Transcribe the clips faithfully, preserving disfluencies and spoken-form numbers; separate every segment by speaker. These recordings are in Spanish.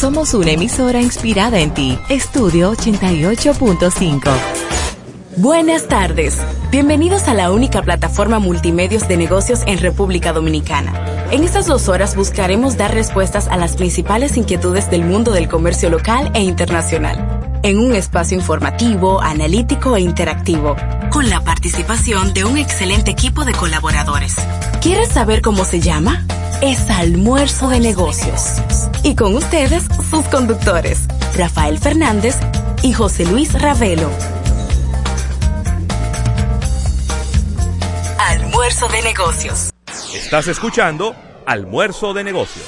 Speaker 1: Somos una emisora inspirada en ti. Estudio ochenta y ocho punto cinco. Buenas tardes. Bienvenidos a la única plataforma multimedios de negocios en República Dominicana. En estas dos horas buscaremos dar respuestas a las principales inquietudes del mundo del comercio local e internacional, en un espacio informativo, analítico e interactivo, con la participación de un excelente equipo de colaboradores. ¿Quieres saber cómo se llama? Es Almuerzo de Negocios. Y con ustedes, sus conductores, Rafael Fernández y José Luis Ravelo. Almuerzo de Negocios.
Speaker 2: Estás escuchando Almuerzo de Negocios.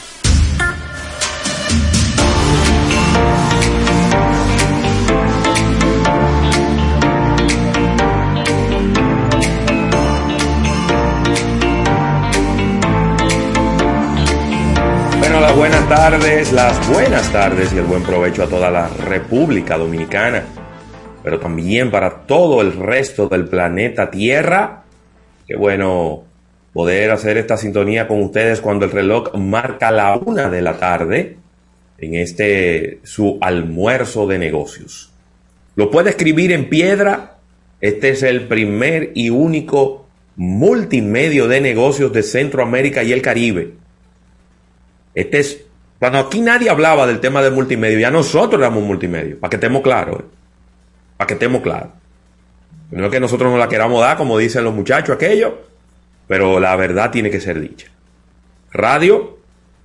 Speaker 2: Bueno, las buenas tardes, las buenas tardes y el buen provecho a toda la República Dominicana, pero también para todo el resto del planeta Tierra. Qué bueno poder hacer esta sintonía con ustedes cuando el reloj marca la una de la tarde en este su almuerzo de negocios. Lo puede escribir en piedra. Este es el primer y único multimedio de negocios de Centroamérica y el Caribe. Este es, cuando aquí nadie hablaba del tema del multimedio, ya nosotros éramos multimedio, para que estemos claros, ¿eh? para que estemos claros. No es que nosotros no la queramos dar, como dicen los muchachos aquello, pero la verdad tiene que ser dicha. Radio,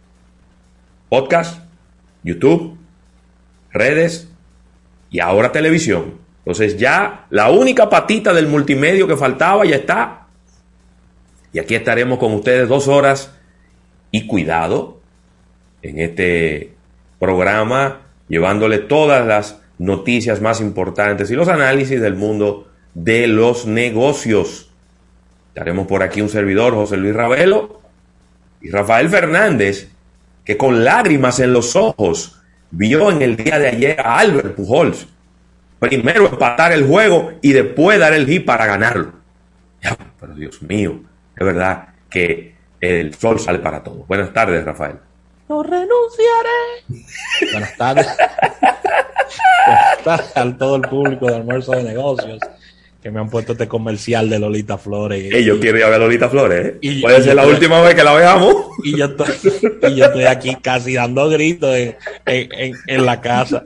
Speaker 2: podcast, YouTube, redes y ahora televisión. Entonces ya la única patita del multimedio que faltaba ya está. Y aquí estaremos con ustedes dos horas y cuidado en este programa, llevándole todas las noticias más importantes y los análisis del mundo de los negocios. Estaremos por aquí un servidor, José Luis Ravelo, y Rafael Fernández, que con lágrimas en los ojos vio en el día de ayer a Albert Pujols primero empatar el juego y después dar el hit para ganarlo. Ya, pero Dios mío, es verdad que el sol sale para todos. Buenas tardes, Rafael.
Speaker 3: No renunciaré. Buenas tardes. Buenas tardes a todo el público de Almuerzo de Negocios que me han puesto este comercial de Lolita Flores.
Speaker 2: Y, yo quiero ir a ver a Lolita Flores, ¿eh?
Speaker 3: Y,
Speaker 2: Puede
Speaker 3: y
Speaker 2: ser la
Speaker 3: estoy,
Speaker 2: última vez que la veamos.
Speaker 3: Y yo estoy, y yo estoy aquí casi dando gritos en, en, en, en la casa.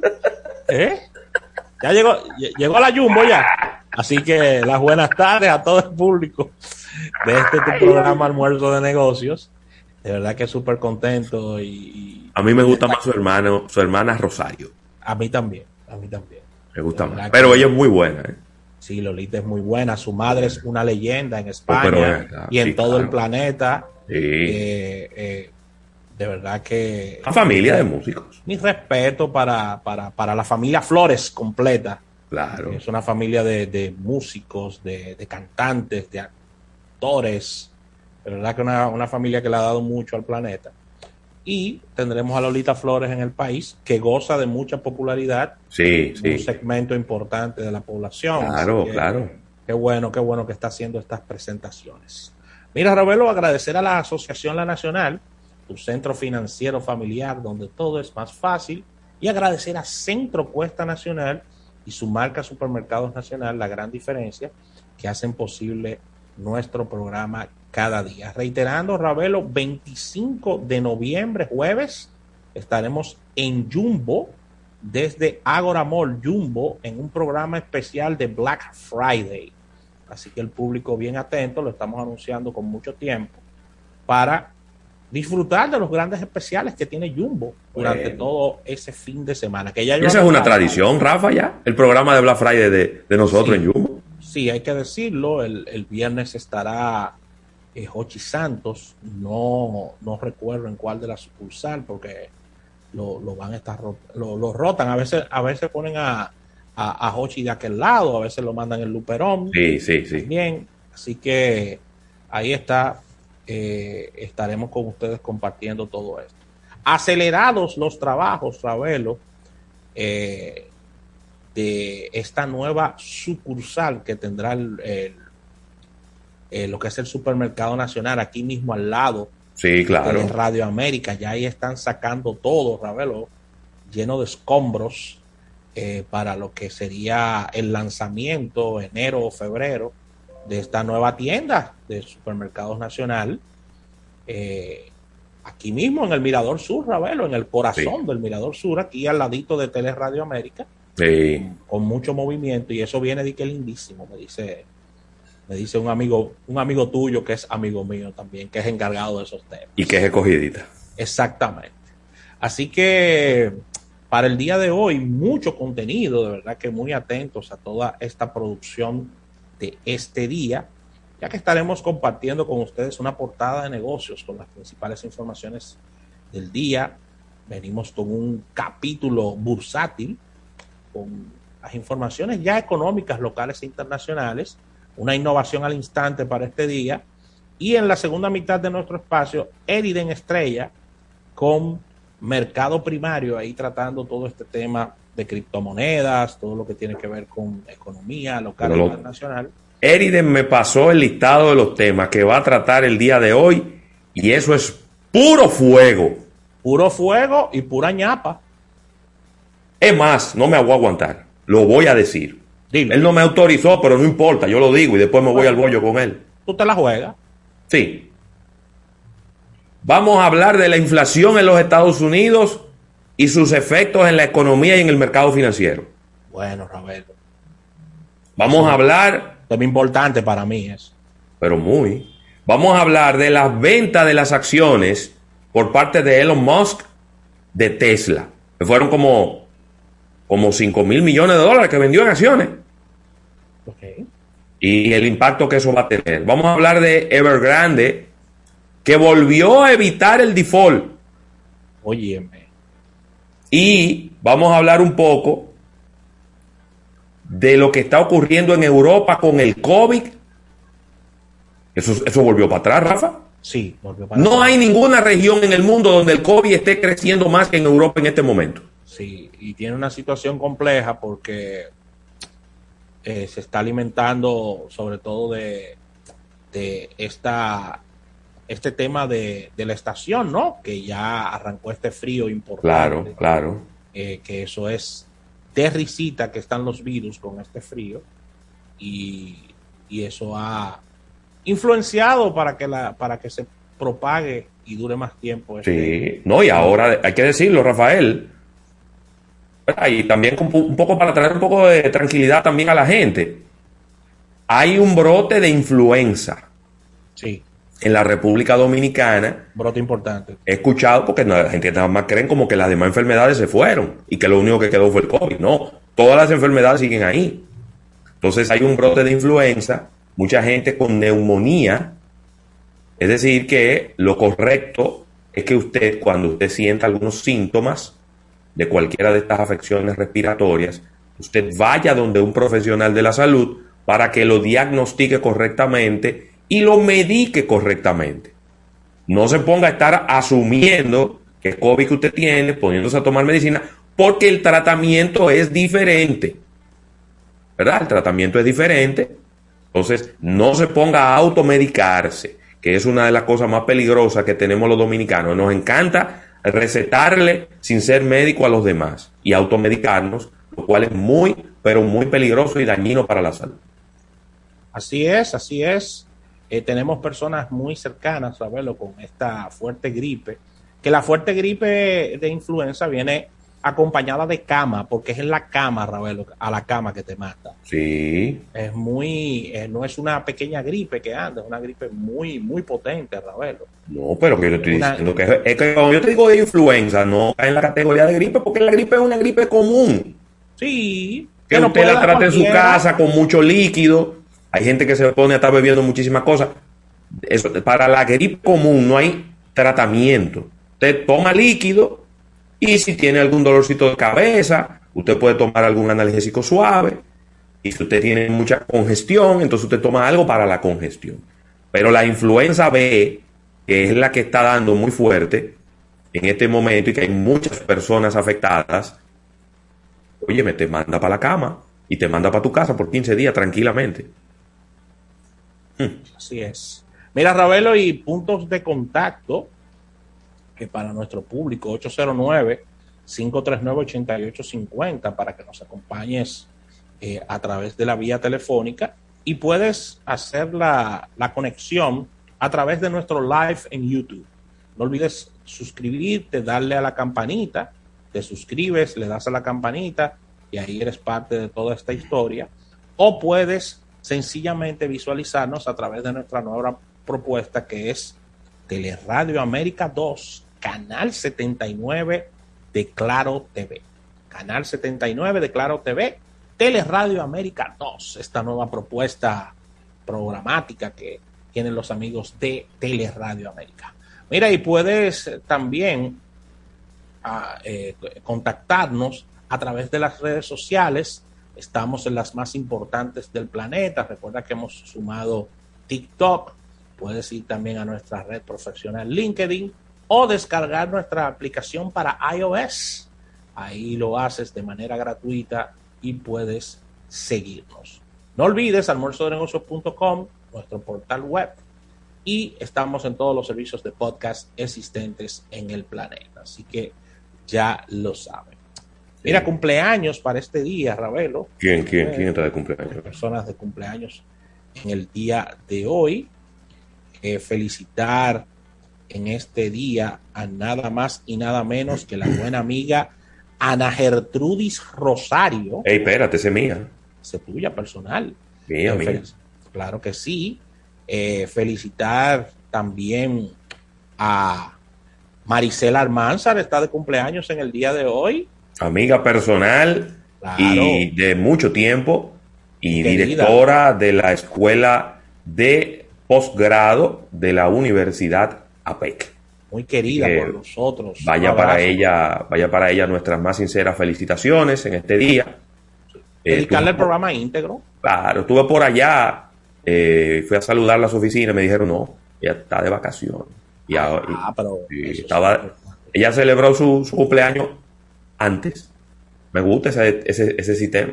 Speaker 3: ¿Eh? Ya llegó, llegó a la Jumbo ya. Así que las buenas tardes a todo el público de este tu programa Almuerzo de Negocios. De verdad que súper contento y, y
Speaker 2: a mí me gusta más su hermano, su hermana Rosario.
Speaker 3: A mí también, a mí también.
Speaker 2: Me gusta más, pero ella es muy buena, ¿eh?
Speaker 3: Sí, Lolita es muy buena, su madre es una leyenda en España, oh, pero, claro, y en sí, todo claro. el planeta.
Speaker 2: Sí.
Speaker 3: Eh, eh, de verdad que...
Speaker 2: Una familia de músicos.
Speaker 3: Mi respeto para, para, para la familia Flores completa.
Speaker 2: Claro.
Speaker 3: Es una familia de, de músicos, de, de cantantes, de actores. De verdad que una, una familia que le ha dado mucho al planeta. Y tendremos a Lolita Flores en el país, que goza de mucha popularidad.
Speaker 2: Sí, sí.
Speaker 3: Un segmento importante de la población.
Speaker 2: Claro,
Speaker 3: que,
Speaker 2: claro.
Speaker 3: Qué bueno, qué bueno que está haciendo estas presentaciones. Mira, Ravelo, agradecer a la Asociación La Nacional, tu centro financiero familiar, donde todo es más fácil, y agradecer a Centro Cuesta Nacional y su marca Supermercados Nacional, La Gran Diferencia, que hacen posible nuestro programa cada día. Reiterando, Ravelo, veinticinco de noviembre, jueves, estaremos en Jumbo, desde Agora Mall Jumbo, en un programa especial de Black Friday. Así que el público bien atento, lo estamos anunciando con mucho tiempo, para disfrutar de los grandes especiales que tiene Jumbo durante bueno. todo ese fin de semana. Que ya
Speaker 2: esa es una tradición, Rafa, ya, el programa de Black Friday de, de nosotros sí, en Jumbo.
Speaker 3: Sí, hay que decirlo, el, el viernes estará eh, Jochi Santos, no, no recuerdo en cuál de la sucursal, porque lo, lo van a estar lo, lo rotan, a veces, a veces ponen a, a, a Jochi de aquel lado, a veces lo mandan en Luperón.
Speaker 2: Sí, sí, sí.
Speaker 3: Bien, así que ahí está. Eh, estaremos con ustedes compartiendo todo esto. Acelerados los trabajos, Ravelo, eh, de esta nueva sucursal que tendrá el, el, eh, lo que es el Supermercado Nacional aquí mismo al lado
Speaker 2: Sí, claro.
Speaker 3: De Radio América, ya ahí están sacando todo, Ravelo, lleno de escombros eh, para lo que sería el lanzamiento enero o febrero de esta nueva tienda de Supermercados Nacional. Eh, aquí mismo en el Mirador Sur, Ravelo, en el corazón sí. del Mirador Sur, aquí al ladito de Tele Radio América,
Speaker 2: sí.
Speaker 3: con, con mucho movimiento, y eso viene de que lindísimo, me dice, me dice un amigo, un amigo tuyo que es amigo mío también, que es encargado de esos temas.
Speaker 2: Y que es escogidita.
Speaker 3: Exactamente. Así que para el día de hoy, mucho contenido, de verdad que muy atentos a toda esta producción de este día, ya que estaremos compartiendo con ustedes una portada de negocios con las principales informaciones del día. Venimos con un capítulo bursátil con las informaciones ya económicas locales e internacionales, una innovación al instante para este día, y en la segunda mitad de nuestro espacio, Eriden Estrella con mercado primario, ahí tratando todo este tema de criptomonedas, todo lo que tiene que ver con economía local e internacional.
Speaker 2: Eriden me pasó el listado de los temas que va a tratar el día de hoy, y eso es puro fuego.
Speaker 3: Puro fuego y pura ñapa.
Speaker 2: Es más, no me voy a aguantar, lo voy a decir.
Speaker 3: Dilo.
Speaker 2: Él no me autorizó, pero no importa, yo lo digo y después me voy al bollo con él.
Speaker 3: ¿Tú te la juegas?
Speaker 2: Sí. Vamos a hablar de la inflación en los Estados Unidos y sus efectos en la economía y en el mercado financiero.
Speaker 3: Bueno, Roberto.
Speaker 2: Vamos sí. a hablar...
Speaker 3: Es muy importante para mí eso.
Speaker 2: Pero muy. Vamos a hablar de las ventas de las acciones por parte de Elon Musk de Tesla. Que fueron como, como cinco mil millones de dólares que vendió en acciones.
Speaker 3: Okay.
Speaker 2: Y el impacto que eso va a tener. Vamos a hablar de Evergrande, que volvió a evitar el default.
Speaker 3: Óyeme.
Speaker 2: Y vamos a hablar un poco de lo que está ocurriendo en Europa con el COVID. Eso, eso volvió para atrás, Rafa.
Speaker 3: Sí, volvió para
Speaker 2: No
Speaker 3: atrás.
Speaker 2: hay ninguna región en el mundo donde el COVID esté creciendo más que en Europa en este momento.
Speaker 3: Sí, y tiene una situación compleja porque eh, se está alimentando sobre todo de, de esta este tema de, de la estación, ¿no? Que ya arrancó este frío importante.
Speaker 2: Claro, claro.
Speaker 3: Eh, que eso es de risita que están los virus con este frío, y, y eso ha influenciado para que la para que se propague y dure más tiempo. Este.
Speaker 2: Sí, no, y ahora hay que decirlo, Rafael, y también un poco para traer un poco de tranquilidad también a la gente. Hay un brote de influenza.
Speaker 3: Sí.
Speaker 2: En la República Dominicana.
Speaker 3: Brote importante.
Speaker 2: He escuchado, porque la gente nada más creen como que las demás enfermedades se fueron y que lo único que quedó fue el COVID. No, todas las enfermedades siguen ahí. Entonces hay un brote de influenza, mucha gente con neumonía. Es decir, que lo correcto es que usted, cuando usted sienta algunos síntomas de cualquiera de estas afecciones respiratorias, usted vaya donde un profesional de la salud para que lo diagnostique correctamente y lo medique correctamente. No se ponga a estar asumiendo que es COVID que usted tiene, poniéndose a tomar medicina, porque el tratamiento es diferente. ¿Verdad? El tratamiento es diferente. Entonces, no se ponga a automedicarse, que es una de las cosas más peligrosas que tenemos los dominicanos. Nos encanta recetarle sin ser médico a los demás y automedicarnos, lo cual es muy, pero muy peligroso y dañino para la salud.
Speaker 3: Así es, así es. Eh, tenemos personas muy cercanas, a verlo, con esta fuerte gripe, que la fuerte gripe de influenza viene acompañada de cama, porque es en la cama, Ravelo, a la cama que te mata.
Speaker 2: Sí.
Speaker 3: Es muy, eh, no es una pequeña gripe que anda, es una gripe muy, muy potente, Ravelo.
Speaker 2: No, pero que yo estoy
Speaker 3: una...
Speaker 2: diciendo que es, es que cuando yo te digo de influenza, no cae en la categoría de gripe, porque la gripe es una gripe común.
Speaker 3: Sí.
Speaker 2: Que, que usted la trate en su casa con mucho líquido. Hay gente que se pone a estar bebiendo muchísimas cosas. Eso, para la gripe común no hay tratamiento. Usted toma líquido y si tiene algún dolorcito de cabeza, usted puede tomar algún analgésico suave. Y si usted tiene mucha congestión, entonces usted toma algo para la congestión. Pero la influenza B, que es la que está dando muy fuerte en este momento y que hay muchas personas afectadas, oye, me te manda para la cama y te manda para tu casa por quince días tranquilamente.
Speaker 3: Así es. Mira, Ravelo, y puntos de contacto que para nuestro público, ocho cero nueve, cinco tres nueve, ocho ocho cinco cero, para que nos acompañes eh, a través de la vía telefónica, y puedes hacer la, la conexión a través de nuestro live en YouTube. No olvides suscribirte, darle a la campanita, te suscribes, le das a la campanita y ahí eres parte de toda esta historia. O puedes sencillamente visualizarnos a través de nuestra nueva propuesta, que es Teleradio América dos, Canal setenta y nueve de Claro T V. Canal setenta y nueve de Claro T V, Teleradio América dos, esta nueva propuesta programática que tienen los amigos de Teleradio América. Mira, y puedes también a, eh, contactarnos a través de las redes sociales. Estamos en las más importantes del planeta. Recuerda que hemos sumado TikTok. Puedes ir también a nuestra red profesional LinkedIn o descargar nuestra aplicación para iOS. Ahí lo haces de manera gratuita y puedes seguirnos. No olvides almuerzo de negocios punto com, nuestro portal web, y estamos en todos los servicios de podcast existentes en el planeta. Así que ya lo saben. Mira, cumpleaños para este día, Ravelo.
Speaker 2: ¿Quién, quién, quién está de cumpleaños?
Speaker 3: Personas de cumpleaños en el día de hoy. Eh, felicitar en este día a nada más y nada menos que la buena amiga Ana Gertrudis Rosario.
Speaker 2: Ey, espérate, esa es mía.
Speaker 3: Esa es tuya, personal.
Speaker 2: Mía,
Speaker 3: eh,
Speaker 2: mía.
Speaker 3: Fel- claro que sí. Eh, felicitar también a Marisela Almanzar, está de cumpleaños en el día de hoy.
Speaker 2: Amiga personal
Speaker 3: Claro.
Speaker 2: y de mucho tiempo y
Speaker 3: Querida.
Speaker 2: directora de la escuela de posgrado de la Universidad A P E C.
Speaker 3: Muy querida
Speaker 2: Eh,
Speaker 3: por nosotros.
Speaker 2: Vaya
Speaker 3: Un
Speaker 2: para
Speaker 3: abrazo.
Speaker 2: ella, vaya para ella nuestras más sinceras felicitaciones en este día. Eh,
Speaker 3: Dedicarle el
Speaker 2: estuve-
Speaker 3: programa íntegro.
Speaker 2: Claro, estuve por allá, eh, fui a saludarla a su oficina y me dijeron, no, ella está de vacaciones. Y, ahora- y-
Speaker 3: Ah, pero
Speaker 2: y
Speaker 3: eso
Speaker 2: estaba,
Speaker 3: sí.
Speaker 2: ella celebró su, su cumpleaños antes. Me gusta ese, ese, ese sistema.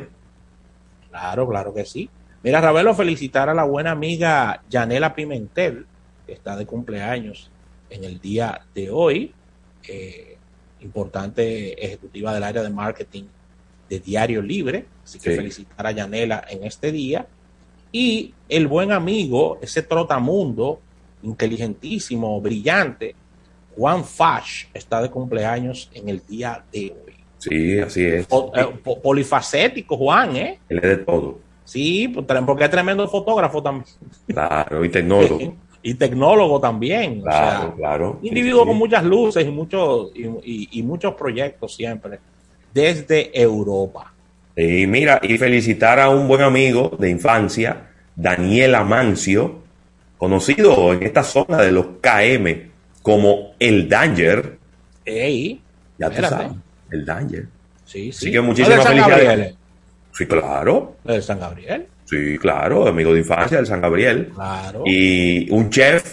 Speaker 3: Claro, claro que sí. Mira, Ravelo, felicitar a la buena amiga Yanela Pimentel, que está de cumpleaños en el día de hoy. Eh, importante ejecutiva del área de marketing de Diario Libre. Así que
Speaker 2: Sí.
Speaker 3: felicitar a Yanela en este día. Y el buen amigo, ese trotamundo, inteligentísimo, brillante, Juan Fash, está de cumpleaños en el día de hoy.
Speaker 2: Sí, así es.
Speaker 3: Po- eh, po- polifacético, Juan, ¿eh?
Speaker 2: Él es de todo.
Speaker 3: Sí, pues, tre- porque es tremendo fotógrafo también.
Speaker 2: Claro, y tecnólogo.
Speaker 3: Y tecnólogo también.
Speaker 2: Claro,
Speaker 3: o sea,
Speaker 2: claro.
Speaker 3: individuo
Speaker 2: Sí, sí.
Speaker 3: con muchas luces y muchos, y, y- y muchos proyectos siempre, desde Europa.
Speaker 2: Y mira, y felicitar a un buen amigo de infancia, Daniel Amancio, conocido en esta zona de los K M como el Danger.
Speaker 3: Ey,
Speaker 2: Ya tú
Speaker 3: espérate.
Speaker 2: sabes, el Danger.
Speaker 3: Sí, sí.
Speaker 2: Así que muchísimas
Speaker 3: ¿No es de San
Speaker 2: felicidades.
Speaker 3: Gabriel?
Speaker 2: Sí, claro.
Speaker 3: ¿No es de San Gabriel?
Speaker 2: Sí, claro, amigo de infancia del San Gabriel.
Speaker 3: Claro.
Speaker 2: Y un chef,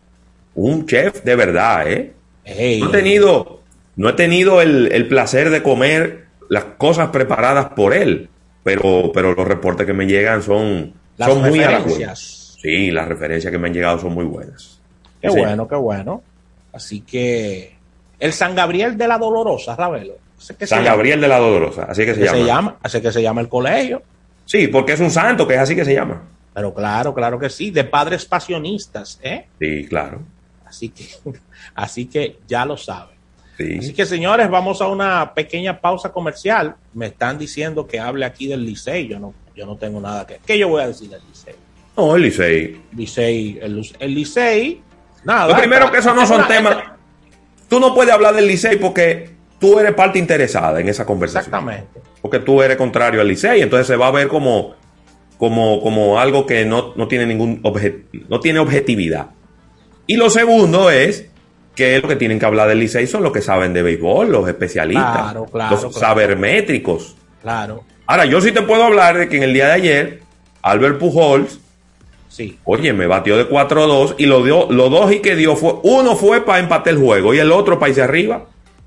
Speaker 2: un chef de verdad, ¿eh?
Speaker 3: Ey.
Speaker 2: No he tenido, no he tenido el, el placer de comer las cosas preparadas por él, pero, pero los reportes que me llegan son,
Speaker 3: Las
Speaker 2: son muy halagüeños.
Speaker 3: referencias.
Speaker 2: Sí, las referencias que me han llegado son muy buenas.
Speaker 3: Qué
Speaker 2: Sí.
Speaker 3: bueno, qué bueno. Así que el San Gabriel de la Dolorosa, Ravelo. Ese que se
Speaker 2: San
Speaker 3: llama.
Speaker 2: Gabriel de la Dolorosa, así que se
Speaker 3: Que
Speaker 2: llama.
Speaker 3: se llama, así que se llama el colegio.
Speaker 2: Sí, porque es un santo, que es así que se llama.
Speaker 3: Pero claro, claro que sí, de padres pasionistas, ¿eh?
Speaker 2: Sí, claro.
Speaker 3: Así que, así que ya lo saben.
Speaker 2: Sí.
Speaker 3: Así que, señores, vamos a una pequeña pausa comercial. Me están diciendo que hable aquí del Licey. Yo no, yo no tengo nada que... ¿Qué yo voy a decir del Licey?
Speaker 2: No, el Licey.
Speaker 3: Licey, el, el Licey, nada.
Speaker 2: Lo primero que esos no son
Speaker 3: Una-
Speaker 2: temas. Tú no puedes hablar del Licey porque tú eres parte interesada en esa conversación.
Speaker 3: Exactamente.
Speaker 2: Porque tú eres contrario al Licey, entonces se va a ver como, como, como algo que no, no tiene ningún obje- no tiene objetividad. Y lo segundo es que lo que tienen que hablar del Licey son los que saben de béisbol, los especialistas,
Speaker 3: Claro, claro,
Speaker 2: los
Speaker 3: claro.
Speaker 2: sabermétricos.
Speaker 3: Claro,
Speaker 2: Ahora, yo sí te puedo hablar de que en el día de ayer, Albert Pujols,
Speaker 3: sí.
Speaker 2: oye, me batió de cuatro a dos y lo dio, los dos y que dio fue, uno fue para empatar el juego y el otro para irse arriba.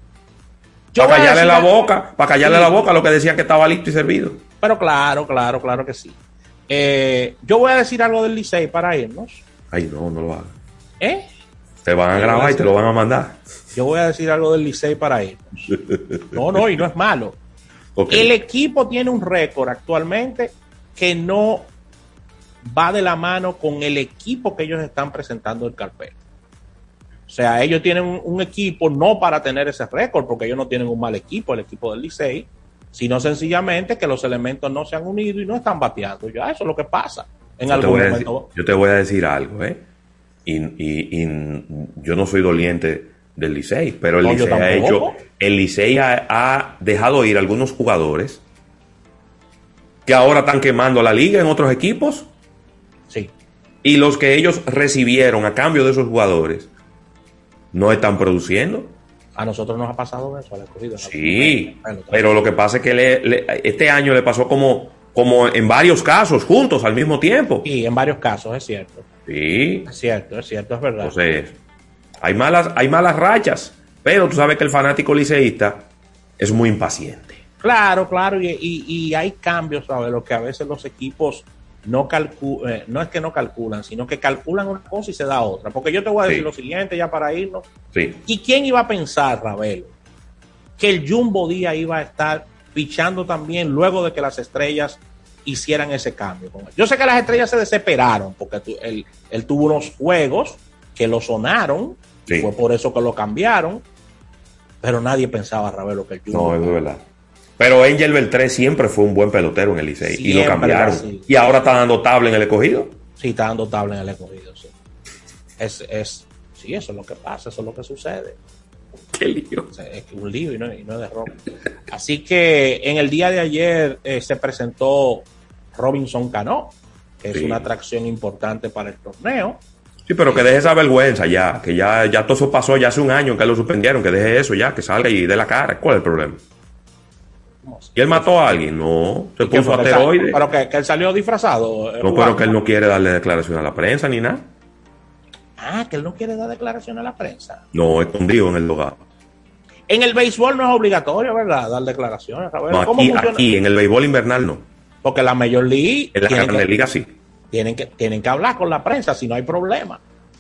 Speaker 3: Yo
Speaker 2: Para
Speaker 3: voy a
Speaker 2: callarle
Speaker 3: decir
Speaker 2: la
Speaker 3: algo-
Speaker 2: boca, para callarle
Speaker 3: Sí.
Speaker 2: la boca a lo que decían que estaba listo y servido.
Speaker 3: Pero claro, claro, claro que sí. Eh, yo voy a decir algo del Licey para irnos.
Speaker 2: Ay, no, no lo hagas.
Speaker 3: ¿Eh?
Speaker 2: Te van a grabar y te lo van a mandar.
Speaker 3: Yo voy a decir algo del Licey para irnos. No, no, y no es malo. Okay. El equipo tiene un récord actualmente que no va de la mano con el equipo que ellos están presentando el carpeta. O sea, ellos tienen un, un equipo no para tener ese récord, porque ellos no tienen un mal equipo, el equipo del Licey, sino sencillamente que los elementos no se han unido y no están bateando. Ya, eso es lo que pasa. En
Speaker 2: yo,
Speaker 3: algún
Speaker 2: te voy
Speaker 3: momento.
Speaker 2: a decir, yo te voy a decir algo, ¿eh? Y, y, y yo no soy doliente del Licey, pero el no, Licey ha hecho, el Licey ha, ha dejado ir algunos jugadores que ahora están quemando la liga en otros equipos.
Speaker 3: Sí.
Speaker 2: Y los que ellos recibieron a cambio de esos jugadores no están produciendo.
Speaker 3: A nosotros nos ha pasado eso, al escogido.
Speaker 2: Sí, pero lo que pasa es que le, le, este año le pasó como, como en varios casos, juntos, al mismo tiempo.
Speaker 3: Sí, en varios casos, es cierto.
Speaker 2: Sí.
Speaker 3: Es cierto, es cierto, es verdad.
Speaker 2: Entonces, hay malas, hay malas rachas, pero tú sabes que el fanático liceísta es muy impaciente.
Speaker 3: Claro, claro, y, y, y hay cambios, ¿sabes? Lo que a veces los equipos no calculan, eh, no es que no calculan, sino que calculan una cosa y se da otra. Porque yo te voy a decir sí. lo siguiente, ya para irnos.
Speaker 2: Sí.
Speaker 3: ¿Y quién iba a pensar, Ravelo, que el Jumbo Díaz iba a estar pichando también luego de que las estrellas hicieran ese cambio? Yo sé que las estrellas se desesperaron porque tu, él, él tuvo unos juegos que lo sonaron, sí. fue por eso que lo cambiaron, pero nadie pensaba, Ravelo, que el Jumbo...
Speaker 2: No, es verdad. Pero Angel Beltré siempre fue un buen pelotero en el Licey y lo cambiaron. Sí. Y ahora está dando tabla en el escogido.
Speaker 3: Sí, está dando tabla en el escogido, sí. Es, es, sí, eso es lo que pasa, eso es lo que sucede.
Speaker 2: Qué lío.
Speaker 3: O sea, es un lío y no, y no es de robo. Así que en el día de ayer eh, se presentó Robinson Cano, que sí. es una atracción importante para el torneo.
Speaker 2: Sí, pero que deje esa vergüenza ya, que ya, ya todo eso pasó ya hace un año que lo suspendieron, que deje eso ya, que salga y dé la cara. ¿Cuál es el problema? ¿Y él mató a alguien? No, se puso asteroide.
Speaker 3: ¿Pero que, que él salió disfrazado?
Speaker 2: No, pero que él no quiere darle declaración a la prensa ni nada.
Speaker 3: Ah, que él no quiere dar declaración a la prensa.
Speaker 2: No, escondido en el lugar.
Speaker 3: En el béisbol no es obligatorio, ¿verdad? Dar declaraciones. A ver,
Speaker 2: no,
Speaker 3: ¿cómo
Speaker 2: aquí,
Speaker 3: funciona?
Speaker 2: Aquí, en el béisbol invernal no.
Speaker 3: Porque la Major League...
Speaker 2: En la Grande Liga sí.
Speaker 3: Tienen que, tienen que hablar con la prensa, si no hay problema.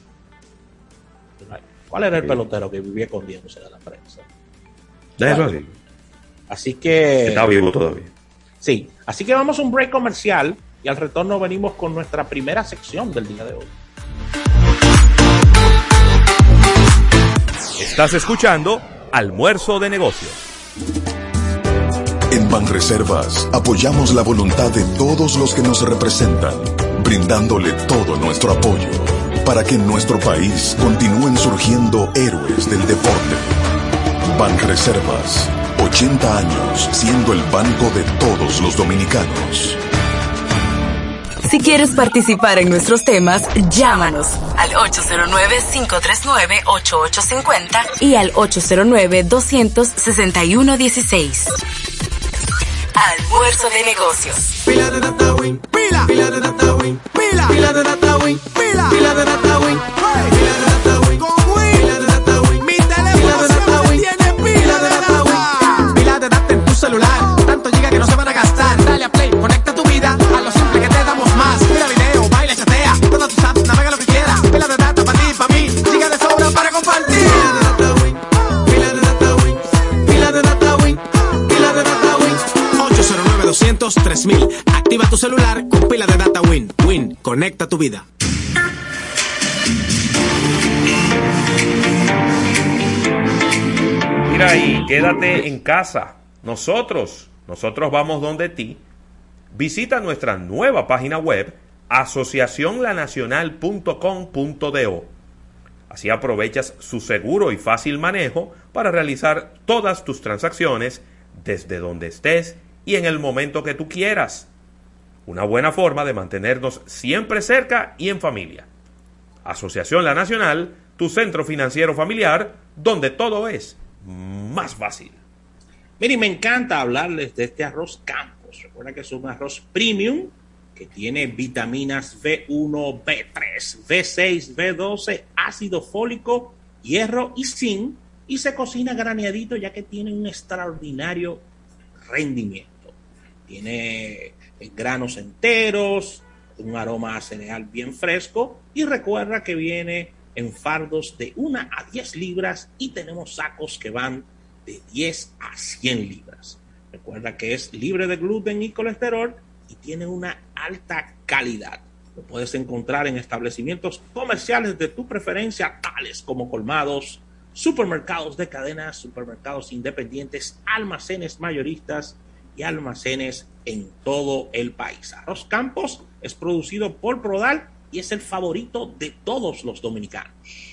Speaker 3: ¿Cuál era el sí. pelotero que vivía escondiéndose de la prensa?
Speaker 2: Déjalo así.
Speaker 3: Así que...
Speaker 2: Está vivo todavía.
Speaker 3: Sí, así que vamos a un break comercial y al retorno venimos con nuestra primera sección del día de hoy.
Speaker 4: Estás escuchando Almuerzo de Negocios.
Speaker 5: En Banreservas apoyamos la voluntad de todos los que nos representan, brindándole todo nuestro apoyo para que en nuestro país continúen surgiendo héroes del deporte. Banreservas, ochenta años siendo el banco de todos los dominicanos.
Speaker 1: Si quieres participar en nuestros temas, llámanos al ocho cero nueve, cinco tres nueve, ocho ocho cinco cero y al ocho cero nueve, dos seis uno, uno uno seis. Almuerzo de Negocios.
Speaker 6: Pila de data win, pila, pila de data win, pila, pila de data win, pila, pila de data win, pila de data win, con win, pila de data win, mi teléfono siempre tiene pila de data win, pila de data en tu celular, tanto giga que no se van a gastar, dale a play, conecta tu vida a lo simple que te damos más, mira video, baila, chatea, todas tus apps, navega lo que quieras, pila de data para ti, para mí, giga de sobra para compartir, pila de data win, pila de data win, pila de data win, pila de data win. ocho cero nueve, doscientos, tres mil. Activa tu celular con pila de data Win. Win, conecta tu vida.
Speaker 2: Mira ahí, quédate en casa. Nosotros, nosotros vamos donde ti. Visita nuestra nueva página web, asociación la nacional punto com punto do. Así aprovechas su seguro y fácil manejo para realizar todas tus transacciones desde donde estés y en el momento que tú quieras. Una buena forma de mantenernos siempre cerca y en familia. Asociación La Nacional, tu centro financiero familiar, donde todo es más fácil.
Speaker 3: Miren, me encanta hablarles de este arroz Campos. Recuerda que es un arroz premium que tiene vitaminas B uno, B tres, B seis, B doce, ácido fólico, hierro y zinc, y se cocina graneadito ya que tiene un extraordinario rendimiento. Tiene granos enteros, un aroma a cereal bien fresco, y recuerda que viene en fardos de una a diez libras y tenemos sacos que van de diez a cien libras. Recuerda que es libre de gluten y colesterol y tiene una alta calidad. Lo puedes encontrar en establecimientos comerciales de tu preferencia, tales como colmados, supermercados de cadenas, supermercados independientes, almacenes mayoristas y almacenes en todo el país. Arroz Campos es producido por Prodal y es el favorito de todos los dominicanos.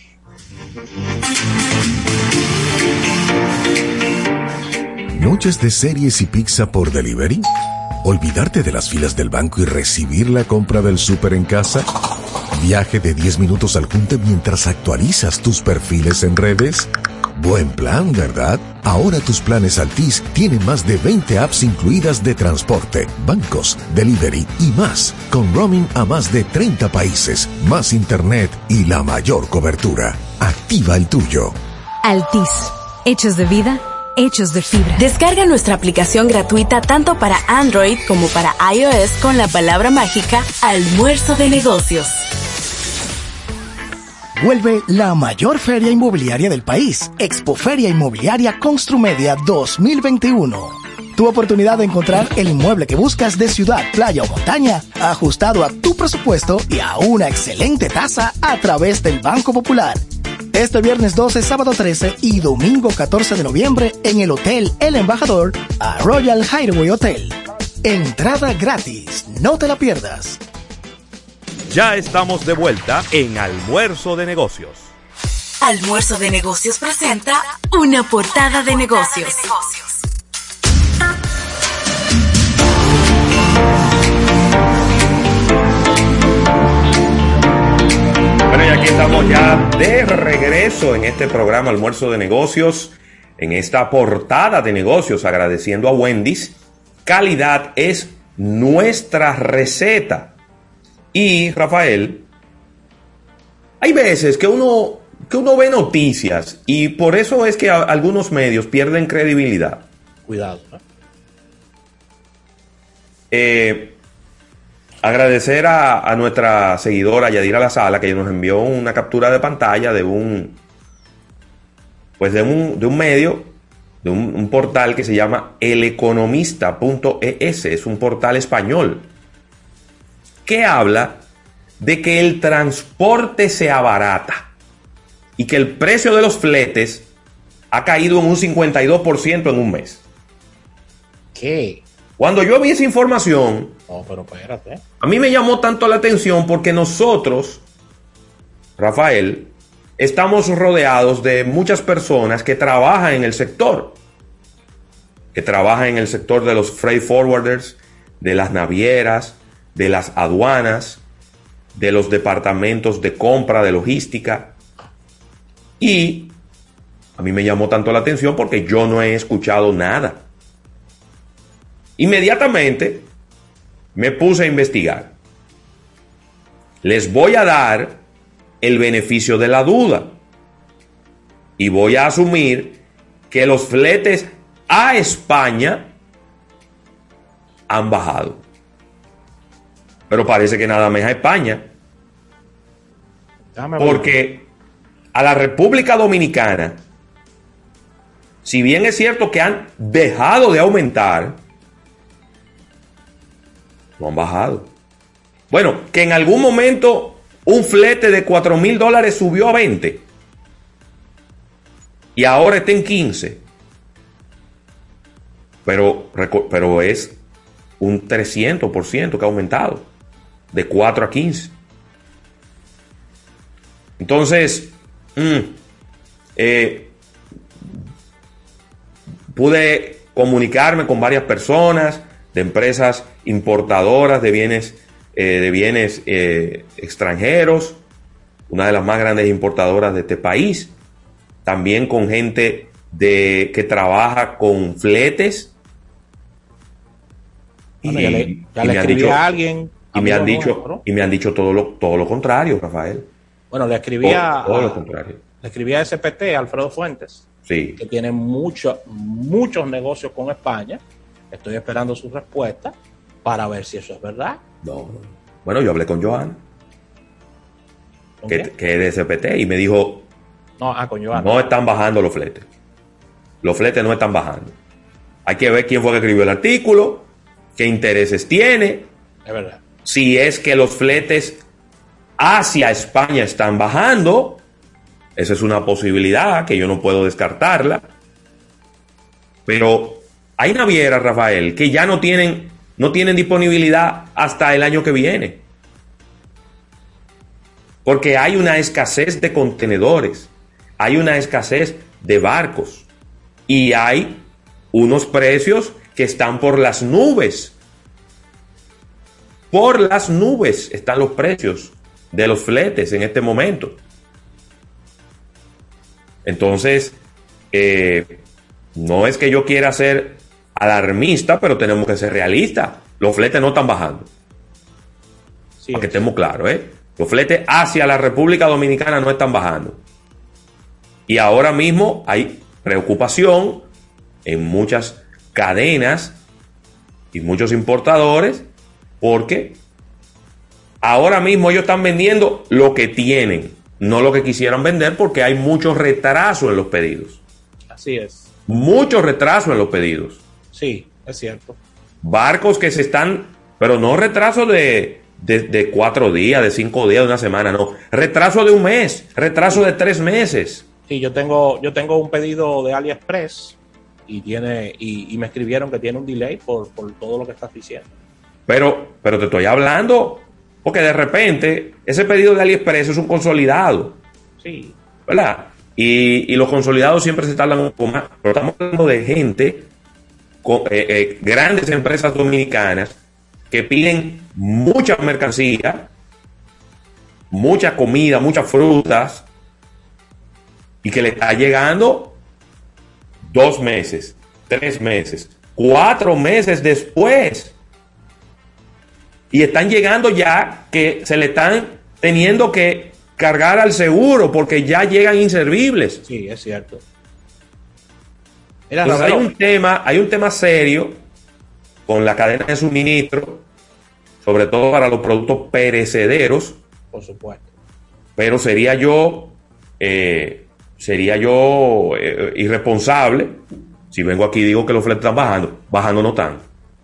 Speaker 7: ¿Noches de series y pizza por delivery? ¿Olvidarte de las filas del banco y recibir la compra del súper en casa? ¿Viaje de diez minutos al Junte mientras actualizas tus perfiles en redes? Buen plan, ¿verdad? Ahora tus planes Altis tienen más de veinte apps incluidas de transporte, bancos, delivery y más, con roaming a más de treinta países, más internet y la mayor cobertura. Activa el tuyo.
Speaker 1: Altis, hechos de vida, hechos de fibra. Descarga nuestra aplicación gratuita tanto para Android como para iOS con la palabra mágica Almuerzo de Negocios.
Speaker 8: Vuelve la mayor feria inmobiliaria del país, Expoferia Inmobiliaria Construmedia dos mil veintiuno. Tu oportunidad de encontrar el inmueble que buscas de ciudad, playa o montaña, ajustado a tu presupuesto y a una excelente tasa a través del Banco Popular. Este viernes doce, sábado trece y domingo catorce de noviembre en el Hotel El Embajador a Royal Hideaway Hotel. Entrada gratis, no te la pierdas.
Speaker 4: Ya estamos de vuelta en Almuerzo de Negocios.
Speaker 1: Almuerzo de Negocios presenta una portada de negocios.
Speaker 2: Bueno, y aquí estamos ya de regreso en este programa Almuerzo de Negocios, en esta portada de negocios, agradeciendo a Wendy's. Calidad es nuestra receta. Y, Rafael, hay veces que uno, que uno ve noticias y por eso es que a, algunos medios pierden credibilidad.
Speaker 3: Cuidado, ¿eh?
Speaker 2: Eh, agradecer a, a nuestra seguidora Yadira La Sala, que nos envió una captura de pantalla de un pues de un, de un medio, de un, un portal que se llama el economista punto e s. Es un portal español que habla de que el transporte se abarata y que el precio de los fletes ha caído en un cincuenta y dos por ciento en un mes.
Speaker 3: ¿Qué?
Speaker 2: Cuando yo vi esa información,
Speaker 3: no, pero espérate.
Speaker 2: A mí me llamó tanto la atención porque nosotros, Rafael, estamos rodeados de muchas personas que trabajan en el sector, que trabajan en el sector de los freight forwarders, de las navieras, de las aduanas, de los departamentos de compra, de logística. Y a mí me llamó tanto la atención porque yo no he escuchado nada. Inmediatamente me puse a investigar. Les voy a dar el beneficio de la duda y voy a asumir que los fletes a España han bajado. Pero parece que nada más a España. Porque a la República Dominicana, si bien es cierto que han dejado de aumentar, no han bajado. Bueno, que en algún momento un flete de cuatro mil dólares subió a veinte y ahora está en quince. Pero, pero es un trescientos por ciento que ha aumentado, de cuatro a quince. Entonces, mmm, eh, pude comunicarme con varias personas de empresas importadoras de bienes, eh, de bienes eh, extranjeros, una de las más grandes importadoras de este país, también con gente de, que trabaja con fletes.
Speaker 3: Bueno,
Speaker 2: y,
Speaker 3: ya le, ya
Speaker 2: y
Speaker 3: le
Speaker 2: me han
Speaker 3: escribí
Speaker 2: dicho,
Speaker 3: a alguien.
Speaker 2: y me han dicho,
Speaker 3: nuestro.
Speaker 2: y me han dicho todo lo, todo lo contrario, Rafael.
Speaker 3: Bueno, le escribí a,
Speaker 2: todo, todo lo contrario.
Speaker 3: Le escribí a S P T, Alfredo Fuentes,
Speaker 2: sí,
Speaker 3: que tiene mucho, muchos negocios con España. Estoy esperando su respuesta para ver si eso es verdad.
Speaker 2: No, Bueno, yo hablé con Joan, que, que es de C P T, y me dijo,
Speaker 3: no, ah, con Joan.
Speaker 2: No están bajando los fletes. Los fletes no están bajando. Hay que ver quién fue que escribió el artículo, qué intereses tiene.
Speaker 3: Es verdad.
Speaker 2: Si es que los fletes hacia España están bajando, esa es una posibilidad que yo no puedo descartarla. Pero hay navieras, Rafael, que ya no tienen, no tienen disponibilidad hasta el año que viene. Porque hay una escasez de contenedores, hay una escasez de barcos y hay unos precios que están por las nubes. Por las nubes están los precios de los fletes en este momento. Entonces, eh, no es que yo quiera ser alarmista, pero tenemos que ser realistas. Los fletes no están bajando. Sí, para que estemos claros, ¿eh? Los fletes hacia la República Dominicana no están bajando. Y ahora mismo hay preocupación en muchas cadenas y muchos importadores porque ahora mismo ellos están vendiendo lo que tienen, no lo que quisieran vender, porque hay mucho retraso en los pedidos.
Speaker 3: Así es.
Speaker 2: Mucho retraso en los pedidos.
Speaker 3: Sí, es cierto.
Speaker 2: Barcos que se están, pero no retraso de, de, de cuatro días, de cinco días, de una semana, no. Retraso de un mes, retraso de tres meses.
Speaker 3: Sí, yo tengo, yo tengo un pedido de AliExpress y tiene, y, y me escribieron que tiene un delay por, por todo lo que estás diciendo.
Speaker 2: Pero, pero te estoy hablando, porque de repente ese pedido de AliExpress es un consolidado.
Speaker 3: Sí.
Speaker 2: ¿Verdad? Y, y los consolidados siempre se tardan un poco más. Pero estamos hablando de gente, con, eh, eh, grandes empresas dominicanas que piden mucha mercancía, mucha comida, muchas frutas, y que le está llegando dos meses, tres meses, cuatro meses después. Y están llegando ya que se le están teniendo que cargar al seguro porque ya llegan inservibles.
Speaker 3: Sí, es cierto. Mira,
Speaker 2: Entonces, hay un tema, hay un tema serio con la cadena de suministro, sobre todo para los productos perecederos.
Speaker 3: Por supuesto.
Speaker 2: Pero sería yo, eh, sería yo eh, irresponsable si vengo aquí y digo que los fletes están bajando. Bajando no están.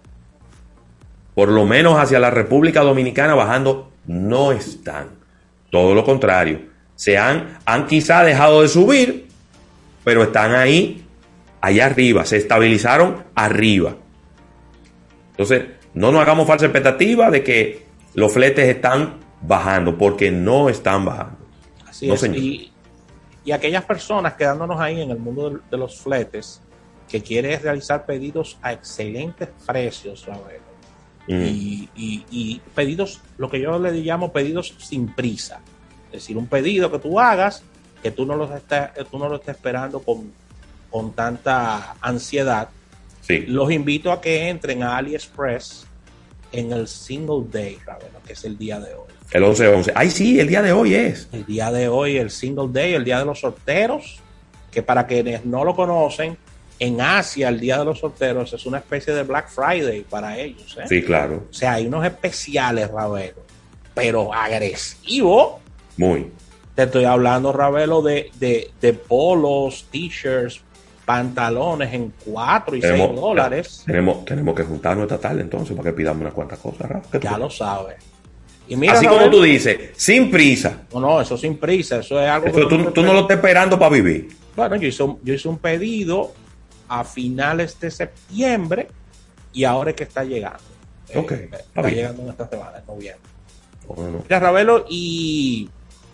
Speaker 2: Por lo menos hacia la República Dominicana bajando no están. Todo lo contrario. Se han, han quizá dejado de subir, pero están ahí, allá arriba. Se estabilizaron arriba. Entonces, no nos hagamos falsa expectativa de que los fletes están bajando, porque no están bajando.
Speaker 3: Así
Speaker 2: no,
Speaker 3: es.
Speaker 2: señor.
Speaker 3: Y, y aquellas personas quedándonos ahí en el mundo de, de los fletes, que quieren realizar pedidos a excelentes precios, ¿sabes? Mm. Y, y, y pedidos, lo que yo le llamo pedidos sin prisa. Es decir, un pedido que tú hagas, que tú no lo estés, tú no lo estés esperando con, con tanta ansiedad.
Speaker 2: Sí.
Speaker 3: Los invito a que entren a AliExpress en el Single Day, Ravelo, que es el día de hoy.
Speaker 2: El once once. Ay, sí, el día de hoy es.
Speaker 3: El día de hoy, el Single Day, el día de los solteros, que para quienes no lo conocen, en Asia el día de los solteros es una especie de Black Friday para ellos, ¿eh?
Speaker 2: Sí, claro.
Speaker 3: O sea, hay unos especiales, Ravelo, pero agresivo.
Speaker 2: Muy.
Speaker 3: Te estoy hablando, Ravelo, de, de, de polos, t-shirts, pantalones en cuatro y
Speaker 2: tenemos,
Speaker 3: seis dólares.
Speaker 2: Tenemos, tenemos que juntarnos esta tarde entonces para que pidamos unas cuantas cosas, Rafa.
Speaker 3: Ya lo sabes. Y mira,
Speaker 2: así
Speaker 3: Ravelo,
Speaker 2: como tú dices, sin prisa.
Speaker 3: No, no, eso sin prisa, eso es algo
Speaker 2: eso,
Speaker 3: que
Speaker 2: tú, tú no lo estás esperando para vivir.
Speaker 3: Bueno, yo hice, un, yo hice un pedido a finales de septiembre y ahora es que está llegando.
Speaker 2: Ok,
Speaker 3: eh, está bien. Llegando en esta semana, en noviembre.
Speaker 2: Oh, no.
Speaker 3: Mira, Ravelo, y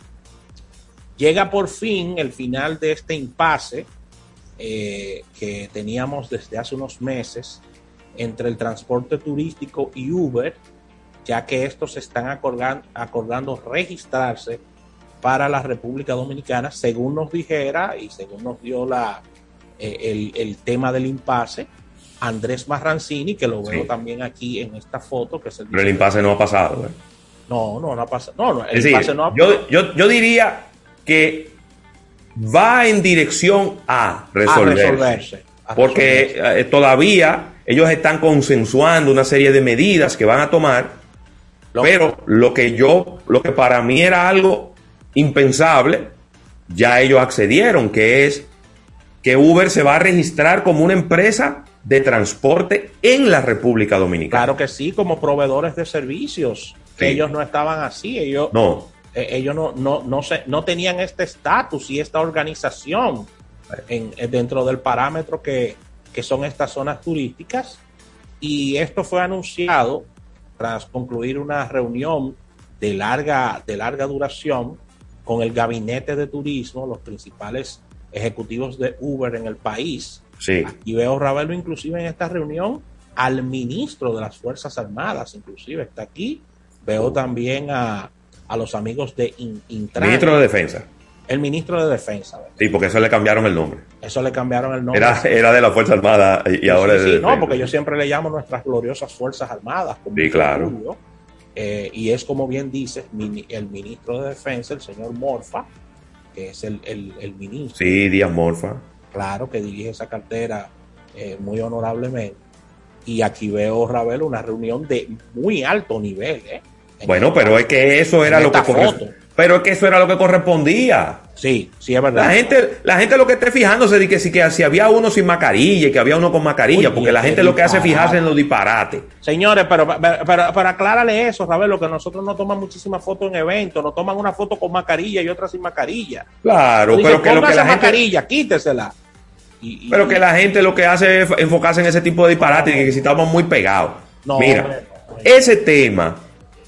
Speaker 3: llega por fin el final de este impasse eh, que teníamos desde hace unos meses entre el transporte turístico y Uber, ya que estos están acordando, acordando registrarse para la República Dominicana, según nos dijera y según nos dio la eh, el, el tema del impasse Andrés Marrancini, que lo veo sí. también aquí en esta foto, que es el
Speaker 2: pero el impasse no ha pasado, ¿eh?
Speaker 3: no, no, no ha pasado no, no, el
Speaker 2: es
Speaker 3: impasse
Speaker 2: decir,
Speaker 3: no ha
Speaker 2: yo, yo, yo diría que va en dirección a resolverse,
Speaker 3: a resolverse a
Speaker 2: porque
Speaker 3: resolverse.
Speaker 2: Eh, todavía ellos están consensuando una serie de medidas que van a tomar, lo, pero lo que yo, lo que para mí era algo impensable, ya ellos accedieron, que es que Uber se va a registrar como una empresa de transporte en la República Dominicana.
Speaker 3: Claro que sí, como proveedores de servicios.
Speaker 2: Sí.
Speaker 3: Ellos no estaban así, ellos
Speaker 2: no,
Speaker 3: eh, ellos no, no, no, se, no tenían este estatus y esta organización en, en, dentro del parámetro que, que son estas zonas turísticas. Y esto fue anunciado tras concluir una reunión de larga, de larga duración con el gabinete de turismo, los principales ejecutivos de Uber en el país.
Speaker 2: Sí.
Speaker 3: Y veo, Ravelo, inclusive en esta reunión al ministro de las Fuerzas Armadas, inclusive está aquí. Veo también a, a los amigos de In, Intran.
Speaker 2: Ministro de Defensa.
Speaker 3: El ministro de Defensa. ¿verdad?
Speaker 2: Sí, porque eso le cambiaron el nombre.
Speaker 3: Eso le cambiaron el nombre.
Speaker 2: Era, era de la Fuerza Armada y, y
Speaker 3: sí,
Speaker 2: ahora
Speaker 3: sí,
Speaker 2: es de
Speaker 3: sí,
Speaker 2: Defensa.
Speaker 3: no, porque yo siempre le llamo nuestras gloriosas Fuerzas Armadas. Como
Speaker 2: sí, claro.
Speaker 3: Orgullo. Eh, y es como bien dice el ministro de Defensa, el señor Morfa, que es el, el, el ministro.
Speaker 2: Sí, Díaz Morfa.
Speaker 3: Claro, que dirige esa cartera eh, muy honorablemente. Y aquí veo, Ravelo, una reunión de muy alto nivel. ¿eh?
Speaker 2: Bueno, esta, pero es que eso era lo que correspondía. Pero es que eso era lo que correspondía.
Speaker 3: Sí, sí, es verdad.
Speaker 2: La gente, la gente lo que esté fijándose de que si, que si había uno sin mascarilla y que había uno con mascarilla, Uy, porque la gente lo que hace es fijarse en los disparates.
Speaker 3: Señores, pero, pero, pero, pero aclárale eso, Ravelo, que nosotros no tomamos muchísimas fotos en eventos, nos toman una foto con mascarilla y otra sin mascarilla.
Speaker 2: Claro,
Speaker 3: dices,
Speaker 2: pero que lo que la gente...
Speaker 3: mascarilla, quítesela.
Speaker 2: Y, y, pero que la gente lo que hace es enfocarse en ese tipo de disparates no, y que si estamos muy pegados. No, Mira, no, no, no. ese tema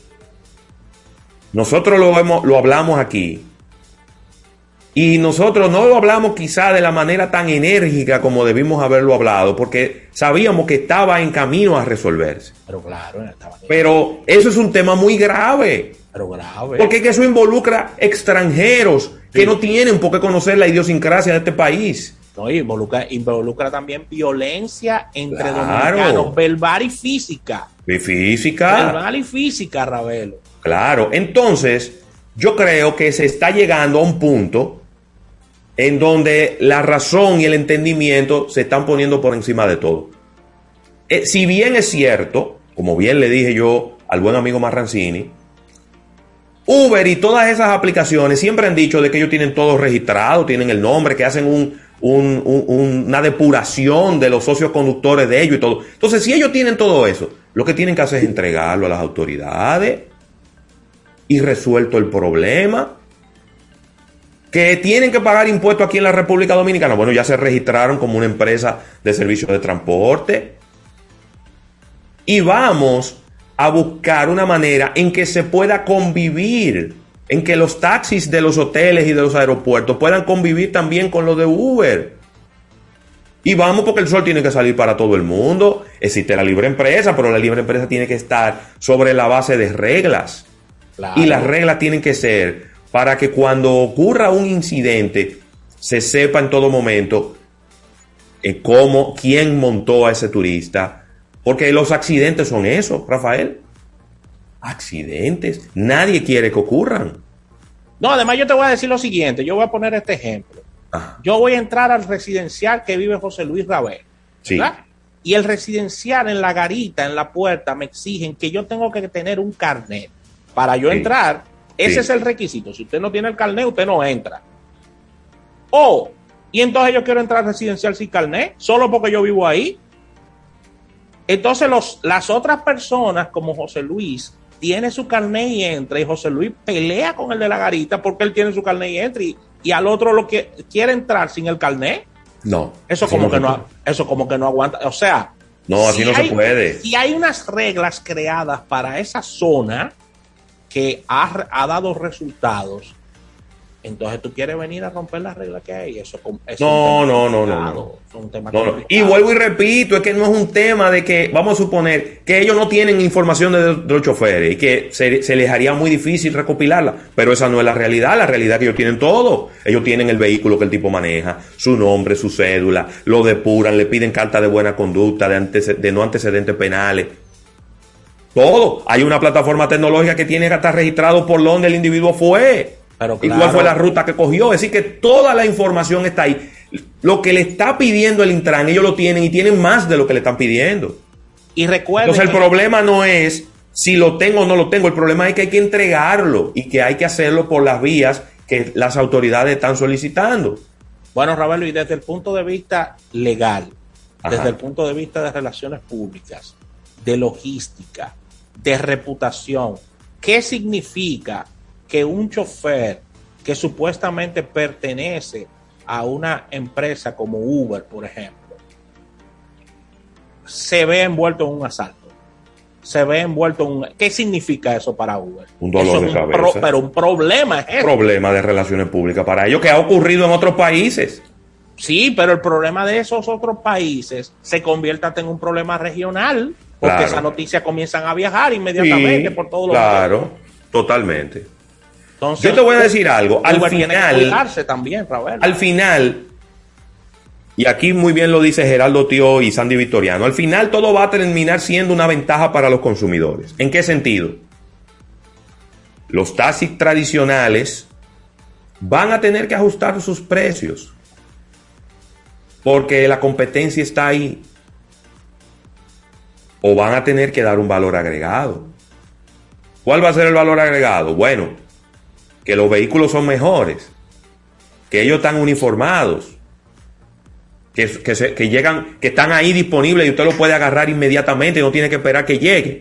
Speaker 2: nosotros lo, hemos, lo hablamos aquí y nosotros no lo hablamos quizá de la manera tan enérgica como debimos haberlo hablado porque sabíamos que estaba en camino a resolverse.
Speaker 3: Pero claro, estaba
Speaker 2: pero eso es un tema muy grave.
Speaker 3: Pero grave.
Speaker 2: Porque es que eso involucra extranjeros sí. que no tienen por qué conocer la idiosincrasia de este país.
Speaker 3: No, involucra, involucra también violencia entre claro. dominicanos, verbal y física.
Speaker 2: Y física.
Speaker 3: Verbal y física, Ravelo.
Speaker 2: Claro, entonces yo creo que se está llegando a un punto en donde la razón y el entendimiento se están poniendo por encima de todo. Eh, si bien es cierto, como bien le dije yo al buen amigo Marrancini, Uber y todas esas aplicaciones siempre han dicho de que ellos tienen todo registrado, tienen el nombre, que hacen un, un, un, una depuración de los socios conductores de ellos y todo. Entonces, si ellos tienen todo eso, lo que tienen que hacer es entregarlo a las autoridades y resuelto el problema. Que tienen que pagar impuestos aquí en la República Dominicana. Bueno, ya se registraron como una empresa de servicios de transporte. Y vamos a buscar una manera en que se pueda convivir, en que los taxis de los hoteles y de los aeropuertos puedan convivir también con los de Uber. Y vamos porque el sol tiene que salir para todo el mundo. Existe la libre empresa, pero la libre empresa tiene que estar sobre la base de reglas. Claro. Y las reglas tienen que ser para que cuando ocurra un incidente se sepa en todo momento eh, cómo, quién montó a ese turista. Porque los accidentes son eso, Rafael. Accidentes. Nadie quiere que ocurran.
Speaker 3: No, además yo te voy a decir lo siguiente. Yo voy a poner este ejemplo. Ajá. Yo voy a entrar al residencial que vive José Luis Rabel.
Speaker 2: Sí.
Speaker 3: Y el residencial en la garita, en la puerta, me exigen que yo tengo que tener un carnet. Para yo sí. entrar, ese sí. es el requisito. Si usted no tiene el carnet, usted no entra. O, y entonces yo quiero entrar al residencial sin carnet, solo porque yo vivo ahí. Entonces los, las otras personas, como José Luis, tiene su carnet y entra, y José Luis pelea con el de la garita porque él tiene su carnet y entra, y, y al otro lo que quiere entrar sin el carnet.
Speaker 2: No.
Speaker 3: Eso como no que no, eso como que no aguanta. O sea,
Speaker 2: no, así
Speaker 3: si
Speaker 2: no
Speaker 3: hay,
Speaker 2: se puede.
Speaker 3: Si hay unas reglas creadas para esa zona que ha, ha dado resultados, entonces tú quieres venir a romper las reglas que hay. Eso, eso
Speaker 2: no, no, no, no, no.
Speaker 3: Es un tema
Speaker 2: no, no. Y vuelvo y repito, es que no es un tema de que, vamos a suponer, que ellos no tienen información de, de los choferes y que se, se les haría muy difícil recopilarla, pero esa no es la realidad. La realidad es que ellos tienen todo. Ellos tienen el vehículo que el tipo maneja, su nombre, su cédula, lo depuran, le piden carta de buena conducta, de, anteced- de no antecedentes penales. Todo. Hay una plataforma tecnológica que tiene que estar registrado por donde el individuo fue. Pero claro. Y cuál fue la ruta que cogió. Es decir, que toda la información está ahí. Lo que le está pidiendo el Intran, ellos lo tienen y tienen más de lo que le están pidiendo.
Speaker 3: Y recuerden.
Speaker 2: Entonces, el
Speaker 3: que...
Speaker 2: problema no es si lo tengo o no lo tengo. El problema es que hay que entregarlo y que hay que hacerlo por las vías que las autoridades están solicitando.
Speaker 3: Bueno, Ravelo, y desde el punto de vista legal,
Speaker 2: Ajá.
Speaker 3: desde el punto de vista de relaciones públicas, de logística, de reputación, ¿qué significa que un chofer que supuestamente pertenece a una empresa como Uber, por ejemplo, se ve envuelto en un asalto? Se ve envuelto en un... ¿Qué significa eso para Uber?
Speaker 2: Un dolor
Speaker 3: eso
Speaker 2: de
Speaker 3: es un
Speaker 2: cabeza.
Speaker 3: pro... Pero un problema es eso.
Speaker 2: Problema de relaciones públicas para ellos que ha ocurrido en otros países.
Speaker 3: Sí, pero el problema de esos otros países se convierte hasta en un problema regional, porque
Speaker 2: Claro.
Speaker 3: esas noticias comienzan a viajar inmediatamente
Speaker 2: Sí,
Speaker 3: por todos los
Speaker 2: claro,
Speaker 3: medios.
Speaker 2: totalmente.
Speaker 3: Entonces,
Speaker 2: Yo te voy a decir algo. Al
Speaker 3: Uber tiene que
Speaker 2: final,
Speaker 3: cuidarse también, Raúl.
Speaker 2: al final, y aquí muy bien lo dice Geraldo Tío y Sandy Victoriano, al final todo va a terminar siendo una ventaja para los consumidores. ¿En qué sentido? Los taxis tradicionales van a tener que ajustar sus precios porque la competencia está ahí. O van a tener que dar un valor agregado. ¿Cuál va a ser el valor agregado? Bueno, que los vehículos son mejores, que ellos están uniformados, que, que, se, que llegan, que están ahí disponibles y usted lo puede agarrar inmediatamente y no tiene que esperar que llegue.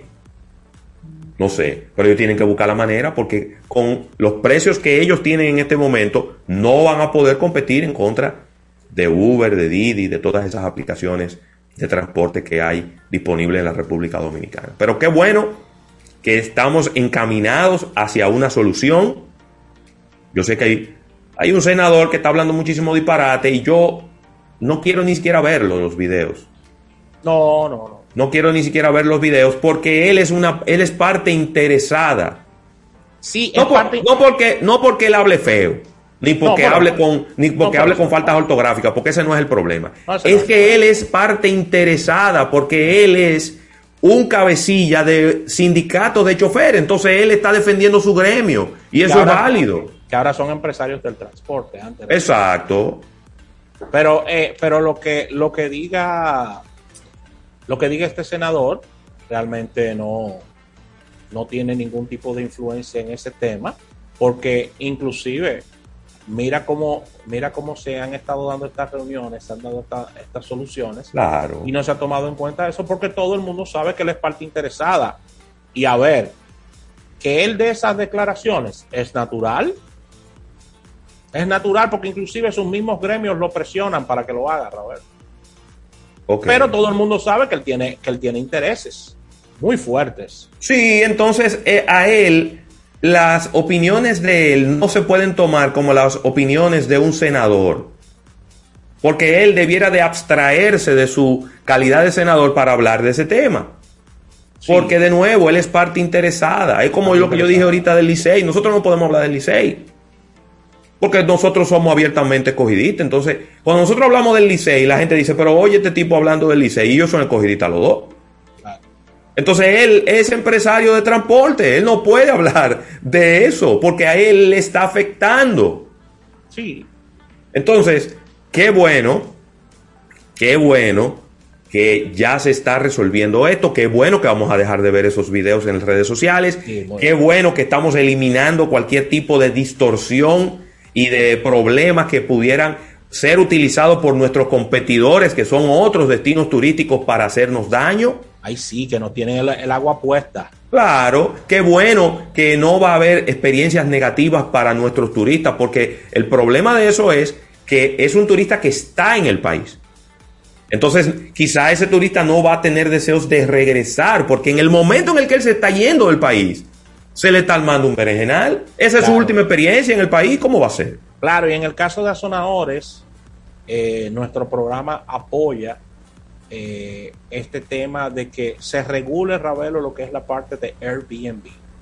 Speaker 2: No sé, pero ellos tienen que buscar la manera porque con los precios que ellos tienen en este momento no van a poder competir en contra de Uber, de Didi, de todas esas aplicaciones de transporte que hay disponibles en la República Dominicana. Pero qué bueno que estamos encaminados hacia una solución. Yo sé que hay, hay un senador que está hablando muchísimo disparate y yo no quiero ni siquiera verlo, los videos.
Speaker 3: No, no, no.
Speaker 2: No quiero ni siquiera ver los videos porque él es una, él es parte interesada.
Speaker 3: Sí,
Speaker 2: No,
Speaker 3: es
Speaker 2: por-
Speaker 3: parte...
Speaker 2: no porque, no porque él hable feo, ni porque
Speaker 3: No, pero-
Speaker 2: hable con, ni porque
Speaker 3: no,
Speaker 2: hable
Speaker 3: pero-
Speaker 2: con faltas ortográficas, porque ese no es el problema.
Speaker 3: No, ese
Speaker 2: es
Speaker 3: no es
Speaker 2: que él es parte interesada, porque él es un cabecilla de sindicato de choferes, entonces él está defendiendo su gremio y eso
Speaker 3: que ahora-
Speaker 2: es válido.
Speaker 3: Que ahora son empresarios del transporte. Antes.
Speaker 2: Exacto.
Speaker 3: Pero, eh, pero lo que lo que diga lo que diga este senador realmente no, no tiene ningún tipo de influencia en ese tema, porque inclusive mira cómo mira cómo se han estado dando estas reuniones, se han dado esta- estas soluciones,
Speaker 2: Claro.
Speaker 3: y no se ha tomado en cuenta eso porque todo el mundo sabe que él es parte interesada. Y a ver, que él dé esas declaraciones es natural. Es natural porque inclusive sus mismos gremios lo presionan para que lo haga, Raúl.
Speaker 2: Ok.
Speaker 3: Pero todo el mundo sabe que él tiene, que él tiene intereses muy fuertes.
Speaker 2: Sí, entonces eh, a él las opiniones de él no se pueden tomar como las opiniones de un senador, porque él debiera de abstraerse de su calidad de senador para hablar de ese tema.
Speaker 3: Sí.
Speaker 2: Porque de nuevo, él es parte interesada. Es como
Speaker 3: Parte
Speaker 2: lo que yo dije ahorita del Licey. Nosotros no podemos hablar del Licey, porque nosotros somos abiertamente escogidistas. Entonces, cuando nosotros hablamos del Licey, la gente dice, pero oye, este tipo hablando del Licey, y ellos son escogidistas los dos.
Speaker 3: Claro.
Speaker 2: Entonces él es empresario de transporte, él no puede hablar de eso porque a él le está afectando.
Speaker 3: Sí.
Speaker 2: Entonces, qué bueno, qué bueno que ya se está resolviendo esto, qué bueno que vamos a dejar de ver esos videos en las redes sociales,
Speaker 3: Sí, muy
Speaker 2: qué bueno que estamos eliminando cualquier tipo de distorsión y de problemas que pudieran ser utilizados por nuestros competidores, que son otros destinos turísticos, para hacernos daño.
Speaker 3: Ahí sí, que no tienen el, el agua puesta.
Speaker 2: Claro, qué bueno que no va a haber experiencias negativas para nuestros turistas, porque el problema de eso es que es un turista que está en el país. Entonces, quizá ese turista no va a tener deseos de regresar, porque en el momento en el que él se está yendo del país, se le está armando un berenjenal. Esa es su
Speaker 3: Claro.
Speaker 2: última experiencia en el país, ¿cómo va a ser?
Speaker 3: Claro, y en el caso de Azonadores, eh, nuestro programa apoya eh, este tema de que se regule, Ravelo, lo que es la parte de Airbnb.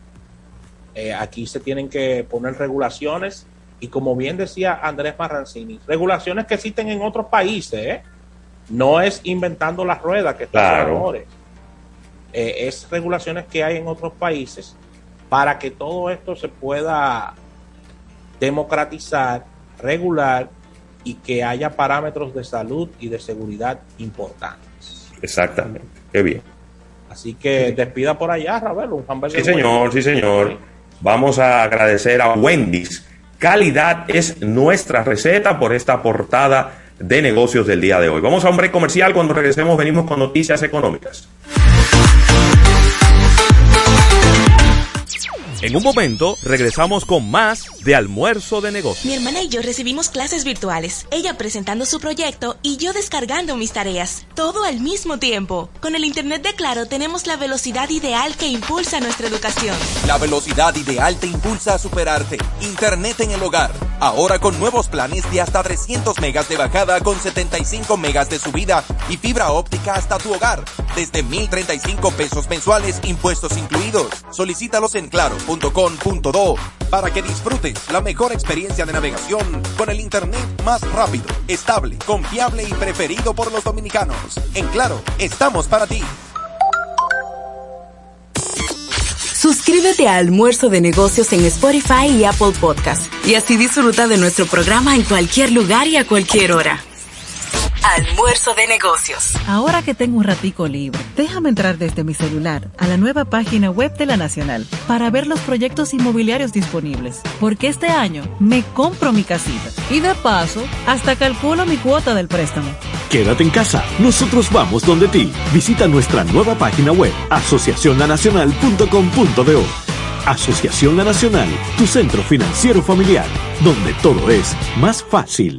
Speaker 3: Eh, aquí se tienen que poner regulaciones y, como bien decía Andrés Marrancini, regulaciones que existen en otros países, ¿eh? No es inventando las ruedas que están
Speaker 2: Claro.
Speaker 3: Azonadores. Eh, es regulaciones que hay en otros países para que todo esto se pueda democratizar, regular y que haya parámetros de salud y de seguridad importantes.
Speaker 2: Exactamente, qué bien.
Speaker 3: Así que despida por allá, Ravelo, un hamburger.
Speaker 2: Sí, señor, sí, señor. Vamos a agradecer a Wendy's. Calidad es nuestra receta por esta portada de negocios del día de hoy. Vamos a un break comercial. Cuando regresemos venimos con noticias económicas.
Speaker 4: En un momento regresamos con más de Almuerzo de Negocios.
Speaker 1: Mi hermana y yo recibimos clases virtuales, ella presentando su proyecto y yo descargando mis tareas, todo al mismo tiempo. Con el internet de Claro tenemos la velocidad ideal que impulsa nuestra educación.
Speaker 9: La velocidad ideal te impulsa a superarte. Internet en el hogar, ahora con nuevos planes de hasta trescientos megas de bajada con setenta y cinco megas de subida y fibra óptica hasta tu hogar, desde mil treinta y cinco pesos mensuales, impuestos incluidos. Solicítalos en claro punto com punto do para que disfrutes la mejor experiencia de navegación con el internet más rápido, estable, confiable y preferido por los dominicanos. En Claro, estamos para ti.
Speaker 1: Suscríbete a Almuerzo de Negocios en Spotify y Apple Podcast y así disfruta de nuestro programa en cualquier lugar y a cualquier hora. Almuerzo de Negocios.
Speaker 10: Ahora que tengo un ratico libre, déjame entrar desde mi celular a la nueva página web de La Nacional para ver los proyectos inmobiliarios disponibles, porque este año me compro mi casita y de paso hasta calculo mi cuota del préstamo.
Speaker 11: Quédate en casa, nosotros vamos donde ti. Visita nuestra nueva página web asociación la nacional punto com punto do. Asociación La Nacional, tu centro financiero familiar, donde todo es más fácil.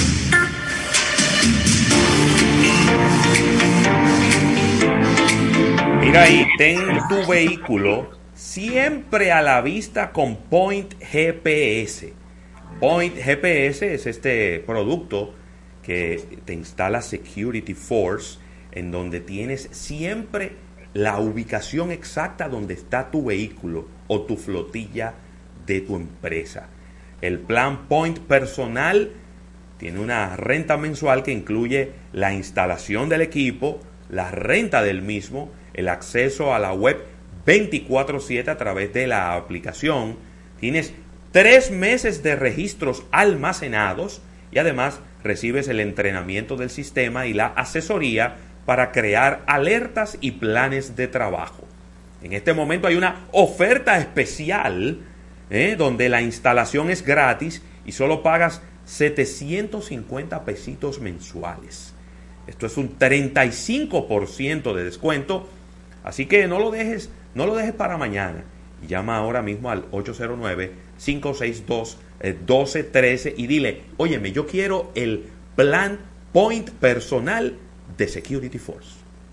Speaker 2: Mira ahí, ten tu vehículo siempre a la vista con Point G P S. Point G P S es este producto que te instala Security Force, en donde tienes siempre la ubicación exacta donde está tu vehículo o tu flotilla de tu empresa. El plan Point personal tiene una renta mensual que incluye la instalación del equipo, la renta del mismo, el acceso a la web veinticuatro siete a través de la aplicación. Tienes tres meses de registros almacenados y además recibes el entrenamiento del sistema y la asesoría para crear alertas y planes de trabajo. En este momento hay una oferta especial ¿eh? donde la instalación es gratis y solo pagas setecientos cincuenta pesitos mensuales. Esto es un treinta y cinco por ciento de descuento, así que no lo dejes, no lo dejes para mañana. Y llama ahora mismo al ocho cero nueve, cinco seis dos, uno dos uno tres y dile, óyeme, yo quiero el plan Point personal de Security Force.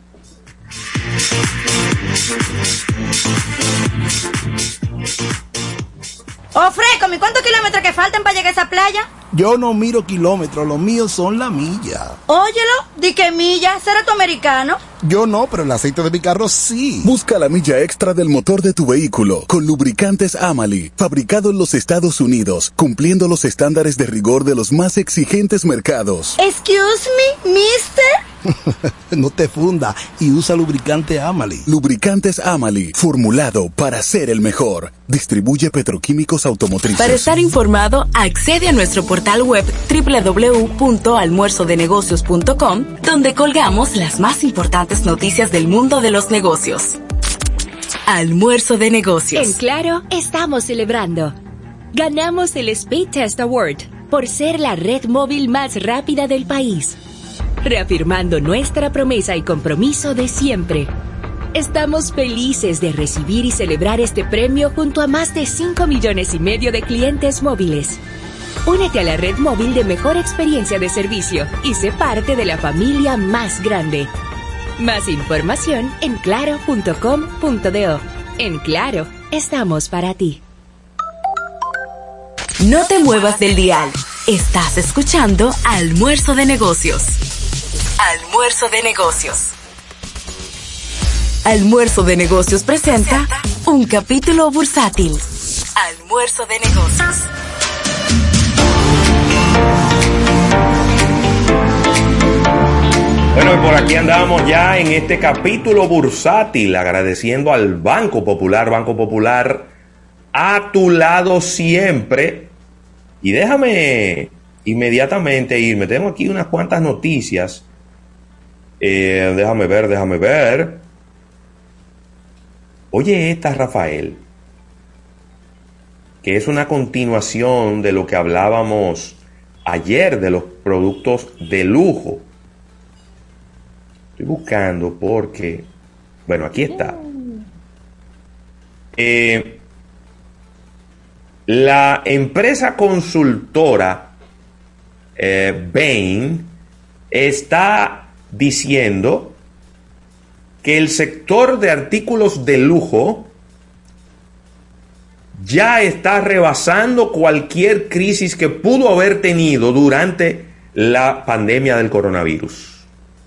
Speaker 12: Oh, Frécome, ¿cuántos kilómetros que faltan para llegar a esa playa?
Speaker 13: Yo no miro kilómetros, los míos son la milla.
Speaker 12: Óyelo, di que milla, ¿será tu americano?
Speaker 13: Yo no, pero el aceite de mi carro sí.
Speaker 5: Busca la milla extra del motor de tu vehículo con lubricantes Amali, fabricado en los Estados Unidos, cumpliendo los estándares de rigor de los más exigentes mercados.
Speaker 12: Excuse me, mister.
Speaker 13: No te funda y usa lubricante Amali.
Speaker 5: Lubricantes Amali, formulado para ser el mejor. Distribuye Petroquímicos Automotrices.
Speaker 1: Para estar informado, accede a nuestro portal web doble u doble u doble u punto almuerzo de negocios punto com, donde colgamos las más importantes noticias del mundo de los negocios. Almuerzo de Negocios.
Speaker 14: En Claro, estamos celebrando. Ganamos el Speed Test Award por ser la red móvil más rápida del país, reafirmando nuestra promesa y compromiso de siempre. Estamos felices de recibir y celebrar este premio junto a más de cinco millones y medio de clientes móviles. Únete a la red móvil de mejor experiencia de servicio y sé parte de la familia más grande. Más información en claro punto com punto do. En Claro, estamos para ti.
Speaker 1: No te muevas del dial. Estás escuchando Almuerzo de Negocios. Almuerzo de Negocios. Almuerzo de Negocios presenta un capítulo bursátil. Almuerzo de Negocios.
Speaker 2: Bueno, y por aquí andamos ya en este capítulo bursátil, agradeciendo al Banco Popular, Banco Popular, a tu lado siempre. Y déjame inmediatamente irme, tengo aquí unas cuantas noticias. Eh, déjame ver, déjame ver. Oye esta, Rafael, que es una continuación de lo que hablábamos ayer de los productos de lujo. Estoy buscando porque, bueno, aquí está. Eh, la empresa consultora eh, Bain está diciendo que el sector de artículos de lujo ya está rebasando cualquier crisis que pudo haber tenido durante la pandemia del coronavirus.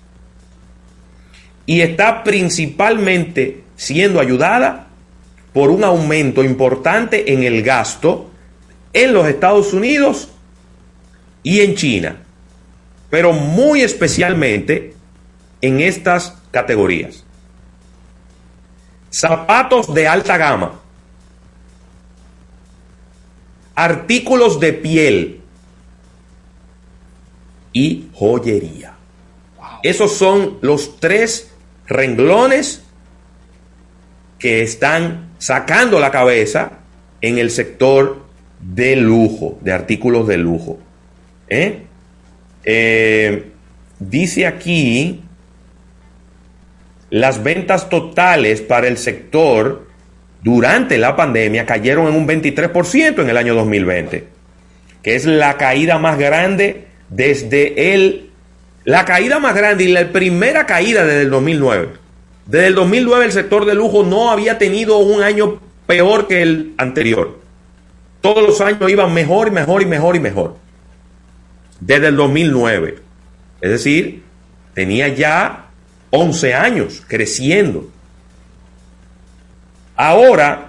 Speaker 2: Y está principalmente siendo ayudada por un aumento importante en el gasto en los Estados Unidos y en China, pero muy especialmente en estas categorías. Zapatos de alta gama, artículos de piel y joyería. Esos son los tres renglones que están sacando la cabeza en el sector de lujo, de artículos de lujo. ¿Eh? Eh, dice aquí, las ventas totales para el sector durante la pandemia cayeron en un veintitrés por ciento en el año dos mil veinte, que es la caída más grande desde el, la caída más grande y la primera caída desde el dos mil nueve. Desde el dos mil nueve el sector de lujo no había tenido un año peor que el anterior. Todos los años iban mejor y mejor y mejor y mejor. Desde el dos mil nueve. Es decir, tenía ya once años creciendo. Ahora,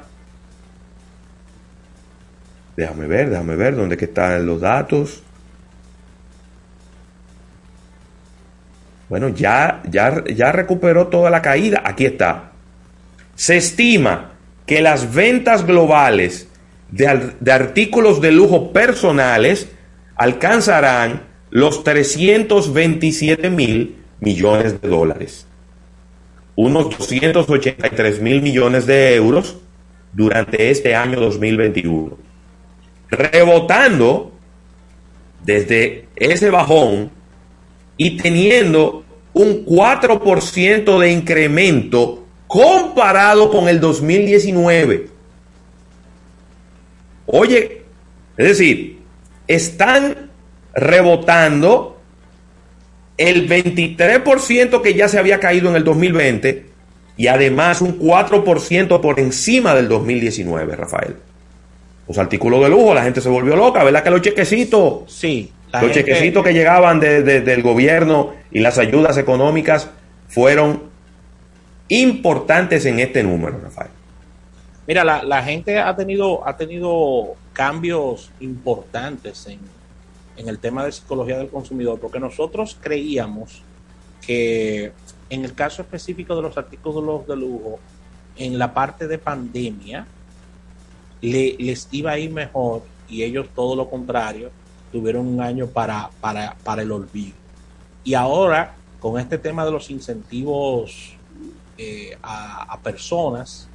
Speaker 2: déjame ver, déjame ver dónde que están los datos. Bueno, ya, ya, ya recuperó toda la caída. Aquí está. Se estima que las ventas globales de, de artículos de lujo personales alcanzarán los trescientos veintisiete mil millones de dólares, unos doscientos ochenta y tres mil millones de euros durante este año dos mil veintiuno, rebotando desde ese bajón y teniendo un cuatro por ciento de incremento comparado con el dos mil diecinueve. Oye, es decir, están rebotando el veintitrés por ciento que ya se había caído en el dos mil veinte y además un cuatro por ciento por encima del dos mil diecinueve, Rafael. Los artículos de lujo, la gente se volvió loca, ¿verdad? Que los chequecitos,
Speaker 3: sí,
Speaker 2: los
Speaker 3: gente...
Speaker 2: chequecitos que llegaban de, de, del gobierno y las ayudas económicas fueron importantes en este número, Rafael.
Speaker 3: Mira, la, la gente ha tenido, ha tenido cambios importantes en, en el tema de psicología del consumidor, porque nosotros creíamos que en el caso específico de los artículos de lujo, en la parte de pandemia, le, les iba a ir mejor y ellos todo lo contrario, tuvieron un año para, para, para el olvido. Y ahora, con este tema de los incentivos eh, a, a personas,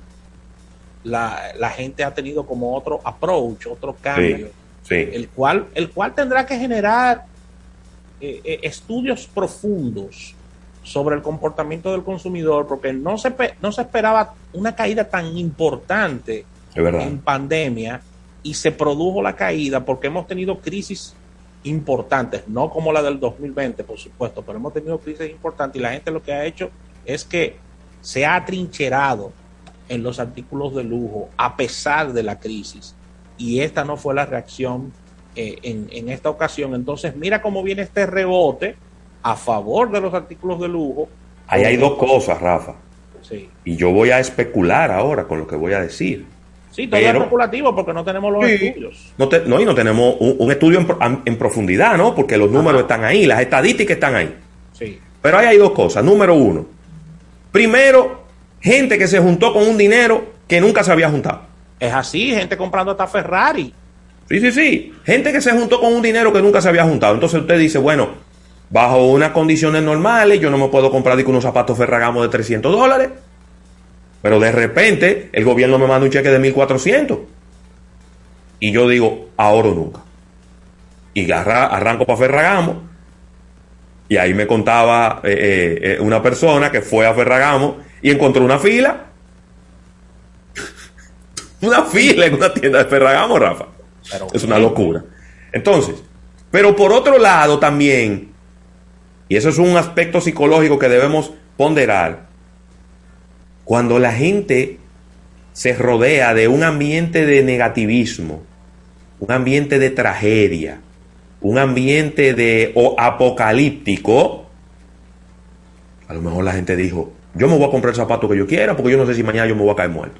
Speaker 3: La, la gente ha tenido como otro approach, otro cambio,
Speaker 2: sí, sí. El,
Speaker 3: cual, el cual tendrá que generar eh, eh, estudios profundos sobre el comportamiento del consumidor, porque no se, no se esperaba una caída tan importante en pandemia y se produjo la caída porque hemos tenido crisis importantes, no como la del dos mil veinte, por supuesto, pero hemos tenido crisis importantes y la gente lo que ha hecho es que se ha atrincherado en los artículos de lujo a pesar de la crisis, y esta no fue la reacción eh, en, en esta ocasión. Entonces mira cómo viene este rebote a favor de los artículos de lujo.
Speaker 2: Ahí hay dos cosas, Rafa,
Speaker 3: sí. Y
Speaker 2: yo voy a especular ahora con lo que voy a decir.
Speaker 3: Sí, todo Pero, es especulativo porque no tenemos los sí, estudios.
Speaker 2: No, te, no, y no tenemos un, un estudio en, en profundidad, ¿no? Porque los números Ajá. están ahí, las estadísticas están ahí.
Speaker 3: Sí.
Speaker 2: Pero ahí hay dos cosas. Número uno, primero, gente que se juntó con un dinero que nunca se había juntado.
Speaker 3: Es así, gente comprando hasta Ferrari.
Speaker 2: Sí, sí, sí. Gente que se juntó con un dinero que nunca se había juntado. Entonces usted dice, bueno, bajo unas condiciones normales, yo no me puedo comprar unos zapatos Ferragamo de trescientos dólares. Pero de repente el gobierno me manda un cheque de mil cuatrocientos. Y yo digo, ahora o nunca. Y arra- arranco para Ferragamo. Y ahí me contaba eh, eh, una persona que fue a Ferragamo y encontró una fila. Una fila en una tienda de Ferragamo, Rafa. Pero, es una locura. Entonces, pero por otro lado también, y eso es un aspecto psicológico que debemos ponderar, cuando la gente se rodea de un ambiente de negativismo, un ambiente de tragedia, un ambiente de o apocalíptico, a lo mejor la gente dijo, yo me voy a comprar el zapato que yo quiera porque yo no sé si mañana yo me voy a caer muerto.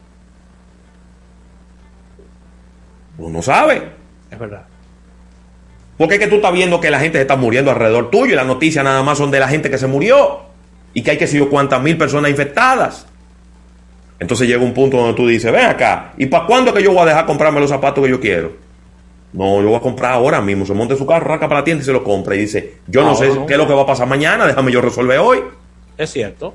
Speaker 2: Uno no sabe.
Speaker 3: Es verdad.
Speaker 2: Porque es que tú estás viendo que la gente se está muriendo alrededor tuyo y las noticias nada más son de la gente que se murió y que hay que sé yo cuántas mil personas infectadas. Entonces llega un punto donde tú dices, ven acá, ¿y para cuándo que yo voy a dejar comprarme los zapatos que yo quiero? No, yo voy a comprar ahora mismo. Se monta en su carro, arranca para la tienda y se lo compra y dice, yo no, no sé no. qué es lo que va a pasar mañana, déjame yo resolver hoy.
Speaker 3: Es cierto.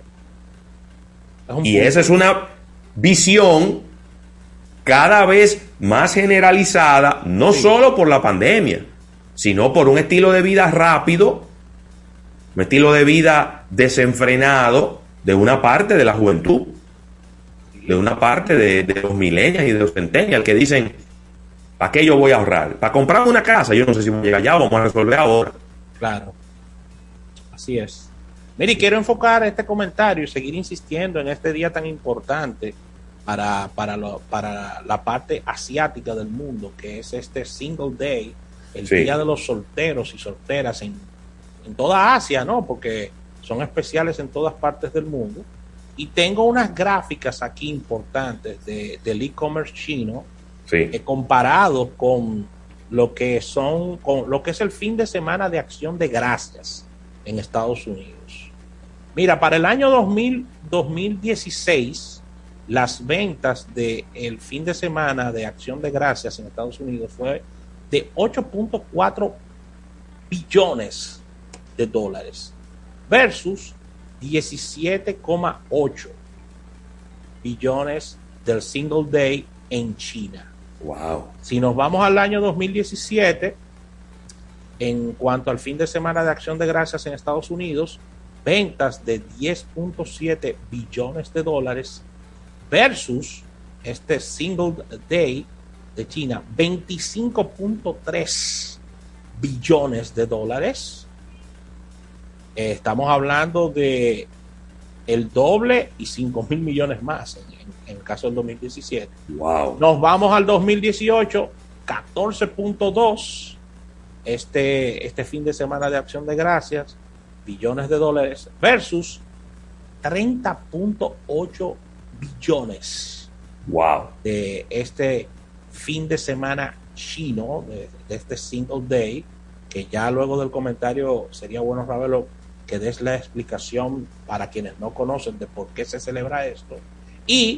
Speaker 2: Es y punto. Esa es una visión cada vez más generalizada, no sí. solo por la pandemia, sino por un estilo de vida rápido, un estilo de vida desenfrenado de una parte de la juventud, de una parte de, de los millennials y de los centennials que dicen, ¿para qué yo voy a ahorrar? Para comprarme una casa, yo no sé si voy a llegar allá, vamos a resolver ahora.
Speaker 3: Claro, así es. Mire, quiero enfocar este comentario y seguir insistiendo en este día tan importante para, para, lo, para la parte asiática del mundo, que es este Single Day, el sí. día de los solteros y solteras en, en toda Asia, ¿no? Porque son especiales en todas partes del mundo. Y tengo unas gráficas aquí importantes de, del e-commerce chino, sí. eh, comparados con lo que son, con lo que es el fin de semana de Acción de Gracias en Estados Unidos. Mira, para el año dos mil, dos mil dieciséis, las ventas del fin de semana de Acción de Gracias en Estados Unidos fue de ocho punto cuatro billones de dólares versus diecisiete coma ocho billones del Single Day en China.
Speaker 2: Wow.
Speaker 3: Si nos vamos al año dos mil diecisiete, en cuanto al fin de semana de Acción de Gracias en Estados Unidos, ventas de diez punto siete billones de dólares versus este Single Day de China, veinticinco punto tres billones de dólares. Eh, estamos hablando de el doble y cinco mil millones más en, en, en el caso del dos mil diecisiete.
Speaker 2: Wow.
Speaker 3: Nos vamos al dos mil dieciocho, catorce punto dos este, este fin de semana de Acción de Gracias, billones de dólares versus treinta punto ocho billones.
Speaker 2: Wow.
Speaker 3: De este fin de semana chino, de, de este Single Day, que ya luego del comentario sería bueno, Ravelo, que des la explicación para quienes no conocen de por qué se celebra esto. Y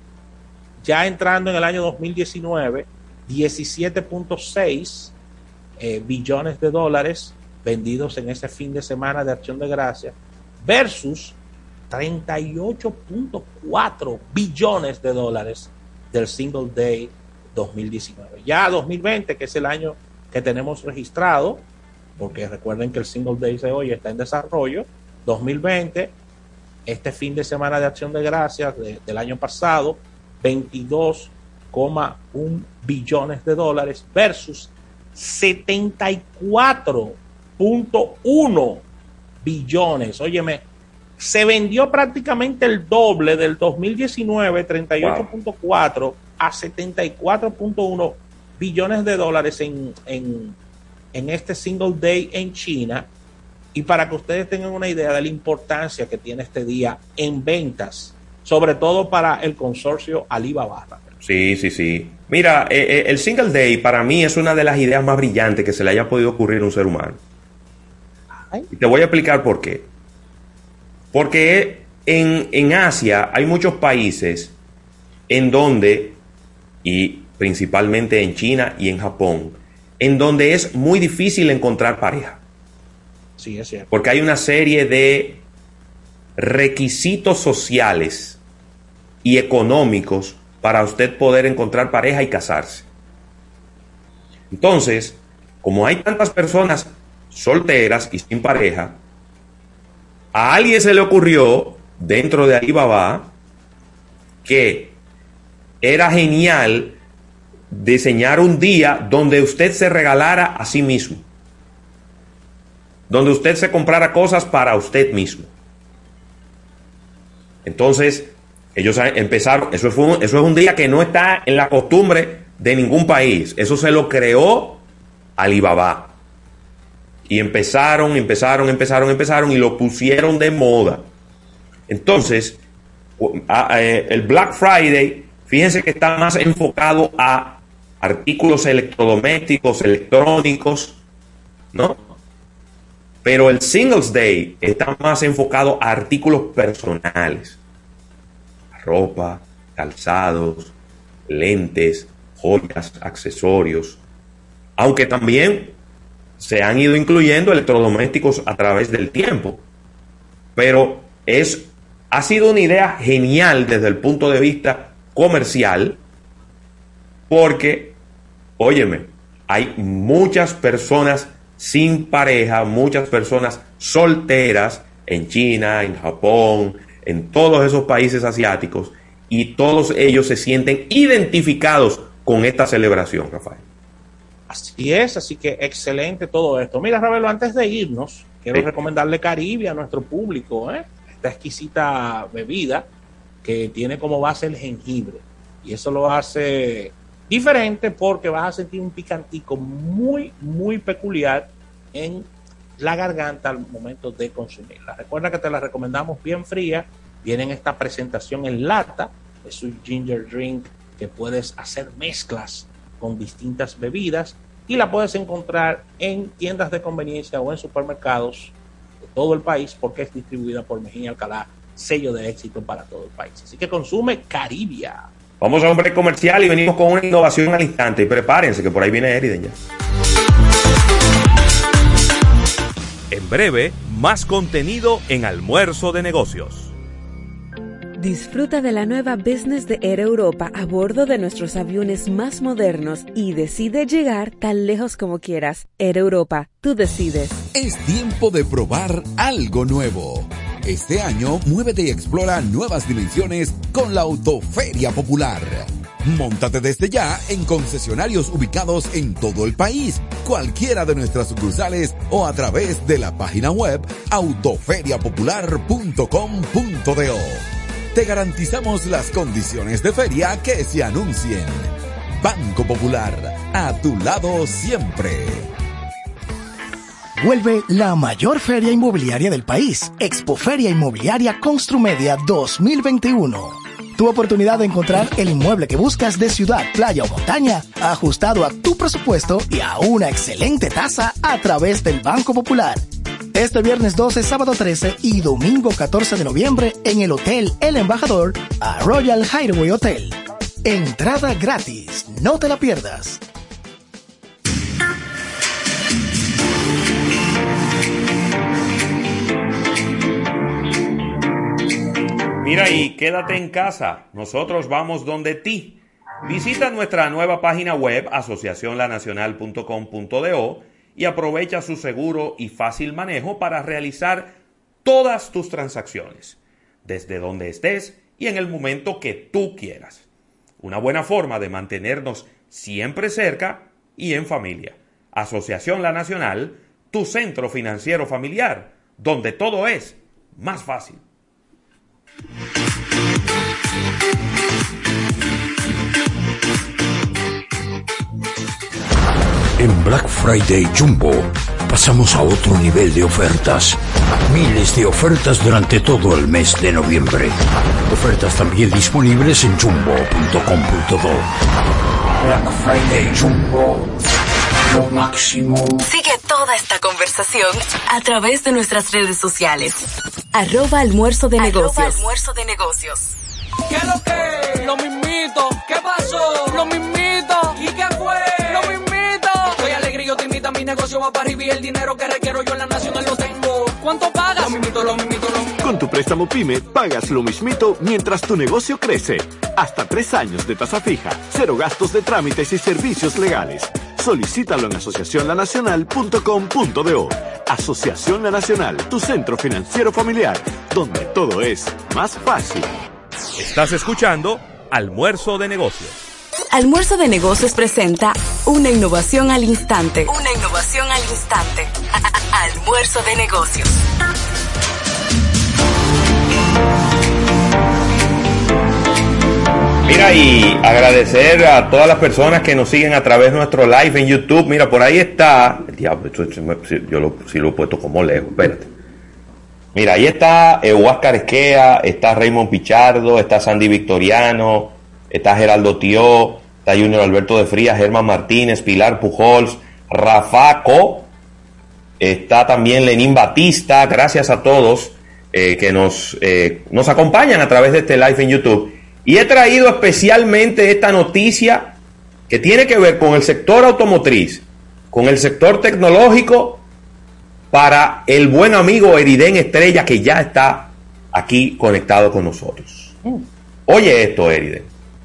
Speaker 3: ya entrando en el año dos mil diecinueve, diecisiete punto seis eh, billones de dólares vendidos en ese fin de semana de Acción de Gracias versus treinta y ocho punto cuatro billones de dólares del Single Day dos mil diecinueve. Ya dos mil veinte, que es el año que tenemos registrado, porque recuerden que el Single Day de hoy está en desarrollo, dos mil veinte, este fin de semana de Acción de Gracias de, del año pasado, veintidós coma uno billones de dólares versus setenta y cuatro punto uno billones. Óyeme, se vendió prácticamente el doble del dos mil diecinueve, treinta y ocho punto cuatro wow. a setenta y cuatro punto uno billones de dólares en, en, en este Single Day en China. Y para que ustedes tengan una idea de la importancia que tiene este día en ventas, sobre todo para el consorcio Alibaba.
Speaker 2: Sí, sí, sí. Mira, eh, eh, el Single Day para mí es una de las ideas más brillantes que se le haya podido ocurrir a un ser humano. Ay. Y te voy a explicar por qué. Porque en, en Asia hay muchos países en donde, y principalmente en China y en Japón, en donde es muy difícil encontrar pareja.
Speaker 3: Sí, es cierto.
Speaker 2: Porque hay una serie de requisitos sociales y económicos para usted poder encontrar pareja y casarse. Entonces, como hay tantas personas solteras y sin pareja, a alguien se le ocurrió dentro de Alibaba que era genial diseñar un día donde usted se regalara a sí mismo, donde usted se comprara cosas para usted mismo. Entonces, ellos empezaron, eso, fue un, eso es un día que no está en la costumbre de ningún país, eso se lo creó Alibaba. Y empezaron, empezaron, empezaron, empezaron y lo pusieron de moda. Entonces, el Black Friday, fíjense que está más enfocado a artículos electrodomésticos, electrónicos, ¿no? Pero el Singles Day está más enfocado a artículos personales. Ropa, calzados, lentes, joyas, accesorios. Aunque también se han ido incluyendo electrodomésticos a través del tiempo. Pero es, ha sido una idea genial desde el punto de vista comercial, porque, óyeme, hay muchas personas sin pareja, muchas personas solteras en China, en Japón, en todos esos países asiáticos, y todos ellos se sienten identificados con esta celebración, Rafael.
Speaker 3: Así es, así que excelente todo esto. Mira, Ravelo, antes de irnos, quiero sí. recomendarle Caribe a nuestro público, ¿eh? Esta exquisita bebida que tiene como base el jengibre, y eso lo hace diferente porque vas a sentir un picantico muy, muy peculiar en la garganta al momento de consumirla. Recuerda que te la recomendamos bien fría. Viene en esta presentación en lata. Es un ginger drink que puedes hacer mezclas con distintas bebidas y la puedes encontrar en tiendas de conveniencia o en supermercados de todo el país, porque es distribuida por Mejín y Alcalá, sello de éxito para todo el país. Así que consume Caribia.
Speaker 2: Vamos a un break comercial y venimos con una innovación al instante. Y prepárense que por ahí viene Eriden ya.
Speaker 4: En breve, más contenido en Almuerzo de Negocios.
Speaker 15: Disfruta de la nueva business de Air Europa a bordo de nuestros aviones más modernos y decide llegar tan lejos como quieras. Air Europa, tú decides.
Speaker 16: Es tiempo de probar algo nuevo. Este año, muévete y explora nuevas dimensiones con la Autoferia Popular. Móntate desde ya en concesionarios ubicados en todo el país, cualquiera de nuestras sucursales o a través de la página web autoferia popular punto com punto do. Te garantizamos las condiciones de feria que se anuncien. Banco Popular, a tu lado siempre.
Speaker 8: Vuelve la mayor feria inmobiliaria del país, Expoferia Inmobiliaria Construmedia dos mil veintiuno. Tu oportunidad de encontrar el inmueble que buscas de ciudad, playa o montaña, ajustado a tu presupuesto y a una excelente tasa a través del Banco Popular. Este viernes doce, sábado trece y domingo catorce de noviembre en el Hotel El Embajador a Royal Hideaway Hotel. Entrada gratis, no te la pierdas.
Speaker 2: Mira, y quédate en casa, nosotros vamos donde ti. Visita nuestra nueva página web asociación la nacional punto com punto do y aprovecha su seguro y fácil manejo para realizar todas tus transacciones, desde donde estés y en el momento que tú quieras. Una buena forma de mantenernos siempre cerca y en familia. Asociación La Nacional, tu centro financiero familiar, donde todo es más fácil.
Speaker 17: En Black Friday Jumbo pasamos a otro nivel de ofertas. Miles de ofertas durante todo el mes de noviembre. Ofertas también disponibles en jumbo punto com punto do. Black Friday Jumbo, lo máximo.
Speaker 1: Sigue toda esta conversación a través de nuestras redes sociales. Arroba Almuerzo de Negocios. Arroba Almuerzo de Negocios.
Speaker 18: ¿Qué es lo que? Lo mismito. ¿Qué pasó? Lo mismito. ¿Y qué fue? Lo mismito. Estoy alegre y yo te invito a mi negocio va para arriba y el dinero que requiero yo en La Nacional lo tengo. ¿Cuánto pagas? Lo mismito, lo mismito, lo mismito.
Speaker 11: Con tu préstamo PYME, pagas lo mismito mientras tu negocio crece. Hasta tres años de tasa fija, cero gastos de trámites y servicios legales. Solicítalo en asociación la nacional punto com punto do. Asociación La Nacional, tu centro financiero familiar, donde todo es más fácil.
Speaker 4: Estás escuchando Almuerzo de Negocios.
Speaker 1: Almuerzo de Negocios presenta una innovación al instante. Una innovación al instante. Almuerzo de Negocios.
Speaker 2: Mira, y agradecer a todas las personas que nos siguen a través de nuestro live en YouTube. Mira, por ahí está... Diablo, esto, yo lo, sí lo he puesto como lejos, espérate. Mira, ahí está eh, Huáscar Esquea, está Raymond Pichardo, está Sandy Victoriano, está Geraldo Tió, está Junior Alberto de Frías, Germán Martínez, Pilar Pujols, Rafaco, está también Lenín Batista. Gracias a todos eh, que nos, eh, nos acompañan a través de este live en YouTube. Y he traído especialmente esta noticia que tiene que ver con el sector automotriz, con el sector tecnológico, para el buen amigo Eriden Estrella, que ya está aquí conectado con nosotros. Oye esto, Eriden.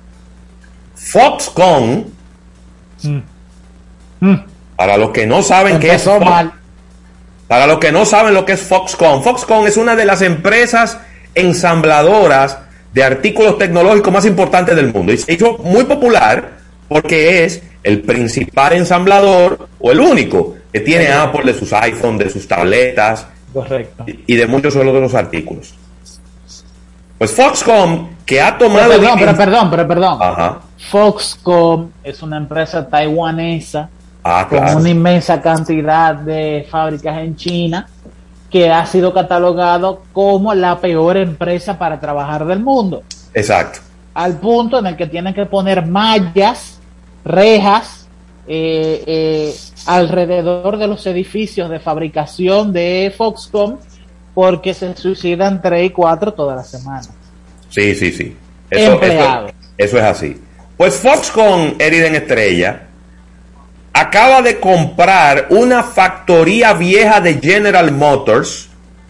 Speaker 2: Foxconn, mm. Mm. para los que no saben qué es Fox, para los que no saben lo que es Foxconn, Foxconn es una de las empresas ensambladoras de artículos tecnológicos más importantes del mundo, y se hizo muy popular porque es el principal ensamblador, o el único, que tiene Correcto. Apple de sus iPhones, de sus tabletas. Correcto. y de muchos otros artículos. Pues Foxconn, que ha tomado...
Speaker 19: Pero perdón, pero perdón, pero perdón.
Speaker 2: Ajá.
Speaker 19: Foxconn es una empresa taiwanesa
Speaker 2: ah,
Speaker 19: con
Speaker 2: claro.
Speaker 19: una inmensa cantidad de fábricas en China, que ha sido catalogado como la peor empresa para trabajar del mundo.
Speaker 2: Exacto.
Speaker 19: Al punto en el que tienen que poner mallas, rejas, eh, eh, alrededor de los edificios de fabricación de Foxconn, porque se suicidan tres y cuatro todas las semanas.
Speaker 2: Sí, sí, sí. Eso,
Speaker 19: Empleados.
Speaker 2: Eso, eso es así. Pues Foxconn, Eriden Estrella, acaba de comprar una factoría vieja de General Motors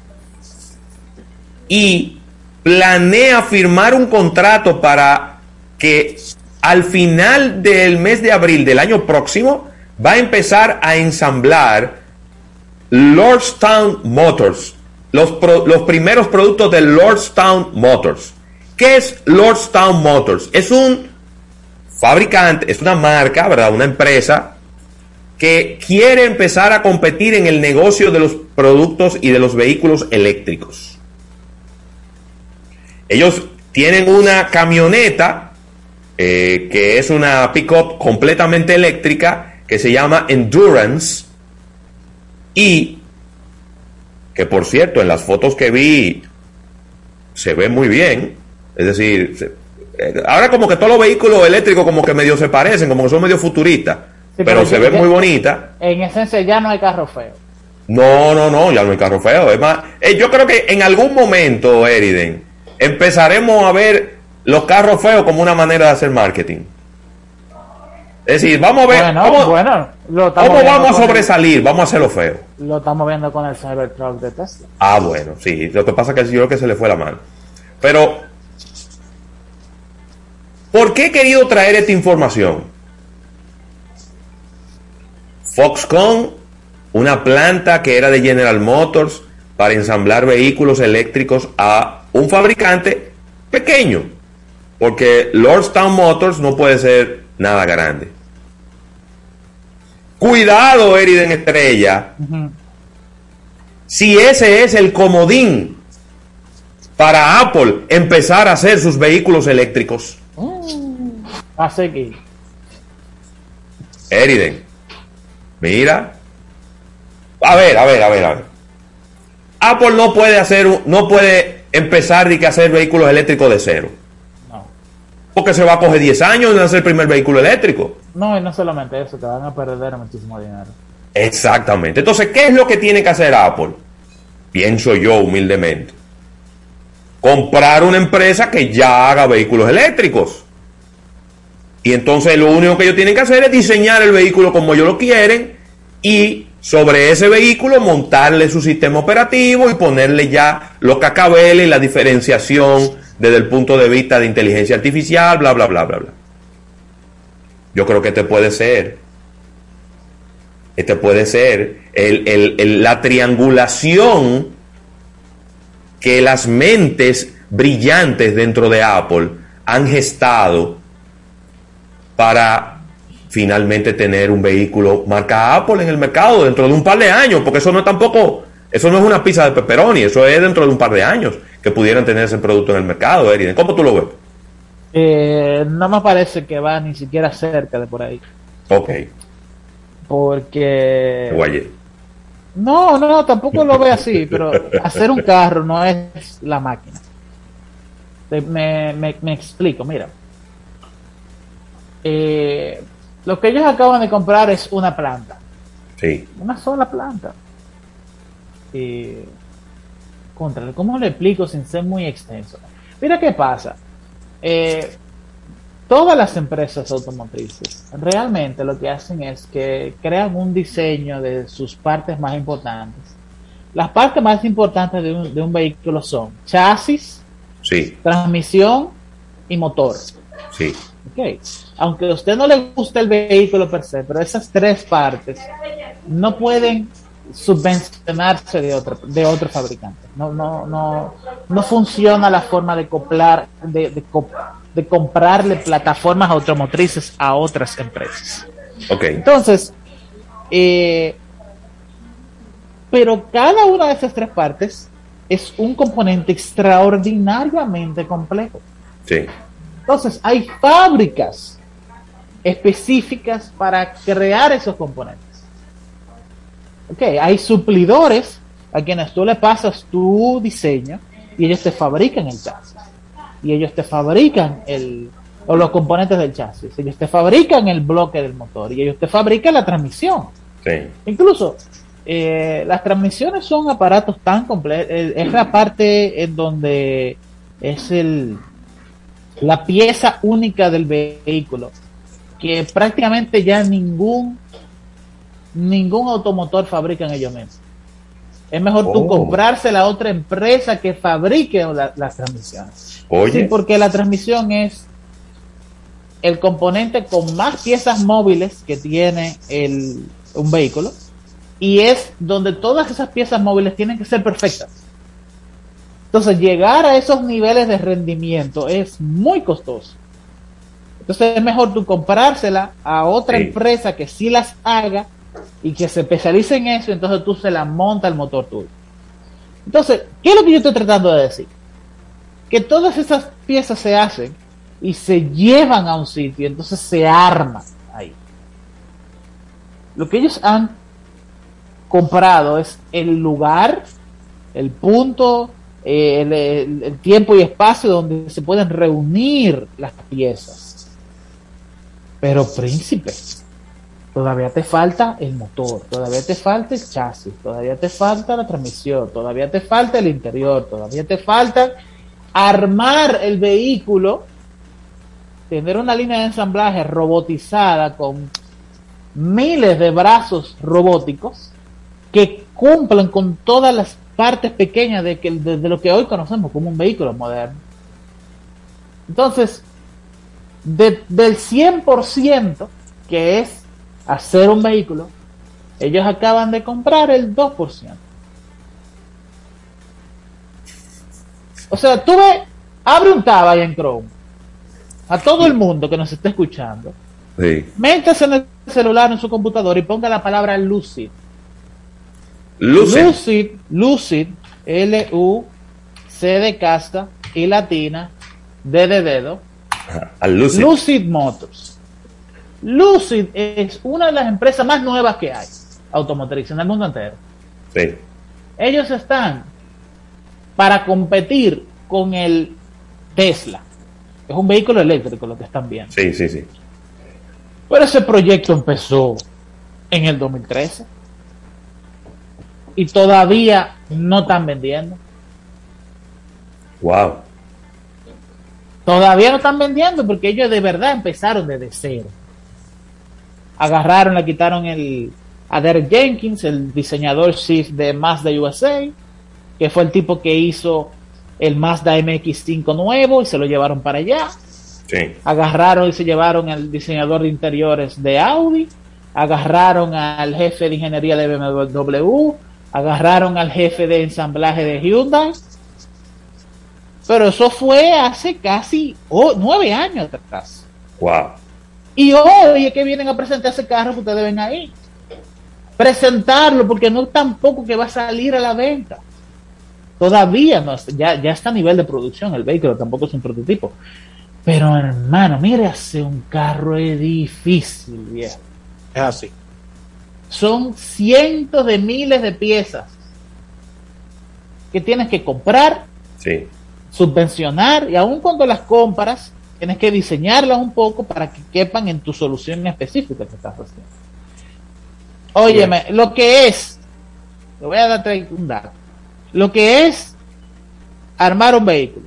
Speaker 2: y planea firmar un contrato para que al final del mes de abril del año próximo va a empezar a ensamblar Lordstown Motors, los, pro, los primeros productos de Lordstown Motors. ¿Qué es Lordstown Motors? Es un fabricante, es una marca, ¿verdad? Una empresa que quiere empezar a competir en el negocio de los productos y de los vehículos eléctricos. Ellos tienen una camioneta eh, que es una pick-up completamente eléctrica que se llama Endurance, y que, por cierto, en las fotos que vi se ve muy bien. Es decir, se, eh, ahora como que todos los vehículos eléctricos como que medio se parecen, como que son medio futuristas. Sí, pero, pero se ve muy bonita.
Speaker 19: En esencia ya no hay carro feo.
Speaker 2: No, no, no, ya no hay carro feo. Es más, eh, yo creo que en algún momento, Eriden, empezaremos a ver los carros feos como una manera de hacer marketing. Es decir, vamos a ver
Speaker 19: bueno,
Speaker 2: cómo,
Speaker 19: bueno, lo
Speaker 2: cómo vamos a sobresalir, el, vamos a hacerlo feo.
Speaker 19: Lo estamos viendo con el Cybertruck de Tesla.
Speaker 2: Ah, bueno, sí. Lo que pasa es que yo creo que se le fue la mano. Pero, ¿por qué he querido traer esta información? Foxconn, una planta que era de General Motors para ensamblar vehículos eléctricos a un fabricante pequeño, porque Lordstown Motors no puede ser nada grande. Cuidado, Eriden Estrella, uh-huh. si ese es el comodín para Apple empezar a hacer sus vehículos eléctricos.
Speaker 19: Uh, a seguir.
Speaker 2: Eriden, mira, a ver, a ver, a ver, a ver. Apple no puede hacer, no puede empezar ni que hacer vehículos eléctricos de cero.
Speaker 19: No.
Speaker 2: Porque se va a coger diez años en hacer el primer vehículo eléctrico.
Speaker 19: No, y no solamente eso, te van a perder muchísimo dinero.
Speaker 2: Exactamente. Entonces, ¿qué es lo que tiene que hacer Apple? Pienso yo humildemente. Comprar una empresa que ya haga vehículos eléctricos. Y entonces lo único que ellos tienen que hacer es diseñar el vehículo como ellos lo quieren y sobre ese vehículo montarle su sistema operativo y ponerle ya los cacabeles y la diferenciación desde el punto de vista de inteligencia artificial, bla, bla, bla, bla, bla. Yo creo que este puede ser, este puede ser el, el, el, la triangulación que las mentes brillantes dentro de Apple han gestado para finalmente tener un vehículo marca Apple en el mercado dentro de un par de años, porque eso no es tampoco, eso no es una pizza de pepperoni, eso es dentro de un par de años que pudieran tener ese producto en el mercado. Eriden, ¿cómo tú lo ves?
Speaker 19: Eh, no me parece que va ni siquiera cerca de por ahí.
Speaker 2: Ok.
Speaker 19: Porque...
Speaker 2: Guaye.
Speaker 19: No, no, tampoco lo veo así, pero hacer un carro no es la máquina. Me, me, me explico, mira. Eh, lo que ellos acaban de comprar es una planta.
Speaker 2: Sí.
Speaker 19: Una sola planta. Eh, contra, ¿cómo le explico sin ser muy extenso? Mira qué pasa. Eh, todas las empresas automotrices realmente lo que hacen es que crean un diseño de sus partes más importantes. Las partes más importantes de un, de un vehículo son chasis,
Speaker 2: sí,
Speaker 19: transmisión y motor.
Speaker 2: Sí.
Speaker 19: Okay. Aunque a usted no le guste el vehículo per se, pero esas tres partes no pueden subvencionarse de otro, de otro fabricante. No, no, no, no funciona la forma de comprar, de, de, de comprarle plataformas automotrices a otras empresas.
Speaker 2: Okay.
Speaker 19: Entonces, eh, pero cada una de esas tres partes es un componente extraordinariamente complejo.
Speaker 2: Sí.
Speaker 19: Entonces, hay fábricas específicas para crear esos componentes. Okay, hay suplidores a quienes tú le pasas tu diseño y ellos te fabrican el chasis. Y ellos te fabrican el, o los componentes del chasis. Ellos te fabrican el bloque del motor y ellos te fabrican la transmisión.
Speaker 2: Sí.
Speaker 19: Incluso, eh, las transmisiones son aparatos tan complejos. Es la parte en donde es el... la pieza única del vehículo que prácticamente ya ningún ningún automotor fabrica en ellos mismos. Es mejor tú
Speaker 2: Oh.
Speaker 19: comprarse a otra empresa que fabrique la- las transmisiones.
Speaker 2: Oye.
Speaker 19: Sí, porque la transmisión es el componente con más piezas móviles que tiene el, un vehículo y es donde todas esas piezas móviles tienen que ser perfectas. Entonces, llegar a esos niveles de rendimiento es muy costoso. Entonces, es mejor tú comprársela a otra
Speaker 2: Sí.
Speaker 19: empresa que sí las haga y que se especialice en eso, entonces tú se la monta el motor tuyo. Entonces, ¿qué es lo que yo estoy tratando de decir? Que todas esas piezas se hacen y se llevan a un sitio, entonces se arman ahí. Lo que ellos han comprado es el lugar, el punto, eh, el, el- el tiempo y espacio donde se pueden reunir las piezas. Pero príncipe, todavía te falta el motor, todavía te falta el chasis, todavía te falta la transmisión, todavía te falta el interior, todavía te falta armar el vehículo, tener una línea de ensamblaje robotizada con miles de brazos robóticos que cumplan con todas las partes pequeñas de, que, de, de lo que hoy conocemos como un vehículo moderno. Entonces, de, del cien por ciento que es hacer un vehículo, ellos acaban de comprar el dos por ciento. O sea, tú ves, abre un tab ahí en Chrome, a todo el mundo que nos está escuchando,
Speaker 2: Sí.
Speaker 19: métase en el celular, en su computadora y ponga la palabra Lucid.
Speaker 2: Lucid.
Speaker 19: Lucid, Lucid, L U C de casta y latina, D de dedo.
Speaker 2: Al Lucid.
Speaker 19: Lucid Motors. Lucid es una de las empresas más nuevas que hay, automotriz, en el mundo entero.
Speaker 2: Sí.
Speaker 19: Ellos están para competir con el Tesla. Es un vehículo eléctrico lo que están viendo.
Speaker 2: Sí, sí, sí.
Speaker 19: Pero ese proyecto empezó en el dos mil trece y todavía no están vendiendo.
Speaker 2: Wow.
Speaker 19: Todavía no están vendiendo porque ellos de verdad empezaron desde cero. Agarraron, le quitaron el a Derek Jenkins, el diseñador chief de Mazda U S A, que fue el tipo que hizo el Mazda M X cinco nuevo y se lo llevaron para allá.
Speaker 2: Sí.
Speaker 19: Agarraron y se llevaron al diseñador de interiores de Audi, agarraron al jefe de ingeniería de B M W, agarraron al jefe de ensamblaje de Hyundai. Pero eso fue hace casi oh, nueve años atrás.
Speaker 2: Wow.
Speaker 19: Y hoy es que vienen a presentar ese carro que ustedes ven ahí. Presentarlo, porque no es tampoco que va a salir a la venta. Todavía no, ya, ya está a nivel de producción el vehículo, tampoco es un prototipo. Pero hermano, mire, hacer un carro es difícil, viejo.
Speaker 3: Es así.
Speaker 19: Son cientos de miles de piezas que tienes que comprar,
Speaker 2: sí,
Speaker 19: subvencionar, y aun cuando las compras, tienes que diseñarlas un poco para que quepan en tu solución específica que estás haciendo. Óyeme, bien. Lo que es, le voy a dar un dato, lo que es armar un vehículo,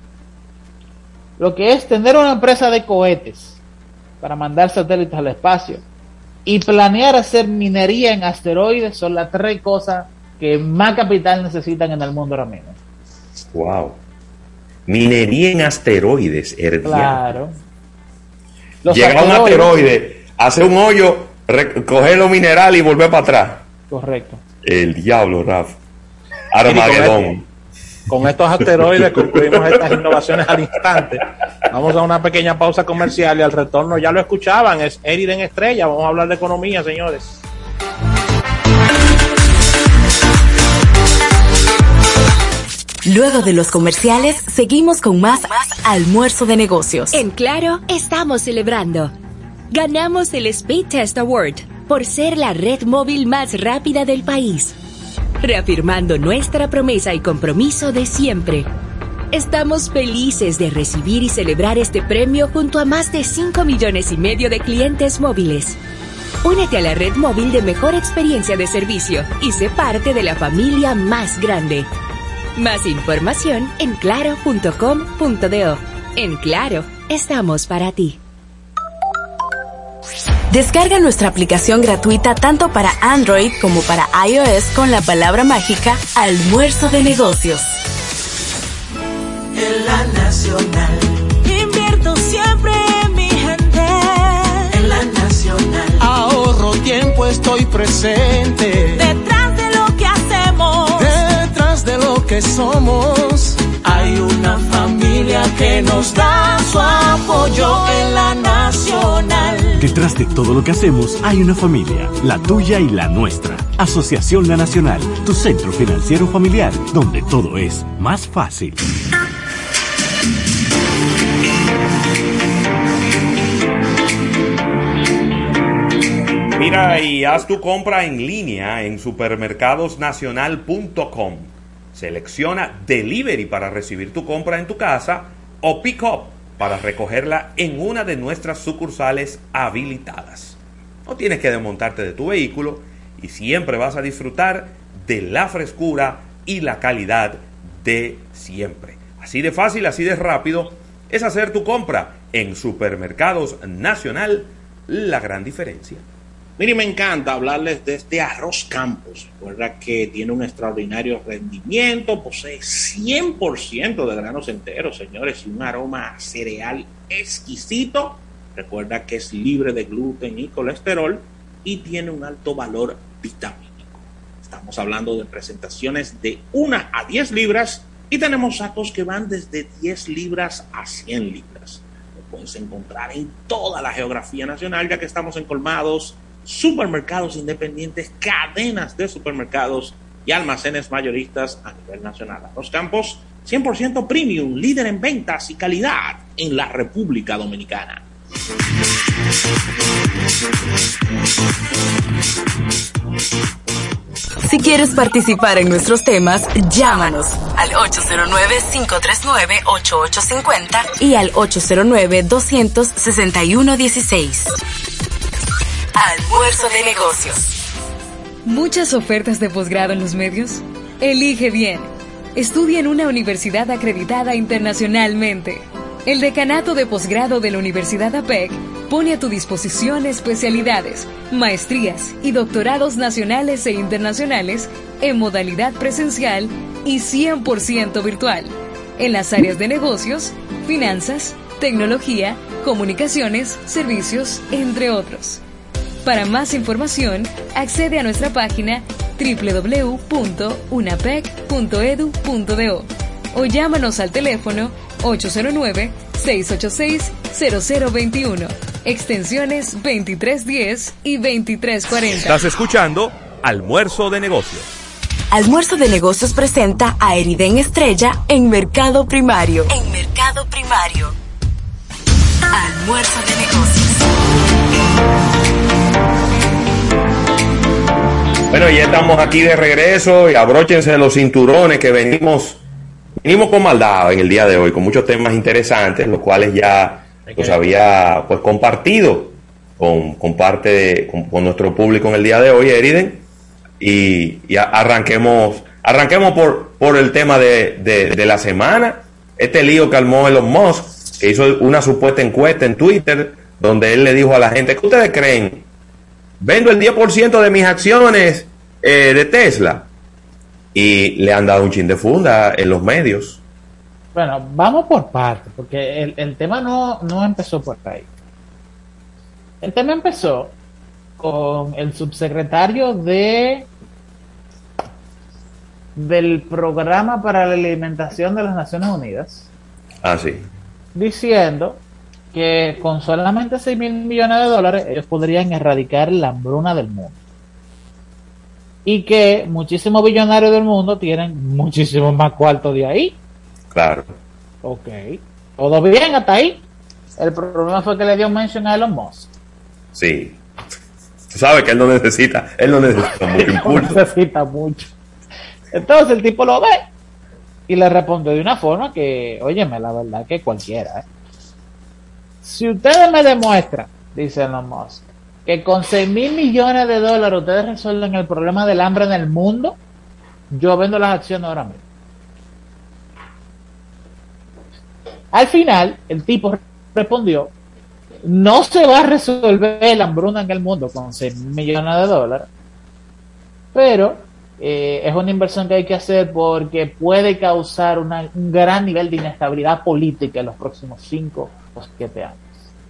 Speaker 19: lo que es tener una empresa de cohetes para mandar satélites al espacio y planear hacer minería en asteroides son las tres cosas que más capital necesitan en el mundo ahora mismo.
Speaker 2: Wow. Minería en asteroides, Erdian.
Speaker 19: Claro.
Speaker 2: Llega a un asteroide, hace un hoyo, coger los minerales y volver para atrás.
Speaker 19: Correcto.
Speaker 2: El diablo, Raf. Armagedón.
Speaker 3: Con estos asteroides concluimos estas innovaciones al instante. Vamos a una pequeña pausa comercial y al retorno ya lo escuchaban, es Eriden Estrella. Vamos a hablar de economía, señores.
Speaker 1: Luego de los comerciales, seguimos con más Almuerzo de Negocios.
Speaker 14: En Claro, estamos celebrando. Ganamos el Speed Test Award por ser la red móvil más rápida del país. Reafirmando nuestra promesa y compromiso de siempre. Estamos felices de recibir y celebrar este premio junto a más de cinco millones y medio de clientes móviles. Únete a la red móvil de mejor experiencia de servicio y sé parte de la familia más grande. Más información en claro punto com punto do. En Claro, estamos para ti.
Speaker 1: Descarga nuestra aplicación gratuita tanto para Android como para iOS con la palabra mágica Almuerzo de Negocios.
Speaker 6: En la Nacional invierto siempre en mi gente. En la Nacional ahorro tiempo, estoy presente. Detrás de lo que hacemos, detrás de lo que somos, hay una familia que nos da su apoyo. En la Nacional.
Speaker 11: Detrás de todo lo que hacemos hay una familia, la tuya y la nuestra. Asociación La Nacional, tu centro financiero familiar, donde todo es más fácil.
Speaker 2: Mira, y haz tu compra en línea en supermercados nacional punto com. Selecciona Delivery para recibir tu compra en tu casa o Pick Up para recogerla en una de nuestras sucursales habilitadas. No tienes que desmontarte de tu vehículo y siempre vas a disfrutar de la frescura y la calidad de siempre. Así de fácil, así de rápido es hacer tu compra en Supermercados Nacional, la gran diferencia.
Speaker 3: Mire, me encanta hablarles de este arroz Campos, ¿verdad? Que tiene un extraordinario rendimiento, posee cien por ciento de granos enteros, señores, y un aroma cereal exquisito. Recuerda que es libre de gluten y colesterol y tiene un alto valor vitamínico. Estamos hablando de presentaciones de una a diez libras y tenemos sacos que van desde diez libras a cien libras. Lo puedes encontrar en toda la geografía nacional, ya que estamos en colmados, supermercados independientes, cadenas de supermercados y almacenes mayoristas a nivel nacional. Arroz Campos, cien por ciento premium, líder en ventas y calidad en la República Dominicana.
Speaker 1: Si quieres participar en nuestros temas, llámanos al ocho cero nueve, cinco tres nueve, ocho ocho cinco cero y al ocho cero nueve, dos seis uno, uno seis. Almuerzo de Negocios.
Speaker 10: ¿Muchas ofertas de posgrado en los medios? Elige bien. Estudia en una universidad acreditada internacionalmente. El Decanato de Posgrado de la Universidad A P E C
Speaker 20: Pone a tu disposición especialidades, maestrías y doctorados nacionales e internacionales en modalidad presencial y cien por ciento virtual, en las áreas de negocios, finanzas, tecnología, comunicaciones, servicios, entre otros. Para más información, accede a nuestra página doble u doble u doble u punto unapec punto edu punto do o llámanos al teléfono ocho cero nueve, seis ocho seis, cero cero dos uno, extensiones veintitrés diez y veintitrés cuarenta.
Speaker 4: Estás escuchando Almuerzo de Negocios.
Speaker 1: Almuerzo de Negocios presenta a Eriden Estrella en Mercado Primario. En Mercado Primario. Almuerzo de Negocios.
Speaker 2: Bueno, ya estamos aquí de regreso y abróchense los cinturones que venimos venimos con maldad en el día de hoy, con muchos temas interesantes, los cuales ya los había pues compartido con, con parte de, con, con nuestro público en el día de hoy, Eriden, y, y arranquemos arranquemos por, por el tema de, de, de la semana, este lío que armó Elon Musk, que hizo una supuesta encuesta en Twitter, donde él le dijo a la gente, ¿qué ustedes creen? Vendo el diez por ciento de mis acciones eh, de Tesla. Y le han dado un chin de funda en los medios.
Speaker 19: Bueno, vamos por partes, porque el, el tema no, no empezó por ahí. El tema empezó con el subsecretario de del Programa para la Alimentación de las Naciones Unidas.
Speaker 2: Ah, sí.
Speaker 19: Diciendo que con solamente seis mil millones de dólares ellos podrían erradicar la hambruna del mundo. Y que muchísimos billonarios del mundo tienen muchísimos más cuartos de ahí.
Speaker 2: Claro.
Speaker 19: Ok. Todo bien hasta ahí. El problema fue que le dio mention a Elon Musk.
Speaker 2: Sí. Tú sabes que él no necesita, él no necesita mucho impulso.
Speaker 19: No necesita mucho. Entonces el tipo lo ve y le responde de una forma que, óyeme, la verdad que cualquiera, ¿eh? Si ustedes me demuestran, dice Elon Musk, que con seis mil millones de dólares ustedes resuelven el problema del hambre en el mundo, yo vendo las acciones ahora mismo. Al final, el tipo respondió, no se va a resolver la hambruna en el mundo con seis mil millones de dólares, pero eh, es una inversión que hay que hacer porque puede causar una, un gran nivel de inestabilidad política en los próximos cinco o siete años.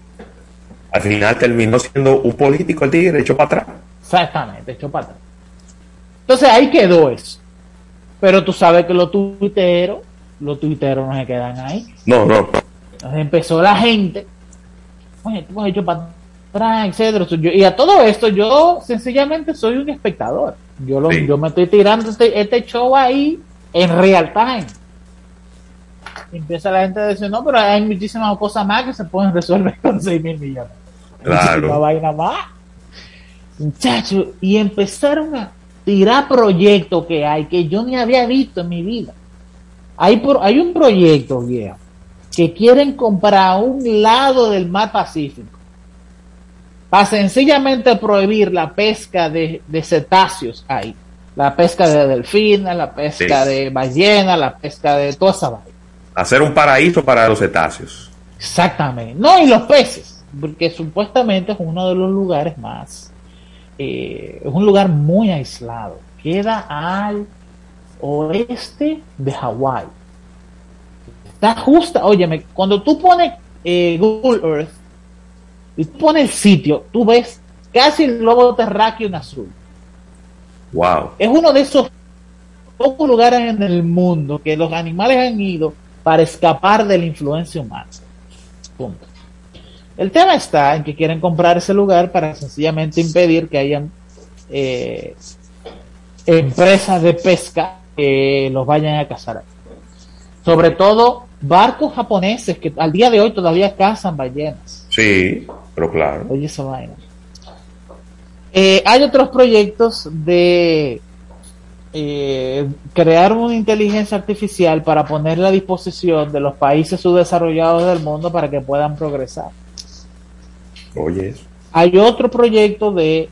Speaker 2: Al final terminó siendo un político el tigre, echó para atrás.
Speaker 19: Exactamente, echó para atrás. Entonces ahí quedó eso. Pero tú sabes que los tuiteros, los tuiteros no se quedan ahí.
Speaker 2: No, no.
Speaker 19: Entonces empezó la gente, oye, tú has hecho para atrás, etcétera. Yo, y a todo esto yo sencillamente soy un espectador. Yo lo, sí. yo me estoy tirando este, este show ahí en real time. Y empieza la gente a decir, no, pero hay muchísimas cosas más que se pueden resolver con seis mil millones.
Speaker 2: Claro.
Speaker 19: Una vaina más. Muchachos, y empezaron a tirar proyectos que hay que yo ni había visto en mi vida. Hay, por, hay un proyecto, viejo, que quieren comprar un lado del mar Pacífico para sencillamente prohibir la pesca de, de cetáceos ahí. La pesca de delfines, la pesca sí. de ballenas, la pesca de toda esa vaina.
Speaker 2: Hacer un paraíso para los cetáceos.
Speaker 19: Exactamente. No, y los peces, porque supuestamente es uno de los lugares más... Eh, es un lugar muy aislado. Queda al oeste de Hawái. Está justa... Óyeme, cuando tú pones eh, Google Earth y tú pones el sitio, tú ves casi el globo terráqueo en azul.
Speaker 2: Wow.
Speaker 19: Es uno de esos pocos lugares en el mundo que los animales han ido para escapar de la influencia humana. Punto. El tema está en que quieren comprar ese lugar para sencillamente impedir que hayan eh, empresas de pesca que los vayan a cazar. Sobre todo barcos japoneses que al día de hoy todavía cazan ballenas.
Speaker 2: Sí, pero claro.
Speaker 19: Oye, esa vaina. Eh, hay otros proyectos de Eh, crear una inteligencia artificial para ponerla a disposición de los países subdesarrollados del mundo para que puedan progresar.
Speaker 2: Oye, eso.
Speaker 19: Hay otro proyecto de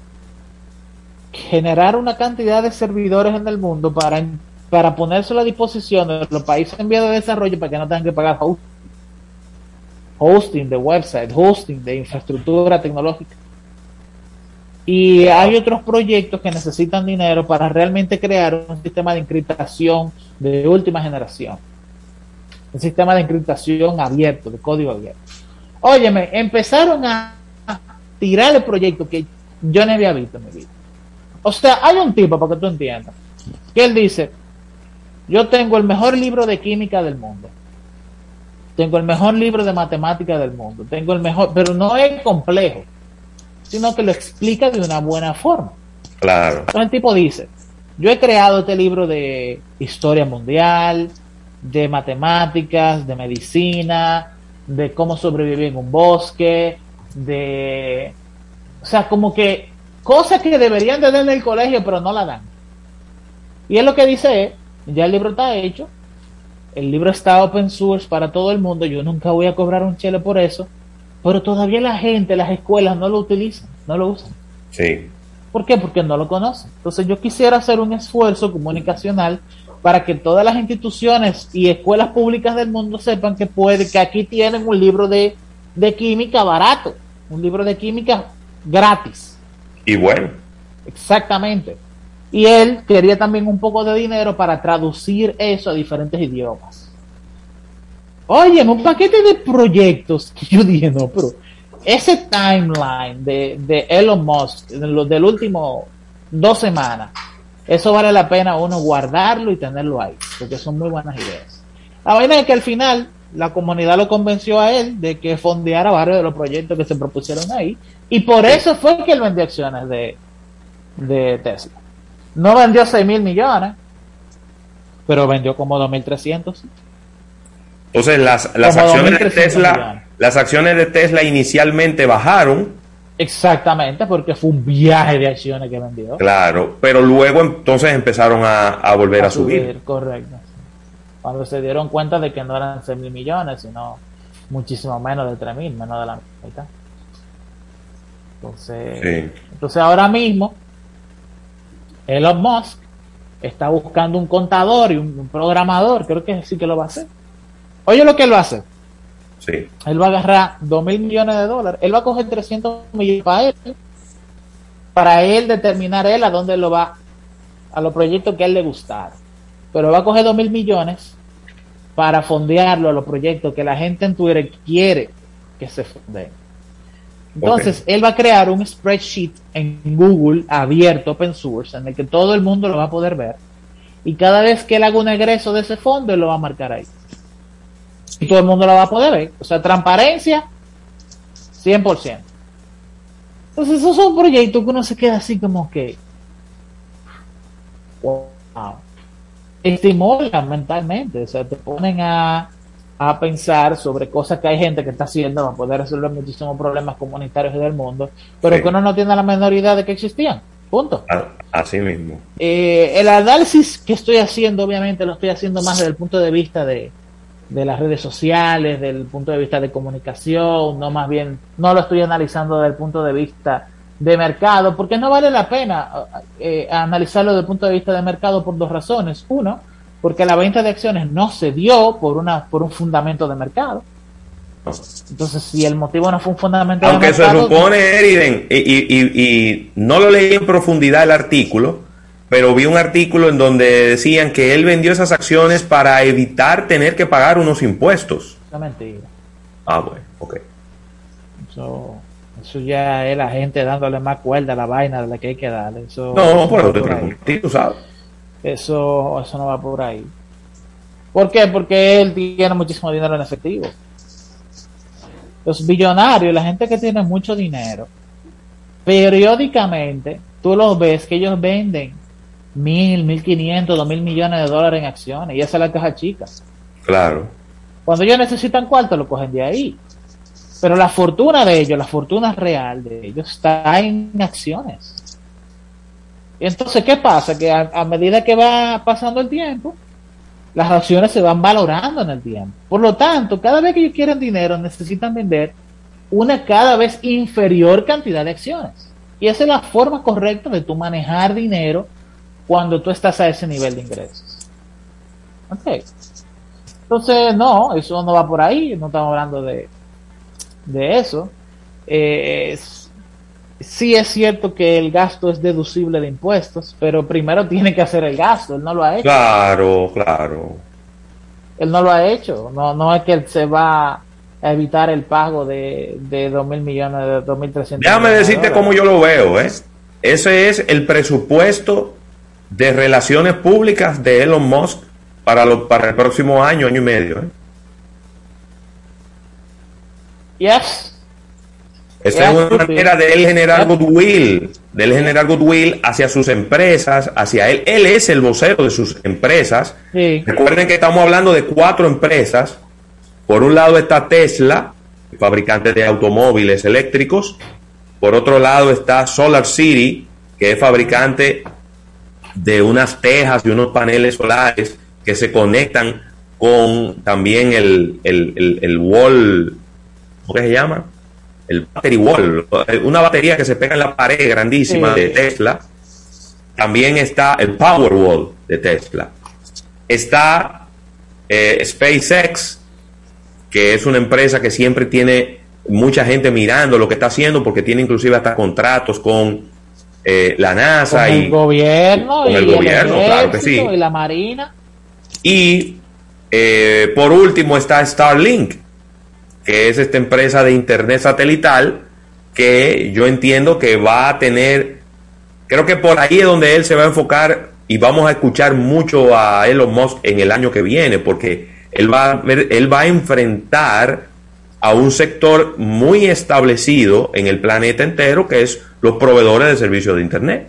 Speaker 19: generar una cantidad de servidores en el mundo para, para ponérselo a disposición de los países en vías de desarrollo para que no tengan que pagar hosting. hosting de website, hosting de infraestructura tecnológica. Y hay otros proyectos que necesitan dinero para realmente crear un sistema de encriptación de última generación. Un sistema de encriptación abierto, de código abierto. Óyeme, empezaron a tirar el proyecto que yo no había visto en mi vida. O sea, hay un tipo, para que tú entiendas, que él dice, yo tengo el mejor libro de química del mundo. Tengo el mejor libro de matemática del mundo. Tengo el mejor, pero no es complejo, sino que lo explica de una buena forma.
Speaker 2: Claro.
Speaker 19: Entonces el tipo dice, yo he creado este libro de historia mundial, de matemáticas, de medicina, de cómo sobrevivir en un bosque, de... O sea, como que cosas que deberían de dar en el colegio, pero no la dan. Y él lo que dice es, ya el libro está hecho, el libro está open source para todo el mundo, yo nunca voy a cobrar un chele por eso, pero todavía la gente, las escuelas no lo utilizan, no lo usan.
Speaker 2: Sí.
Speaker 19: ¿Por qué? Porque no lo conocen. Entonces yo quisiera hacer un esfuerzo comunicacional para que todas las instituciones y escuelas públicas del mundo sepan que puede, que aquí tienen un libro de, de química barato, un libro de química gratis.
Speaker 2: Y bueno.
Speaker 19: Exactamente. Y él quería también un poco de dinero para traducir eso a diferentes idiomas. Oye, un paquete de proyectos que yo dije, no, pero ese timeline de, de Elon Musk, de lo, del último dos semanas, eso vale la pena uno guardarlo y tenerlo ahí, porque son muy buenas ideas. La vaina es que al final la comunidad lo convenció a él de que fondeara varios de los proyectos que se propusieron ahí, y por eso fue que él vendió acciones de, de Tesla. No vendió seis mil millones, pero vendió como dos mil trescientos.
Speaker 2: Entonces las, las acciones de Tesla, millones. Las acciones de Tesla inicialmente bajaron.
Speaker 19: Exactamente, porque fue un viaje de acciones que vendió.
Speaker 2: Claro, pero luego entonces empezaron a, a volver a, a subir. subir.
Speaker 19: Correcto. Cuando se dieron cuenta de que no eran seis mil millones, sino muchísimo menos de tres mil, menos de la mitad. Entonces, sí. entonces ahora mismo Elon Musk está buscando un contador y un, un programador, creo que sí que lo va a hacer. Oye lo que él va a hacer.
Speaker 2: Sí.
Speaker 19: Él va a agarrar dos mil millones de dólares, él va a coger trescientos millones para él, para él determinar él a dónde lo va, a los proyectos que a él le gustaron. Pero va a coger dos mil millones para fondearlo a los proyectos que la gente en Twitter quiere que se fondeen. Entonces, okay. él va a crear un spreadsheet en Google abierto, open source, en el que todo el mundo lo va a poder ver. Y cada vez que él haga un egreso de ese fondo, él lo va a marcar ahí. Y todo el mundo lo va a poder ver. O sea, transparencia, cien por ciento. Entonces, esos son proyectos que uno se queda así como que... Wow. Estimulan mentalmente. O sea, te ponen a... a pensar sobre cosas que hay gente que está haciendo para poder resolver muchísimos problemas comunitarios del mundo, pero sí. que uno no tiene la menor idea de que existían. Punto.
Speaker 2: Así mismo.
Speaker 19: Eh, el análisis que estoy haciendo, obviamente, lo estoy haciendo más desde el punto de vista de, de las redes sociales, del punto de vista de comunicación, no más bien, no lo estoy analizando desde el punto de vista de mercado, porque no vale la pena eh, analizarlo desde el punto de vista de mercado por dos razones. Uno, porque la venta de acciones no se dio por una por un fundamento de mercado. Entonces, si el motivo no fue un fundamento
Speaker 2: Aunque
Speaker 19: de mercado...
Speaker 2: Aunque se supone, Eriden, y, y, y, y no lo leí en profundidad el artículo, pero vi un artículo en donde decían que él vendió esas acciones para evitar tener que pagar unos impuestos.
Speaker 19: Es mentira.
Speaker 2: Ah, bueno, ok.
Speaker 19: Eso, eso ya es la gente dándole más cuerda a la vaina de la que hay que darle. Eso,
Speaker 2: no, pero te pregunté, tú sabes.
Speaker 19: Eso, eso no va por ahí. ¿Por qué? Porque él tiene muchísimo dinero en efectivo. Los billonarios, la gente que tiene mucho dinero, periódicamente tú los ves que ellos venden mil, mil quinientos, dos mil millones de dólares en acciones, y esa es la caja chica.
Speaker 2: Claro.
Speaker 19: Cuando ellos necesitan cuarto, lo cogen de ahí. Pero la fortuna de ellos, la fortuna real de ellos, está en acciones. Y entonces, ¿qué pasa? Que a, a medida que va pasando el tiempo, las acciones se van valorando en el tiempo. Por lo tanto, cada vez que ellos quieren dinero, necesitan vender una cada vez inferior cantidad de acciones. Y esa es la forma correcta de tú manejar dinero cuando tú estás a ese nivel de ingresos. Ok. Entonces, no, eso no va por ahí. No estamos hablando de, de eso. Eh, es, sí es cierto que el gasto es deducible de impuestos, pero primero tiene que hacer el gasto. Él no lo ha hecho.
Speaker 2: Claro, claro.
Speaker 19: Él no lo ha hecho. No, no es que él se va a evitar el pago de, de dos mil millones, de dos mil trescientos.
Speaker 2: Déjame decirte cómo yo lo veo, ¿eh? Ese es el presupuesto de relaciones públicas de Elon Musk para, lo, para el próximo año, año y medio, ¿eh?
Speaker 19: Yes.
Speaker 2: Esa es una manera de él generar goodwill, de él generar goodwill hacia sus empresas, hacia él. Él es el vocero de sus empresas.
Speaker 19: Sí.
Speaker 2: Recuerden que estamos hablando de cuatro empresas. Por un lado está Tesla, fabricante de automóviles eléctricos. Por otro lado está Solar City, que es fabricante de unas tejas y unos paneles solares que se conectan con también el, el, el, el wall, ¿cómo se llama? El battery wall, una batería que se pega en la pared grandísima sí. de Tesla. También está el Powerwall de Tesla. Está eh, SpaceX, que es una empresa que siempre tiene mucha gente mirando lo que está haciendo, porque tiene inclusive hasta contratos con eh, la NASA
Speaker 19: con
Speaker 2: y
Speaker 19: el gobierno,
Speaker 2: con
Speaker 19: y
Speaker 2: el gobierno,
Speaker 19: el
Speaker 2: claro que sí.
Speaker 19: Y la Marina.
Speaker 2: Y eh, por último está Starlink, que es esta empresa de internet satelital que yo entiendo que va a tener, creo que por ahí es donde él se va a enfocar y vamos a escuchar mucho a Elon Musk en el año que viene, porque él va a, él va a enfrentar a un sector muy establecido en el planeta entero, que es los proveedores de servicios de internet.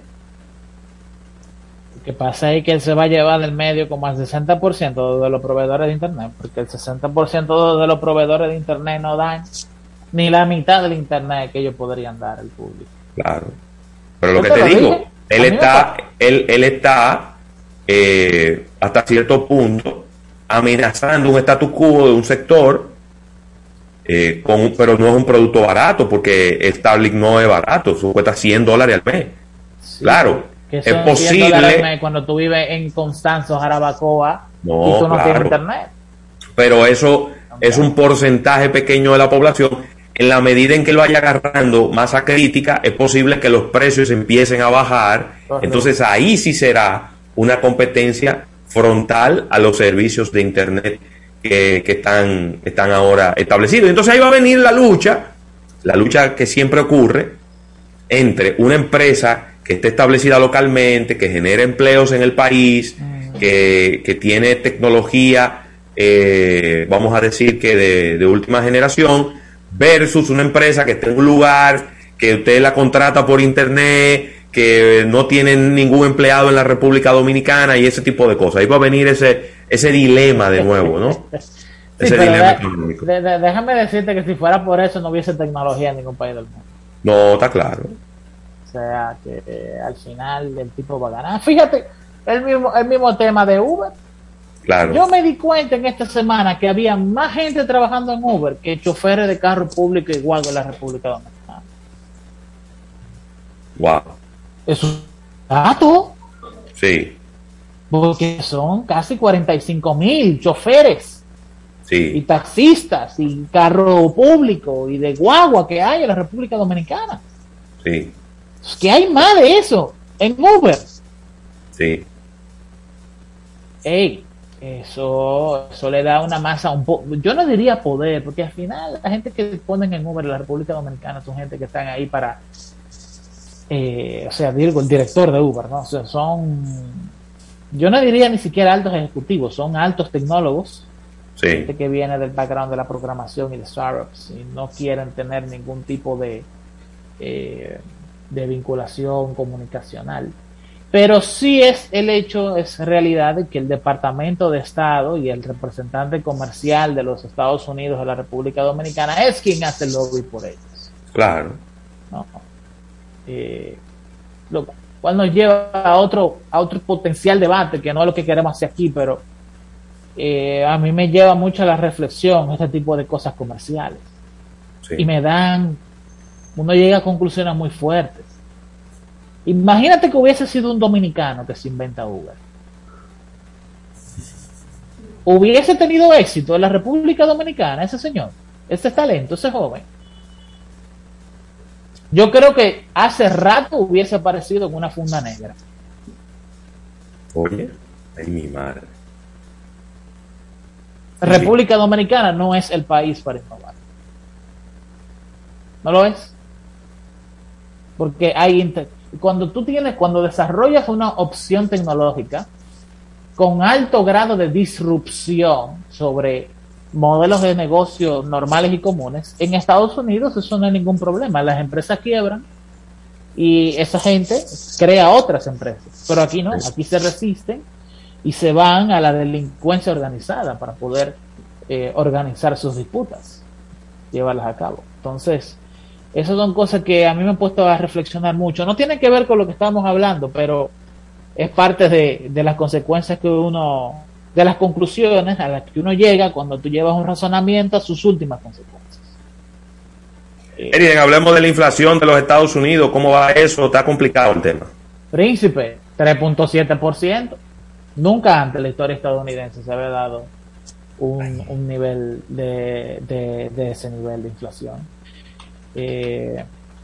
Speaker 19: Lo que pasa es que él se va a llevar del medio como al sesenta por ciento de los proveedores de internet, porque el sesenta por ciento de los proveedores de internet no dan ni la mitad del internet que ellos podrían dar al público.
Speaker 2: Claro. Pero lo que te digo, él está, él, él está eh, hasta cierto punto amenazando un status quo de un sector, eh, con, pero no es un producto barato, porque Starlink no es barato, eso cuesta cien dólares al mes. Sí, claro.
Speaker 19: Que
Speaker 2: es posible
Speaker 19: cuando tú vives en Constanzo, Jarabacoa,
Speaker 2: no,
Speaker 19: y tú no
Speaker 2: claro.
Speaker 19: tienes internet.
Speaker 2: Pero eso es un porcentaje pequeño de la población. En la medida en que lo vaya agarrando masa crítica, es posible que los precios empiecen a bajar. Correcto. Entonces ahí sí será una competencia frontal a los servicios de internet que, que están, están ahora establecidos. Entonces ahí va a venir la lucha, la lucha que siempre ocurre entre una empresa que esté establecida localmente, que genere empleos en el país, mm. que, que tiene tecnología, eh, vamos a decir que de, de última generación, versus una empresa que esté en un lugar, que usted la contrata por internet, que no tiene ningún empleado en la República Dominicana y ese tipo de cosas. Ahí va a venir ese, ese dilema de nuevo, ¿no?
Speaker 19: Sí,
Speaker 2: ese dilema económico.
Speaker 19: De, de, déjame decirte que si fuera por eso no hubiese tecnología en ningún país del mundo.
Speaker 2: No, está claro.
Speaker 19: O sea, que eh, al final el tipo va a ganar. Fíjate, el mismo, el mismo tema de Uber.
Speaker 2: Claro.
Speaker 19: Yo me di cuenta en esta semana que había más gente trabajando en Uber que choferes de carro público igual en la República Dominicana.
Speaker 2: Wow.
Speaker 19: Eso es dato.
Speaker 2: Sí.
Speaker 19: Porque son casi cuarenta y cinco mil choferes.
Speaker 2: Sí.
Speaker 19: Y taxistas y carro público y de guagua que hay en la República Dominicana.
Speaker 2: Sí.
Speaker 19: Es que hay más de eso en Uber.
Speaker 2: Sí.
Speaker 19: Ey, eso, eso le da una masa un poco, yo no diría poder, porque al final la gente que ponen en Uber en la República Dominicana son gente que están ahí para, eh, o sea, digo, el director de Uber, ¿no? O sea, son, yo no diría ni siquiera altos ejecutivos, son altos tecnólogos.
Speaker 2: Sí.
Speaker 19: Gente que viene del background de la programación y de startups y no quieren tener ningún tipo de eh, de vinculación comunicacional. Pero sí es el hecho, es realidad de que el Departamento de Estado y el representante comercial de los Estados Unidos de la República Dominicana es quien hace el lobby por ellos.
Speaker 2: Claro.
Speaker 19: ¿No? Eh, lo cual nos lleva a otro, a otro potencial debate, que no es lo que queremos hacer aquí, pero eh, a mí me lleva mucho a la reflexión este tipo de cosas comerciales. Sí. Y me dan, uno llega a conclusiones muy fuertes. Imagínate que hubiese sido un dominicano que se inventa Uber. Hubiese tenido éxito en la República Dominicana ese señor, ese talento, ese joven. Yo creo que hace rato hubiese aparecido en una funda negra.
Speaker 2: Oye, ay mi madre.
Speaker 19: República Dominicana no es el país para innovar. No lo es. Porque hay inter... cuando tú tienes, cuando desarrollas una opción tecnológica con alto grado de disrupción sobre modelos de negocio normales y comunes, en Estados Unidos eso no hay ningún problema. Las empresas quiebran y esa gente crea otras empresas. Pero aquí no, aquí se resisten y se van a la delincuencia organizada para poder eh, organizar sus disputas, llevarlas a cabo. Entonces, esas son cosas que a mí me han puesto a reflexionar mucho. No tiene que ver con lo que estamos hablando, pero es parte de, de las consecuencias que uno, de las conclusiones a las que uno llega cuando tú llevas un razonamiento a sus últimas consecuencias.
Speaker 2: Eriden, hablemos de la inflación de los Estados Unidos. ¿Cómo va eso? Está complicado el tema.
Speaker 19: Príncipe, tres punto siete por ciento. Nunca antes en la historia estadounidense se había dado un, un nivel de, de, de ese nivel de inflación. Eh,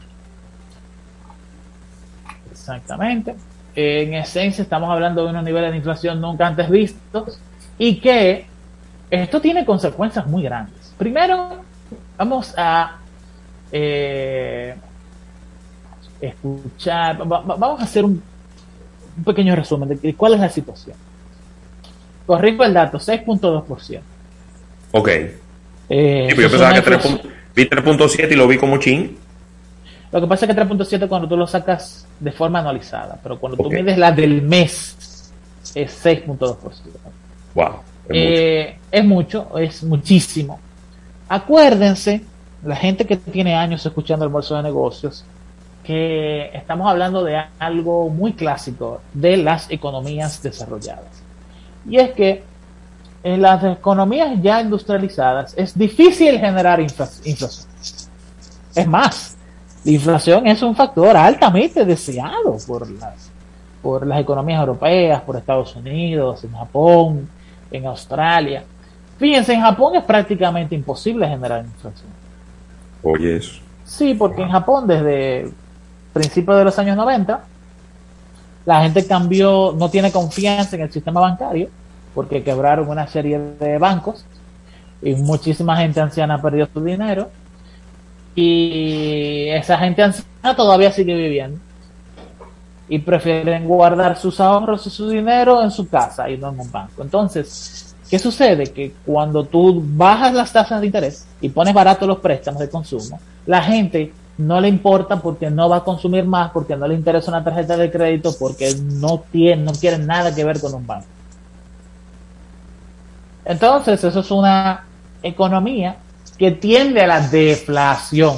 Speaker 19: exactamente. En esencia estamos hablando de unos niveles de inflación nunca antes vistos y que esto tiene consecuencias muy grandes. Primero, vamos a eh, escuchar, va, va, vamos a hacer un, un pequeño resumen de cuál es la situación. Corrijo el dato, seis punto dos por ciento.
Speaker 2: Ok.
Speaker 19: Eh,
Speaker 2: sí, yo pensaba que tres, vi tres punto siete y lo vi como chin.
Speaker 19: Lo que pasa es que tres punto siete cuando tú lo sacas de forma anualizada, pero cuando okay. tú mides la del mes es seis punto dos por ciento.
Speaker 2: Wow. Es,
Speaker 19: eh,
Speaker 2: mucho.
Speaker 19: es mucho, es muchísimo. Acuérdense, la gente que tiene años escuchando Almuerzo de Negocios, que estamos hablando de algo muy clásico de las economías desarrolladas. Y es que en las economías ya industrializadas es difícil generar infla- inflación. Es más, la inflación es un factor altamente deseado por las, por las economías europeas, por Estados Unidos, en Japón, en Australia. Fíjense, en Japón es prácticamente imposible generar inflación.
Speaker 2: Oye, eso.
Speaker 19: Sí, porque en Japón desde principios de los años noventa la gente cambió, no tiene confianza en el sistema bancario porque quebraron una serie de bancos y muchísima gente anciana perdió su dinero y esa gente anciana todavía sigue viviendo y prefieren guardar sus ahorros y su dinero en su casa y no en un banco. Entonces, ¿qué sucede? Que cuando tú bajas las tasas de interés y pones baratos los préstamos de consumo, la gente no le importa porque no va a consumir más, porque no le interesa una tarjeta de crédito, porque no tiene, no quiere nada que ver con un banco. Entonces, eso es una economía que tiende a la deflación.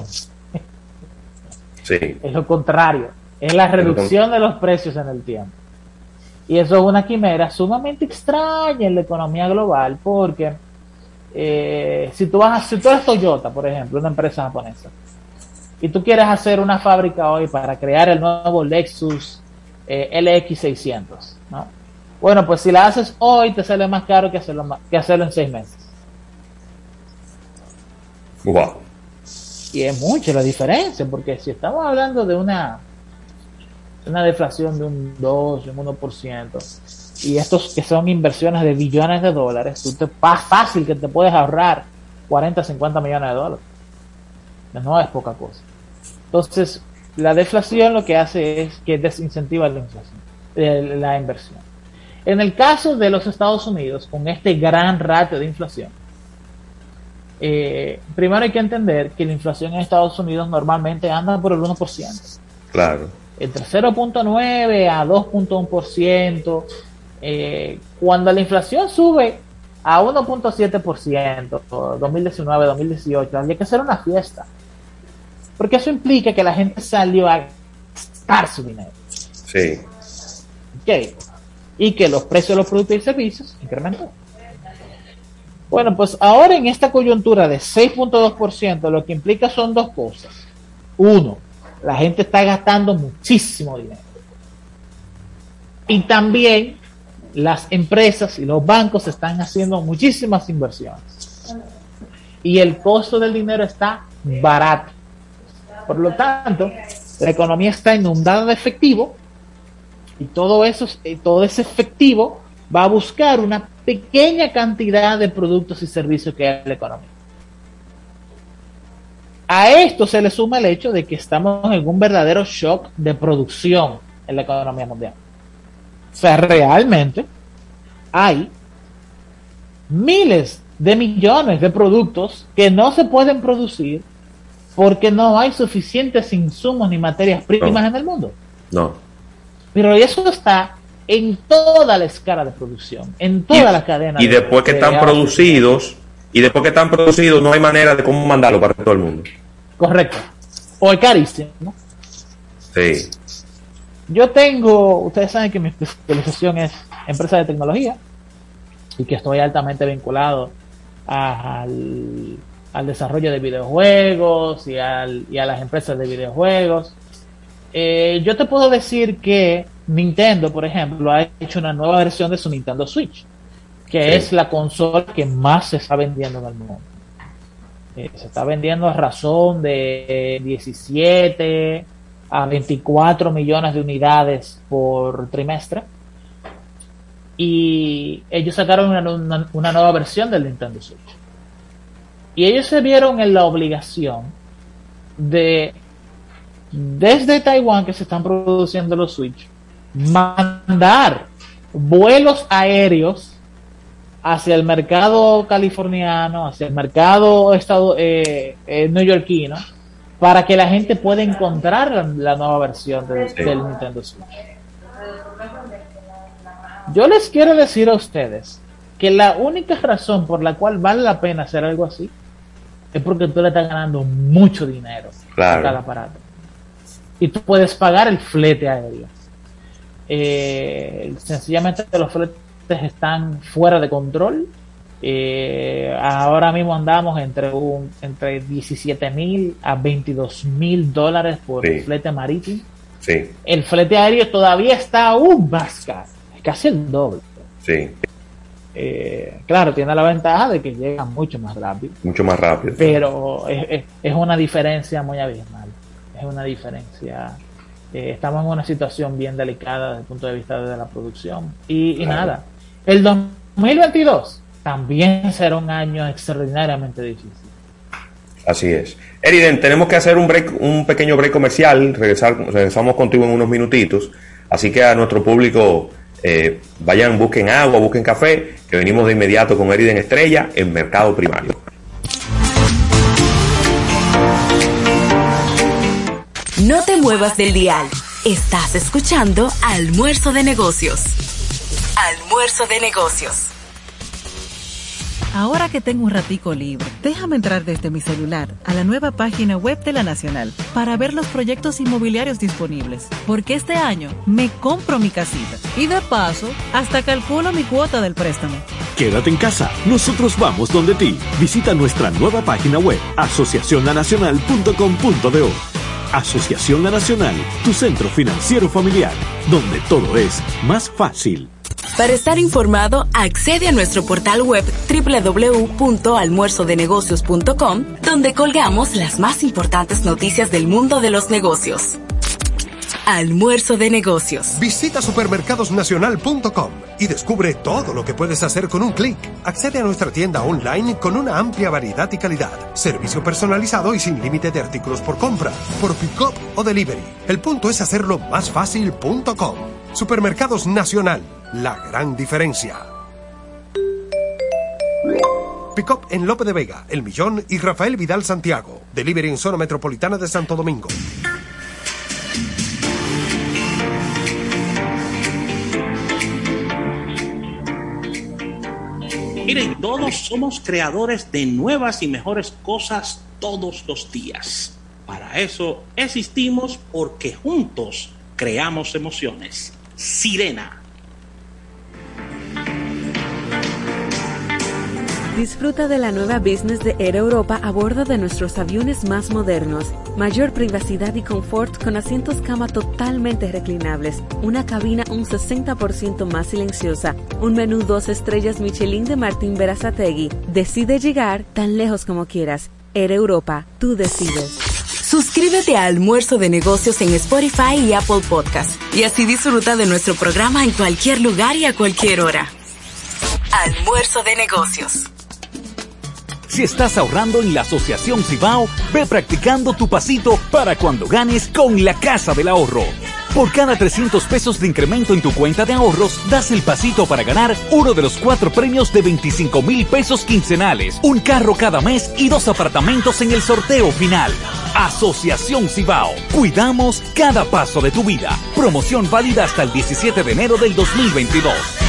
Speaker 2: Sí.
Speaker 19: Es lo contrario, es la reducción de los precios en el tiempo. Y eso es una quimera sumamente extraña en la economía global, porque eh, si tú vas a, si tú eres Toyota, por ejemplo, una empresa japonesa, y tú quieres hacer una fábrica hoy para crear el nuevo Lexus eh, L X seiscientos, ¿no? Bueno, pues si la haces hoy te sale más caro que hacerlo, que hacerlo en seis meses.
Speaker 2: Wow.
Speaker 19: Y es mucho la diferencia, porque si estamos hablando de una una deflación de un dos, un uno por ciento, y estos que son inversiones de billones de dólares, tú te es fácil que te puedes ahorrar cuarenta, cincuenta millones de dólares. No es poca cosa. Entonces, la deflación lo que hace es que desincentiva la inflación, eh, la inversión. En el caso de los Estados Unidos, con este gran ratio de inflación, eh, primero hay que entender que la inflación en Estados Unidos normalmente anda por el uno por ciento.
Speaker 2: Claro.
Speaker 19: Entre cero punto nueve a dos punto uno por ciento. Eh, cuando la inflación sube a uno punto siete por ciento, dos mil diecinueve, dos mil dieciocho, había que hacer una fiesta. Porque eso implica que la gente salió a gastar su dinero.
Speaker 2: Sí.
Speaker 19: Okay. Y que los precios de los productos y servicios incrementó. Bueno, pues ahora en esta coyuntura de seis punto dos por ciento lo que implica son dos cosas. Uno, la gente está gastando muchísimo dinero. Y también las empresas y los bancos están haciendo muchísimas inversiones. Y el costo del dinero está barato. Por lo tanto, la economía está inundada de efectivo y todo eso, todo ese efectivo va a buscar una pequeña cantidad de productos y servicios que hay en la economía. A esto se le suma el hecho de que estamos en un verdadero shock de producción en la economía mundial. O sea, realmente hay miles de millones de productos que no se pueden producir porque no hay suficientes insumos ni materias primas
Speaker 2: no.
Speaker 19: en el mundo.
Speaker 2: No.
Speaker 19: Pero eso está en toda la escala de producción, en toda
Speaker 2: y,
Speaker 19: la cadena.
Speaker 2: Y después que están producidos, y después que están producidos, no hay manera de cómo mandarlo para todo el mundo.
Speaker 19: Correcto. O es carísimo, ¿no?
Speaker 2: Sí.
Speaker 19: Yo tengo, ustedes saben que mi especialización es empresa de tecnología y que estoy altamente vinculado a, al, al desarrollo de videojuegos y, al, y a las empresas de videojuegos. Eh, yo te puedo decir que Nintendo, por ejemplo, ha hecho una nueva versión de su Nintendo Switch, que sí. es la consola que más se está vendiendo en el mundo. Eh, se está vendiendo a razón de diecisiete a veinticuatro millones de unidades por trimestre. Y ellos sacaron una, una, una nueva versión del Nintendo Switch. Y ellos se vieron en la obligación de, desde Taiwán, que se están produciendo los Switch, mandar vuelos aéreos hacia el mercado californiano, hacia el mercado estado, eh, eh, neoyorquino, para que la gente pueda encontrar la, la nueva versión de, sí. del Nintendo Switch. Yo les quiero decir a ustedes que la única razón por la cual vale la pena hacer algo así es porque tú le estás ganando mucho dinero
Speaker 2: claro.
Speaker 19: a cada aparato. Y tú puedes pagar el flete aéreo. Eh, sencillamente los fletes están fuera de control. Eh, ahora mismo andamos entre un entre diecisiete mil a veintidós mil dólares por sí. flete marítimo.
Speaker 2: Sí.
Speaker 19: El flete aéreo todavía está aún más caro, es casi el doble.
Speaker 2: Sí.
Speaker 19: Eh, claro, tiene la ventaja de que llega mucho más rápido.
Speaker 2: Mucho más rápido.
Speaker 19: Pero es, es, es una diferencia muy abismal. Es una diferencia. Eh, estamos en una situación bien delicada desde el punto de vista de la producción. Y, y claro. nada, el dos mil veintidós también será un año extraordinariamente difícil.
Speaker 2: Así es. Eriden, tenemos que hacer un break, un pequeño break comercial. Regresar, regresamos contigo en unos minutitos. Así que a nuestro público, eh, vayan, busquen agua, busquen café, que venimos de inmediato con Eriden Estrella en Mercado Primario.
Speaker 1: No te muevas del dial. Estás escuchando Almuerzo de Negocios. Almuerzo de Negocios.
Speaker 10: Ahora que tengo un ratico libre, déjame entrar desde mi celular a la nueva página web de la Nacional para ver los proyectos inmobiliarios disponibles, porque este año me compro mi casita y de paso hasta calculo mi cuota del préstamo.
Speaker 11: Quédate en casa, nosotros vamos donde ti. Visita nuestra nueva página web asociación la nacional punto com punto do. Asociación La Nacional, tu centro financiero familiar, donde todo es más fácil.
Speaker 1: Para estar informado, accede a nuestro portal web doble u doble u doble u punto almuerzo de negocios punto com, donde colgamos las más importantes noticias del mundo de los negocios. Almuerzo de Negocios.
Speaker 21: Visita supermercados nacional punto com y descubre todo lo que puedes hacer con un clic. Accede a nuestra tienda online con una amplia variedad y calidad. Servicio personalizado y sin límite de artículos por compra, por pick-up o delivery. El punto es hacerlo más fácil punto com. Supermercados Nacional, la gran diferencia. Pick-up en Lope de Vega, El Millón y Rafael Vidal Santiago. Delivery en zona metropolitana de Santo Domingo.
Speaker 3: Miren, todos somos creadores de nuevas y mejores cosas todos los días. Para eso existimos, porque juntos creamos emociones. Sirena.
Speaker 15: Disfruta de la nueva business de Air Europa a bordo de nuestros aviones más modernos. Mayor privacidad y confort con asientos cama totalmente reclinables, una cabina un sesenta por ciento más silenciosa, un menú dos estrellas Michelin de Martín Berazategui. Decide llegar tan lejos como quieras. Air Europa, tú decides.
Speaker 1: Suscríbete a Almuerzo de Negocios en Spotify y Apple Podcast y así disfruta de nuestro programa en cualquier lugar y a cualquier hora. Almuerzo de Negocios.
Speaker 11: Si estás ahorrando en la Asociación Cibao, ve practicando tu pasito para cuando ganes con la Casa del Ahorro. Por cada trescientos pesos de incremento en tu cuenta de ahorros, das el pasito para ganar uno de los cuatro premios de veinticinco mil pesos quincenales, un carro cada mes y dos apartamentos en el sorteo final. Asociación Cibao. Cuidamos cada paso de tu vida. Promoción válida hasta el diecisiete de enero del dos mil veintidós.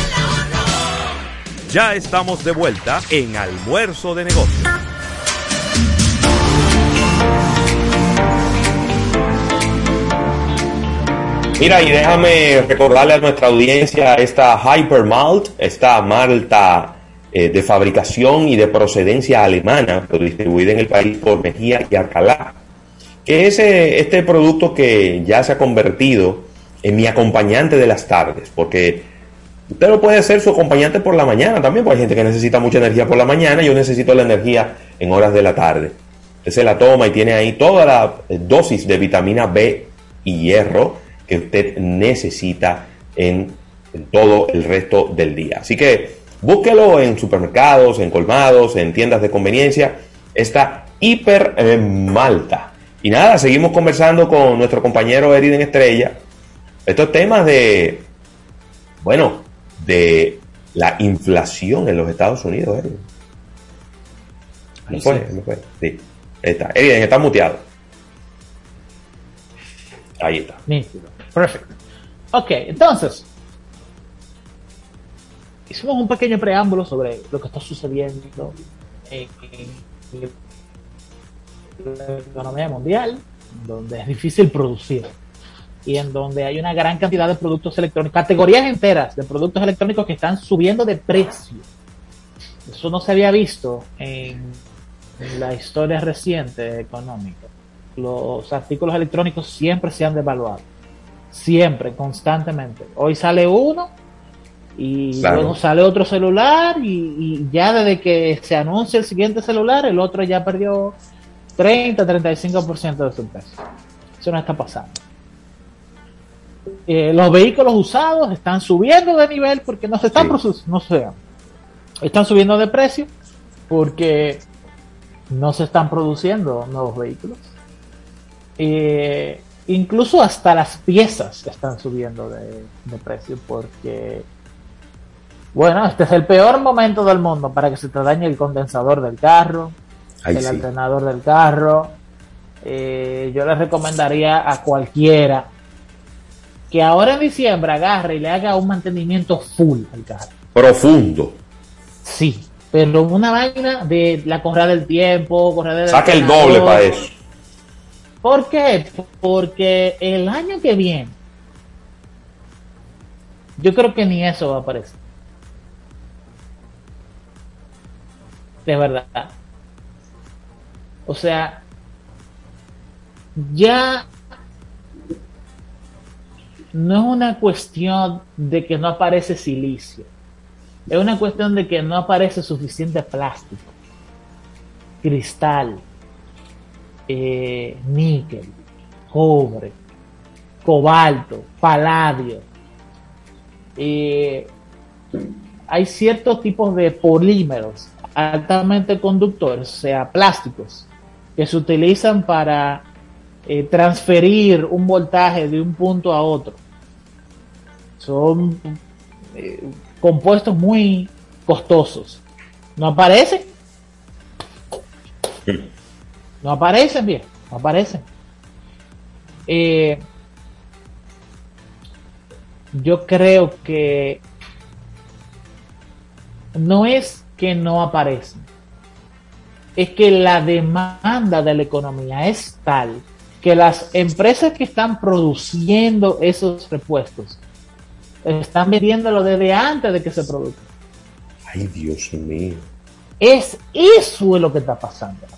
Speaker 4: Ya estamos de vuelta en Almuerzo de Negocios.
Speaker 2: Mira, y déjame recordarle a nuestra audiencia esta Hyper Malt, esta malta eh, de fabricación y de procedencia alemana, pero distribuida en el país por Mejía y Alcalá, que es eh, este producto que ya se ha convertido en mi acompañante de las tardes, porque usted lo puede hacer su acompañante por la mañana también, porque hay gente que necesita mucha energía por la mañana, yo necesito la energía en horas de la tarde. Usted se la toma y tiene ahí toda la dosis de vitamina B y hierro que usted necesita en, en todo el resto del día. Así que búsquelo en supermercados, en colmados, en tiendas de conveniencia, esta Hiper eh, Malta. Y nada, seguimos conversando con nuestro compañero Eriden Estrella. Estos temas de, bueno, de la inflación en los Estados Unidos. Eriden. ¿Me fue? ¿Me fue? Sí, ahí está. Eriden, está muteado. Ahí está.
Speaker 19: Nítido. Perfecto. Ok, entonces, hicimos un pequeño preámbulo sobre lo que está sucediendo en, en la economía mundial, donde es difícil producir y en donde hay una gran cantidad de productos electrónicos, categorías enteras de productos electrónicos que están subiendo de precio. Eso no se había visto en, en la historia reciente económica. Los artículos electrónicos siempre se han devaluado. Siempre, constantemente. Hoy sale uno y claro, luego sale otro celular y, y ya desde que se anuncia el siguiente celular, el otro ya perdió treinta a treinta y cinco por ciento de su precio. Eso no está pasando. Eh, los vehículos usados están subiendo de nivel porque no se están sí. proces- no se, están subiendo de precio porque no se están produciendo nuevos vehículos. Eh, incluso hasta las piezas están subiendo de, de precio porque, bueno, este es el peor momento del mundo para que se te dañe el condensador del carro, Ay, el sí. alternador del carro. Eh, yo les recomendaría a cualquiera que ahora en diciembre agarre y le haga un mantenimiento full al carro.
Speaker 2: Profundo.
Speaker 19: Sí, pero una vaina de la correa del tiempo, correa del
Speaker 2: saca el doble para eso.
Speaker 19: ¿Por qué? Porque el año que viene yo creo que ni eso va a aparecer. De verdad. O sea, ya no es una cuestión de que no aparece silicio. Es una cuestión de que no aparece suficiente plástico, cristal, eh, níquel, cobre, cobalto, paladio. Eh, hay ciertos tipos de polímeros altamente conductores, o sea, plásticos, que se utilizan para eh, transferir un voltaje de un punto a otro. Son eh, compuestos muy costosos. ¿No aparecen? No aparecen, bien, no aparecen. Eh, yo creo que no es que no aparecen, es que la demanda de la economía es tal que las empresas que están produciendo esos repuestos están vendiéndolo desde antes de que se produzca.
Speaker 2: Ay, Dios mío.
Speaker 19: Es eso es lo que está pasando.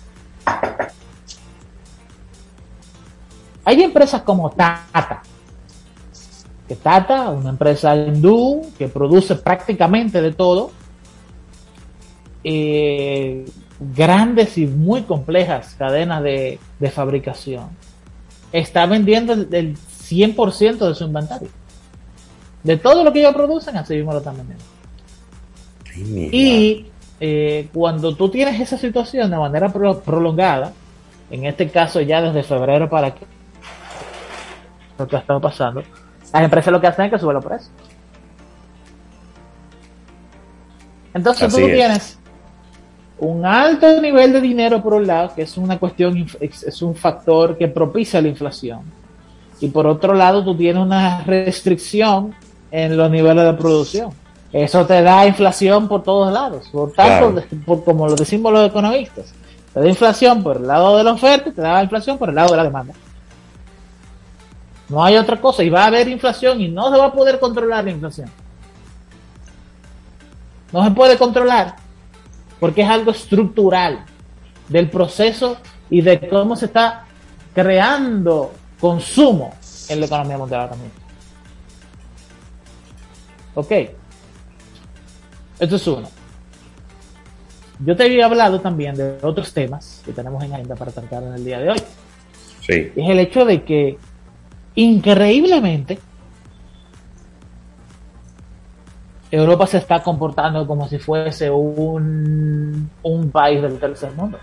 Speaker 19: Hay empresas como Tata, que Tata, una empresa hindú que produce prácticamente de todo, eh, grandes y muy complejas cadenas de, de fabricación está vendiendo el, el cien por ciento de su inventario. De todo lo que ellos producen, así mismo lo están vendiendo.
Speaker 2: Ay,
Speaker 19: y eh, cuando tú tienes esa situación de manera pro prolongada, en este caso ya desde febrero para que lo que ha estado pasando, las empresas lo que hacen es que suben los precios. Entonces
Speaker 2: Así
Speaker 19: tú
Speaker 2: es.
Speaker 19: tienes un alto nivel de dinero por un lado, que es una cuestión, es un factor que propicia la inflación, y por otro lado tú tienes una restricción en los niveles de producción. Eso te da inflación por todos lados, por tanto,
Speaker 2: Claro.
Speaker 19: por, como lo decimos los economistas, te da inflación por el lado de la oferta y te da inflación por el lado de la demanda. No hay otra cosa, y va a haber inflación y no se va a poder controlar la inflación. No se puede controlar porque es algo estructural del proceso y de cómo se está creando consumo en la economía mundial ahora mismo. Ok, esto es uno. Yo te había hablado también de otros temas que tenemos en agenda para tratar en el día de hoy.
Speaker 2: Sí.
Speaker 19: Es el hecho de que increíblemente Europa se está comportando como si fuese un, un país del tercer mundo.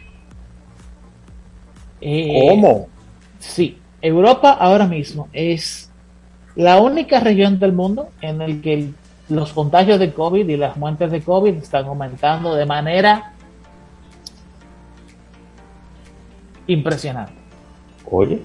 Speaker 19: Eh,
Speaker 3: ¿Cómo?
Speaker 19: Sí, Europa ahora mismo es la única región del mundo en el que el, los contagios de COVID y las muertes de COVID están aumentando de manera impresionante.
Speaker 2: Oye.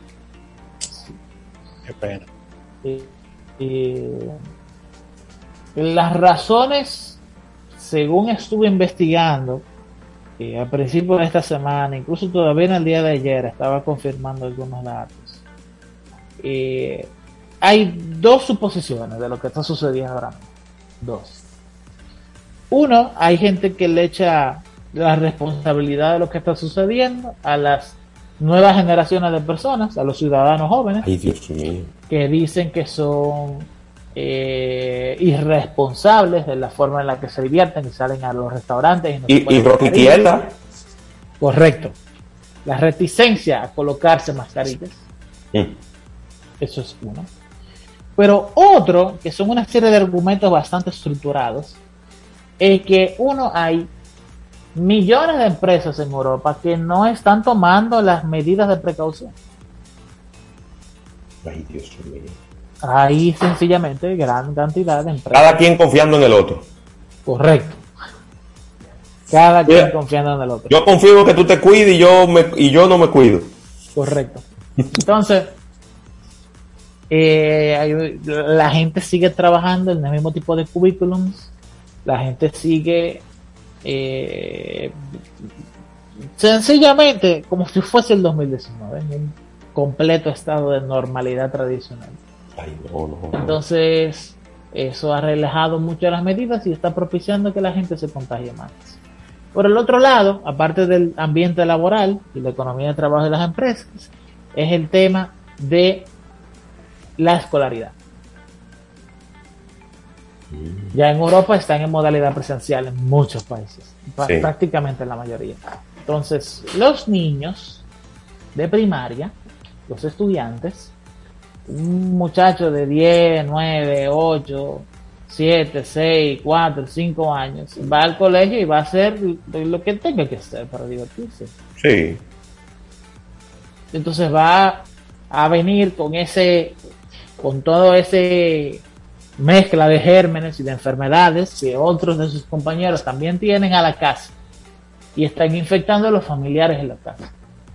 Speaker 3: Qué pena.
Speaker 19: Eh, eh, las razones, según estuve investigando eh, al principio de esta semana, incluso todavía en el día de ayer estaba confirmando algunos datos. Eh, hay dos suposiciones de lo que está sucediendo ahora mismo. Dos. Uno, hay gente que le echa la responsabilidad de lo que está sucediendo a las nuevas generaciones de personas, a los ciudadanos jóvenes.
Speaker 2: Ay, Dios mío.
Speaker 19: Que dicen que son eh, irresponsables de la forma en la que se divierten y salen a los restaurantes. Y, no se
Speaker 2: Y,
Speaker 19: ponen
Speaker 2: y Rocky
Speaker 19: mascarillas.
Speaker 2: Quieta.
Speaker 19: Correcto. La reticencia a colocarse mascarillas.
Speaker 2: Mm.
Speaker 19: Eso es uno. Pero otro, que son una serie de argumentos bastante estructurados, es que uno, hay millones de empresas en Europa que no están tomando las medidas de precaución.
Speaker 2: Ay, Dios mío.
Speaker 19: Hay sencillamente gran cantidad de empresas.
Speaker 2: Cada quien confiando en el otro.
Speaker 19: Correcto. Cada quien
Speaker 2: Yeah.
Speaker 19: confiando en el otro.
Speaker 2: Yo confío en que tú te cuides y yo, me, y yo no me cuido.
Speaker 19: Correcto. Entonces, eh, hay- la gente sigue trabajando en el mismo tipo de currículums. La gente sigue eh, sencillamente como si fuese el dos mil diecinueve, en un completo estado de normalidad tradicional.
Speaker 2: Ay, no, no, no.
Speaker 19: Entonces, eso ha relajado mucho las medidas y está propiciando que la gente se contagie más. Por el otro lado, aparte del ambiente laboral y la economía de trabajo de las empresas, es el tema de la escolaridad. Ya en Europa están en modalidad presencial en muchos países,
Speaker 2: Sí.
Speaker 19: prácticamente en la mayoría. Entonces, los niños de primaria, los estudiantes, un muchacho de diez, nueve, ocho, siete, seis, cuatro, cinco años, va al colegio y va a hacer lo que tenga que hacer para divertirse.
Speaker 2: Sí.
Speaker 19: Entonces va a venir con ese, con todo ese mezcla de gérmenes y de enfermedades que otros de sus compañeros también tienen a la casa y están infectando a los familiares en la casa.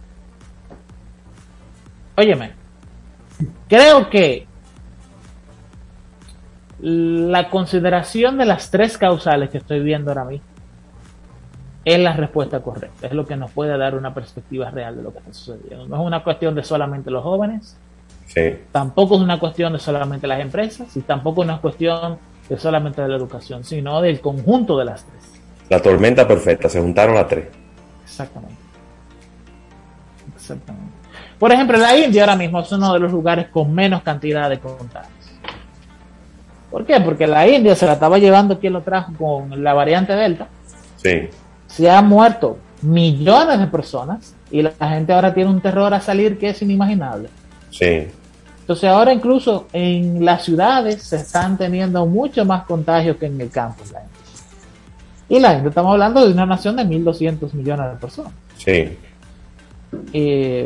Speaker 19: Óyeme, creo que la consideración de las tres causales que estoy viendo ahora mismo es la respuesta correcta, es lo que nos puede dar una perspectiva real de lo que está sucediendo. No es una cuestión de solamente los jóvenes,
Speaker 2: Sí.
Speaker 19: tampoco es una cuestión de solamente las empresas y tampoco es una cuestión de solamente de la educación, sino del conjunto de las tres.
Speaker 2: La tormenta perfecta, se juntaron las tres.
Speaker 19: Exactamente. Exactamente. Por ejemplo, la India ahora mismo es uno de los lugares con menos cantidad de contagios. ¿Por qué? Porque la India se la estaba llevando, quien lo trajo con la variante Delta.
Speaker 2: Sí.
Speaker 19: se han muerto millones de personas y la gente ahora tiene un terror a salir que es inimaginable.
Speaker 2: Sí.
Speaker 19: Entonces ahora incluso en las ciudades se están teniendo mucho más contagios que en el campo. La gente. Y la gente, estamos hablando de una nación de mil doscientos millones de personas.
Speaker 2: Sí.
Speaker 19: Eh,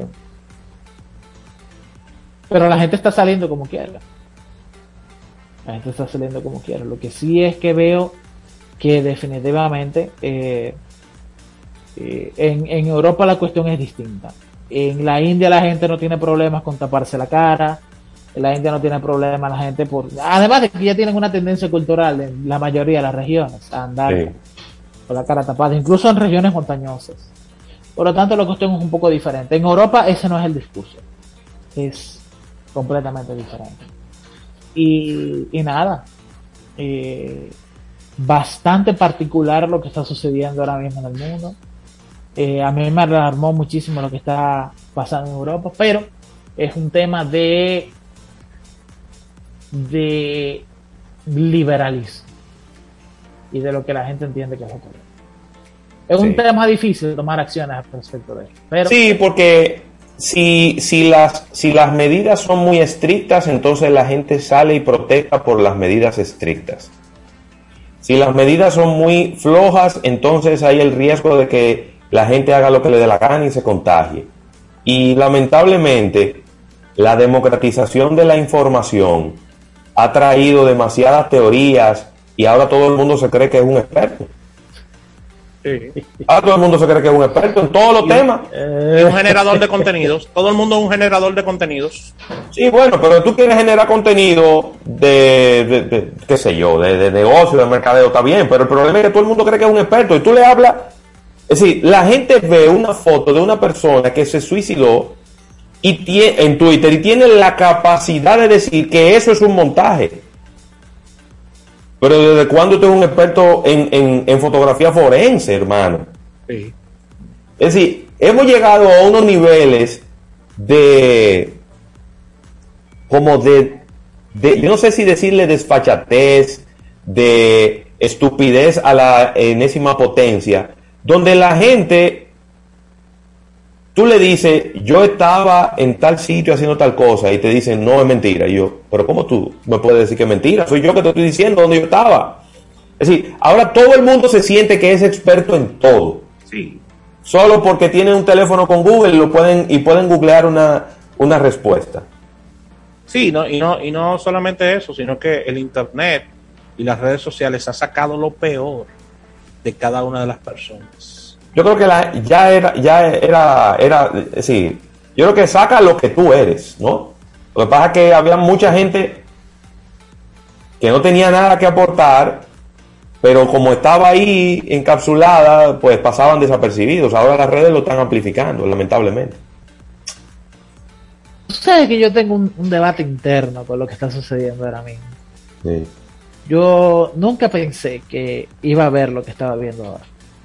Speaker 19: pero la gente está saliendo como quiera. La gente está saliendo como quiera. Lo que sí es que veo que definitivamente eh, eh, en, en Europa la cuestión es distinta. En la India la gente no tiene problemas con taparse la cara. En la India no tiene problemas la gente por... Además de que ya tienen una tendencia cultural en la mayoría de las regiones a andar sí. con la cara tapada, incluso en regiones montañosas. Por lo tanto la cuestión es un poco diferente. En Europa ese no es el discurso. Es completamente diferente. Y, y nada. Eh, bastante particular lo que está sucediendo ahora mismo en el mundo. Eh, a mí me alarmó muchísimo lo que está pasando en Europa, pero es un tema de de liberalismo y de lo que la gente entiende que es lo correcto. Es sí. un tema difícil de tomar acciones respecto de eso. Pero,
Speaker 2: sí, porque si, si, las, si las medidas son muy estrictas, entonces la gente sale y protesta por las medidas estrictas. Si las medidas son muy flojas, entonces hay el riesgo de que la gente haga lo que le dé la gana y se contagie. Y lamentablemente, la democratización de la información ha traído demasiadas teorías y ahora todo el mundo se cree que es un experto.
Speaker 3: Sí.
Speaker 2: Ahora todo el mundo se cree que es un experto en todos los
Speaker 3: y,
Speaker 2: temas.
Speaker 3: Eh, y un generador de contenidos. Todo el mundo es un generador de contenidos.
Speaker 2: Sí, bueno, pero tú quieres generar contenido de, de, de qué sé yo, de, de negocio, de mercadeo, está bien, pero el problema es que todo el mundo cree que es un experto y tú le hablas. Es decir, la gente ve una foto de una persona que se suicidó y tiene, en Twitter y tiene la capacidad de decir que eso es un montaje. Pero ¿desde cuándo tú eres un experto en, en, en fotografía forense, hermano?
Speaker 3: Sí.
Speaker 2: Es decir, hemos llegado a unos niveles de como de, de yo no sé si decirle desfachatez, de estupidez a la enésima potencia, donde la gente, tú le dices, yo estaba en tal sitio haciendo tal cosa, y te dicen, no, es mentira. Y yo, pero ¿cómo tú me puedes decir que es mentira? Soy yo que te estoy diciendo dónde yo estaba. Es decir, ahora todo el mundo se siente que es experto en todo.
Speaker 3: Sí.
Speaker 2: Solo porque tienen un teléfono con Google lo pueden y pueden googlear una, una respuesta.
Speaker 3: Sí, no, y no, y no solamente eso, sino que el internet y las redes sociales ha sacado lo peor de cada una de las personas.
Speaker 2: Yo creo que la, ya era, ya era, era, sí, yo creo que saca lo que tú eres, ¿no? Lo que pasa es que había mucha gente que no tenía nada que aportar, pero como estaba ahí encapsulada, pues pasaban desapercibidos. Ahora las redes lo están amplificando, lamentablemente.
Speaker 19: Tú sabes que yo tengo un, un debate interno con lo que está sucediendo ahora mismo.
Speaker 2: Sí.
Speaker 19: Yo nunca pensé que iba a ver lo que estaba viendo ahora.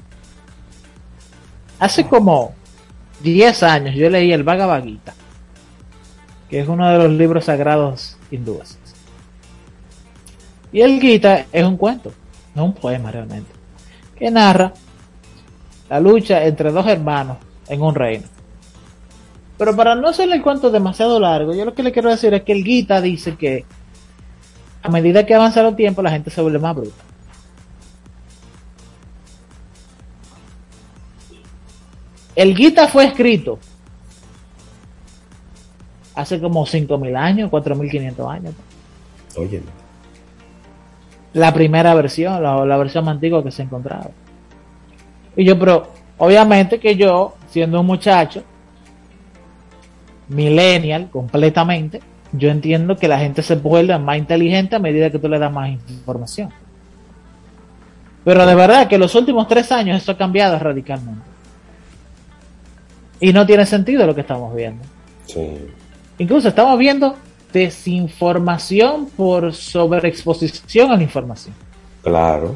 Speaker 19: Hace como diez años yo leí el Bhagavad Gita, que es uno de los libros sagrados hindúes. Y el Gita es un cuento, no un poema realmente, que narra la lucha entre dos hermanos en un reino. Pero para no hacerle el cuento demasiado largo, yo lo que le quiero decir es que el Gita dice que a medida que avanza el tiempo la gente se vuelve más bruta. El Gita fue escrito hace como cinco mil años, cuatro mil quinientos años.
Speaker 2: Oye.
Speaker 19: La primera versión, la, la versión más antigua que se encontraba. Y yo, pero obviamente que yo, siendo un muchacho millennial completamente, yo entiendo que la gente se vuelve más inteligente a medida que tú le das más información. Pero de verdad que en los últimos tres años eso ha cambiado radicalmente. Y no tiene sentido lo que estamos viendo.
Speaker 2: Sí.
Speaker 19: Incluso estamos viendo desinformación por sobreexposición a la información.
Speaker 2: Claro.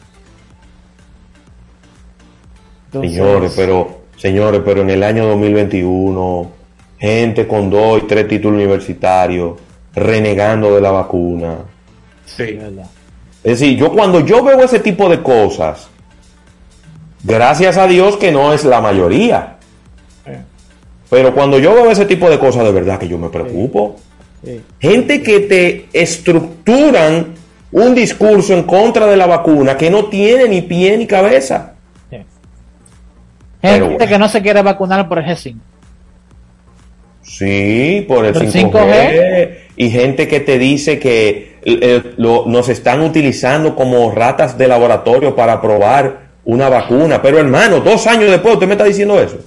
Speaker 19: Entonces,
Speaker 2: señores, pero señores, pero en el año dos mil veintiuno, gente con dos y tres títulos universitarios renegando de la vacuna.
Speaker 3: Sí.
Speaker 2: Es decir, yo cuando yo veo ese tipo de cosas, Gracias a Dios que no es la mayoría. Pero cuando yo veo ese tipo de cosas, de verdad que yo me preocupo. Sí. Sí. Gente que te estructuran un discurso en contra de la vacuna que no tiene ni pie ni cabeza.
Speaker 19: Sí. Gente bueno. que no se quiere vacunar por el G cinco.
Speaker 2: Sí, por el, el cinco G, cinco G. Y gente que te dice que eh, lo, nos están utilizando como ratas de laboratorio para probar una vacuna. Pero hermano, dos años después usted me está diciendo eso.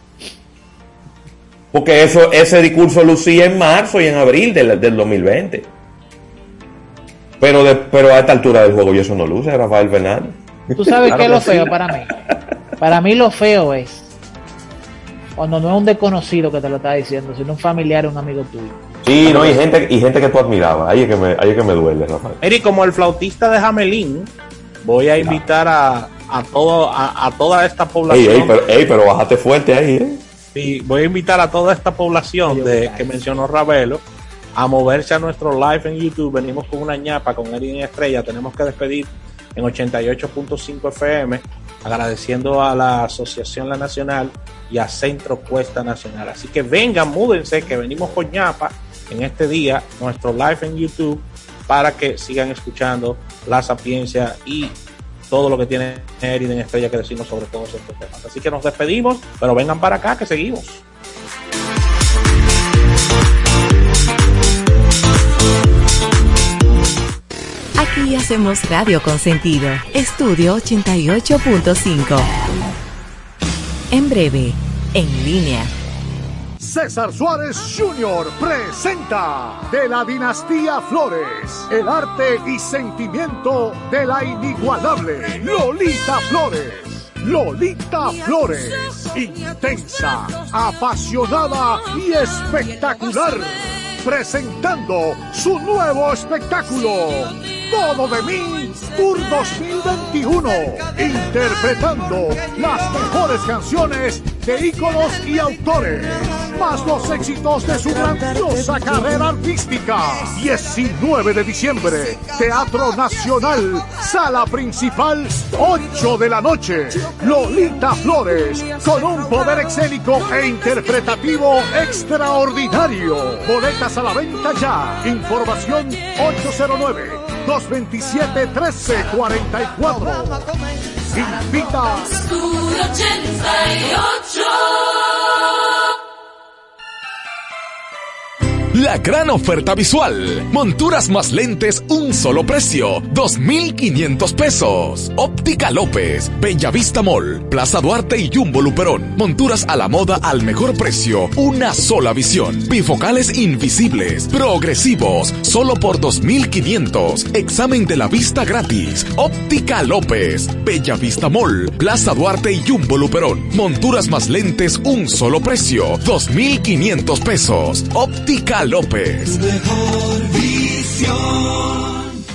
Speaker 2: Porque eso, ese discurso lucía en marzo y en abril del, del dos mil veinte. Pero, de, pero a esta altura del juego y eso no luce, Rafael Fernández.
Speaker 19: ¿Tú sabes claro qué es lo feo sí. para mí? Para mí lo feo es cuando no es un desconocido que te lo está diciendo, sino un familiar o un amigo tuyo.
Speaker 2: Sí, no, y gente, y gente que tú admirabas. Ahí es que me, ahí es que me duele, Rafael.
Speaker 3: Eri, como el flautista de Jamelín, voy a invitar a, a, todo, a, a toda esta población.
Speaker 2: Ey, ey, pero, ey, pero bájate fuerte ahí, ¿eh?
Speaker 3: Sí, voy a invitar a toda esta población de, que mencionó Ravelo a moverse a nuestro live en YouTube. Venimos con una ñapa, con Eri en Estrella. Tenemos que despedir en ochenta y ocho punto cinco F M, agradeciendo a la Asociación La Nacional y a Centro Cuesta Nacional. Así que vengan, múdense, que venimos con ñapa en este día, nuestro live en YouTube, para que sigan escuchando La Sapiencia y todo lo que tiene Eri en Estrella que decimos sobre todos estos temas. Así que nos despedimos, pero vengan para acá que seguimos.
Speaker 1: Aquí hacemos radio con sentido. Estudio ochenta y ocho punto cinco. En breve, en línea.
Speaker 7: César Suárez junior presenta De la dinastía Flores, el arte y sentimiento de la inigualable Lolita Flores. Lolita Flores, intensa, apasionada y espectacular, presentando su nuevo espectáculo, Todo de mí, Tour dos mil veintiuno, interpretando las mejores canciones de íconos y autores, más los éxitos de su grandiosa carrera artística. diecinueve de diciembre, Teatro Nacional, sala principal, ocho de la noche. Lolita Flores, con un poder escénico e interpretativo extraordinario. Boletas a la venta ya. Información ocho cero nueve, dos dos siete, uno tres cuatro cuatro. Invita Estudio ochenta y ocho.
Speaker 22: La gran oferta visual. Monturas más lentes, un solo precio. dos mil quinientos pesos. Óptica López, Bellavista Mall, Plaza Duarte y Jumbo Luperón. Monturas a la moda al mejor precio. Una sola visión. Bifocales invisibles. Progresivos. Solo por dos mil quinientos. Examen de la vista gratis. Óptica López, Bellavista Mall, Plaza Duarte y Jumbo Luperón. Monturas más lentes, un solo precio. dos mil quinientos pesos. Óptica López.
Speaker 23: Mejor visión.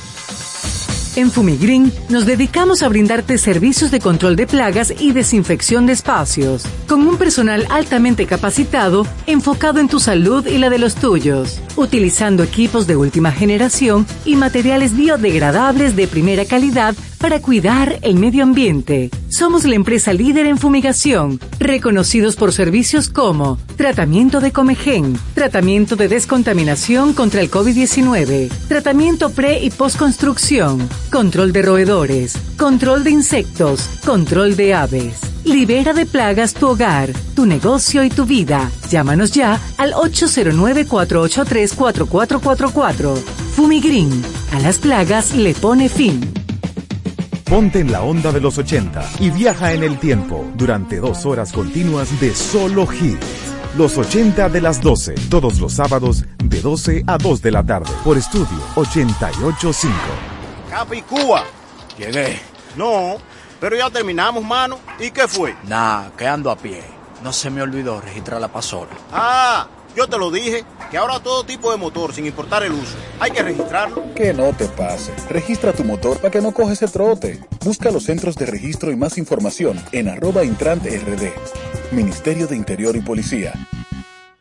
Speaker 20: En Fumigreen nos dedicamos a brindarte servicios de control de plagas y desinfección de espacios, con un personal altamente capacitado, enfocado en tu salud y la de los tuyos, utilizando equipos de última generación y materiales biodegradables de primera calidad para cuidar el medio ambiente. Somos la empresa líder en fumigación, reconocidos por servicios como tratamiento de Comegen, tratamiento de descontaminación contra el COVID diecinueve, tratamiento pre y postconstrucción, control de roedores, control de insectos, control de aves. Libera de plagas tu hogar, tu negocio y tu vida. Llámanos ya al ocho cero nueve, cuatro ocho tres, cuatro cuatro cuatro cuatro. Fumigreen, a las plagas le pone fin.
Speaker 24: Ponte en la onda de los ochenta y viaja en el tiempo durante dos horas continuas de solo hits. Los ochenta de las doce, todos los sábados de doce a dos de la tarde, por Estudio ochenta y ocho punto cinco.
Speaker 25: Capicúa. Llegué. No, pero ya terminamos, mano. ¿Y qué fue?
Speaker 26: Nah, que ando a pie. No se me olvidó registrar la pasola.
Speaker 25: Ah, yo te lo dije, que ahora todo tipo de motor, sin importar el uso, hay que registrarlo.
Speaker 27: Que no te pase. Registra tu motor para que no coges el trote. Busca los centros de registro y más información en arroba Intrant R D. Ministerio de Interior y Policía.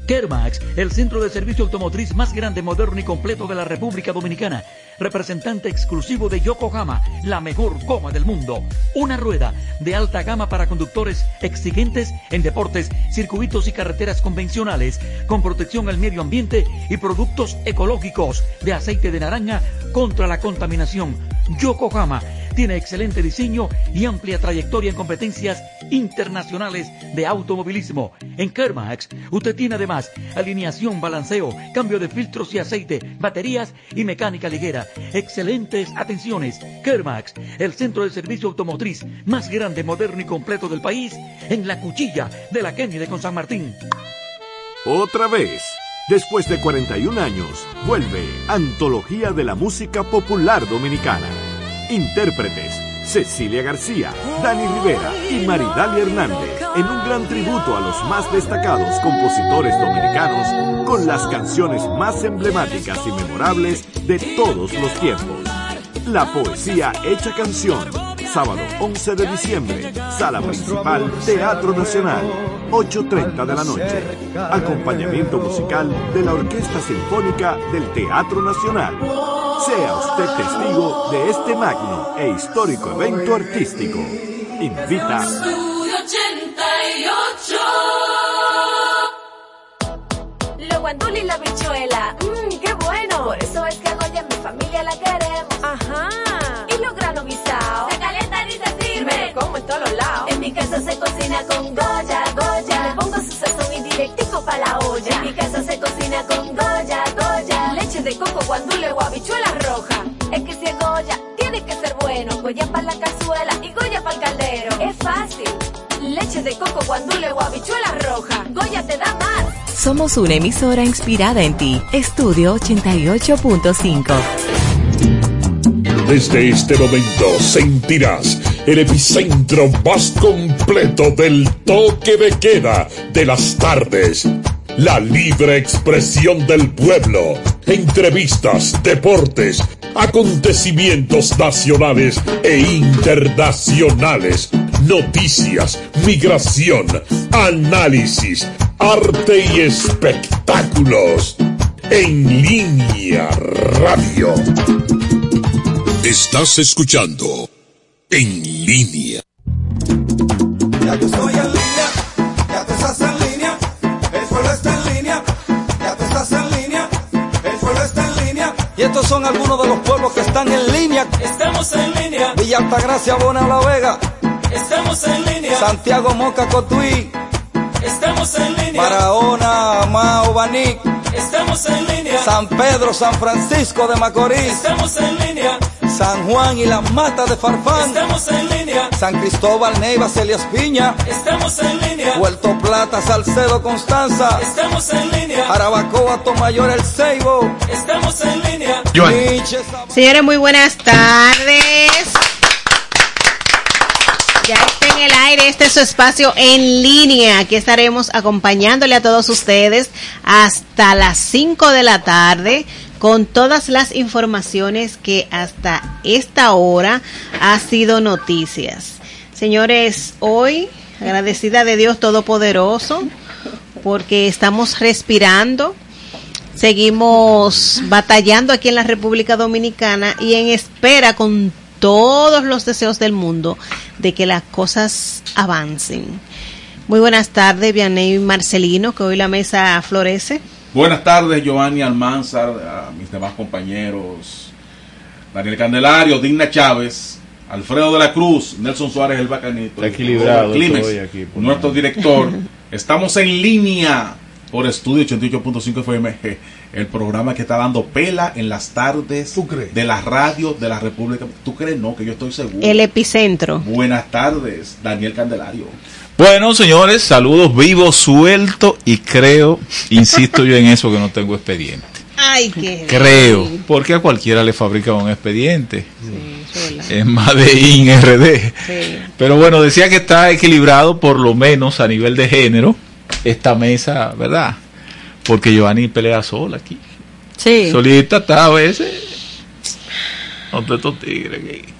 Speaker 5: Kermax, el centro de servicio automotriz más grande, moderno y completo de la República Dominicana. Representante exclusivo de Yokohama, la mejor goma del mundo. Una rueda de alta gama para conductores exigentes en deportes, circuitos y carreteras convencionales, con protección al medio ambiente y productos ecológicos de aceite de naranja contra la contaminación. Yokohama tiene excelente diseño y amplia trayectoria en competencias internacionales de automovilismo. En Kermax, usted tiene además alineación, balanceo, cambio de filtros y aceite, baterías y mecánica ligera. Excelentes atenciones. Kermax, el centro de servicio automotriz más grande, moderno y completo del país, en la cuchilla de la Kennedy con San Martín.
Speaker 11: Otra vez, después de cuarenta y un años, vuelve Antología de la Música Popular Dominicana. Intérpretes: Cecilia García, Dani Rivera y Maridalia Hernández, en un gran tributo a los más destacados compositores dominicanos con las canciones más emblemáticas y memorables de todos los tiempos. La poesía hecha canción, sábado once de diciembre, sala principal, Teatro Nacional, ocho y media de la noche. Acompañamiento musical de la Orquesta Sinfónica del Teatro Nacional. Sea usted testigo de este magno e histórico evento artístico. Invita
Speaker 8: Estudio ochenta y ocho. Los guandules y la bichuela, mmm, qué bueno. Por eso es que a Goya en mi familia la queremos. Ajá. Y los granos guisados se calientan y se sirven. Me como en todos los lados. En mi casa se cocina con Goya, Goya. Le pongo su sazón y directico pa' la olla. En mi casa se cocina con Goya, Goya. Leche de coco, guandule o habichuela roja. Es que si es Goya, tiene que ser bueno. Goya para la cazuela y Goya para el caldero. Es fácil. Leche de coco, guandule o habichuela roja. Goya te da más.
Speaker 1: Somos una emisora inspirada en ti. Estudio ochenta y ocho punto cinco.
Speaker 9: Desde este momento sentirás el epicentro más completo del toque de queda de las tardes. La libre expresión del pueblo. Entrevistas, deportes, acontecimientos nacionales e internacionales, noticias, migración, análisis, arte y espectáculos. En Línea Radio. Estás escuchando En Línea.
Speaker 6: Ya yo estoy en línea, ya tú estás en línea, el pueblo está en línea, ya tú estás en línea, el pueblo está en línea.
Speaker 12: Y estos son algunos de los pueblos que están en línea.
Speaker 6: Estamos en línea.
Speaker 12: Villa Altagracia, Bona La Vega.
Speaker 6: Estamos en línea.
Speaker 12: Santiago, Moca, Cotuí.
Speaker 6: Estamos en línea.
Speaker 12: Barahona, Mao, Baní.
Speaker 6: Estamos en línea.
Speaker 12: San Pedro, San Francisco de Macorís.
Speaker 6: Estamos en línea.
Speaker 12: San Juan y las Matas de Farfán.
Speaker 6: Estamos en línea.
Speaker 12: San Cristóbal, Neiva, Celias Piña.
Speaker 6: Estamos en línea.
Speaker 12: Puerto Plata, Salcedo, Constanza.
Speaker 6: Estamos en línea.
Speaker 12: Jarabacoa, Tomayor, El Ceibo.
Speaker 6: Estamos en línea.
Speaker 13: Señores, muy buenas tardes. Ya está en el aire, este es su espacio En Línea. Aquí estaremos acompañándole a todos ustedes hasta las cinco de la tarde con todas las informaciones que hasta esta hora ha sido noticias. Señores, hoy agradecida de Dios Todopoderoso porque estamos respirando, seguimos batallando aquí en la República Dominicana y en espera con todos los deseos del mundo de que las cosas avancen. Muy buenas tardes, Vianney y Marcelino, que hoy la mesa florece.
Speaker 16: Buenas tardes, Giovanni Almanzar, a mis demás compañeros, Daniel Candelario, Digna Chávez, Alfredo de la Cruz, Nelson Suárez, el Bacanito,
Speaker 17: equilibrado
Speaker 16: Clímex,
Speaker 17: aquí,
Speaker 16: nuestro director. Estamos en línea por Estudio ochenta y ocho punto cinco F M, el programa que está dando pela en las tardes de la radio de la República. ¿Tú crees? No, que yo estoy seguro.
Speaker 13: El epicentro.
Speaker 16: Buenas tardes, Daniel Candelario.
Speaker 17: Bueno, señores, saludos vivos, suelto y creo, insisto yo en eso, que no tengo expediente.
Speaker 13: Ay, qué
Speaker 17: creo, bien. Porque a cualquiera le fabrica un expediente.
Speaker 13: Sí,
Speaker 17: es más de I N R D.
Speaker 13: Sí.
Speaker 17: Pero bueno, decía que está equilibrado por lo menos a nivel de género esta mesa, ¿verdad? Porque Giovanni pelea sola aquí.
Speaker 13: Sí.
Speaker 17: Solita está a veces. No, todos estos tigres.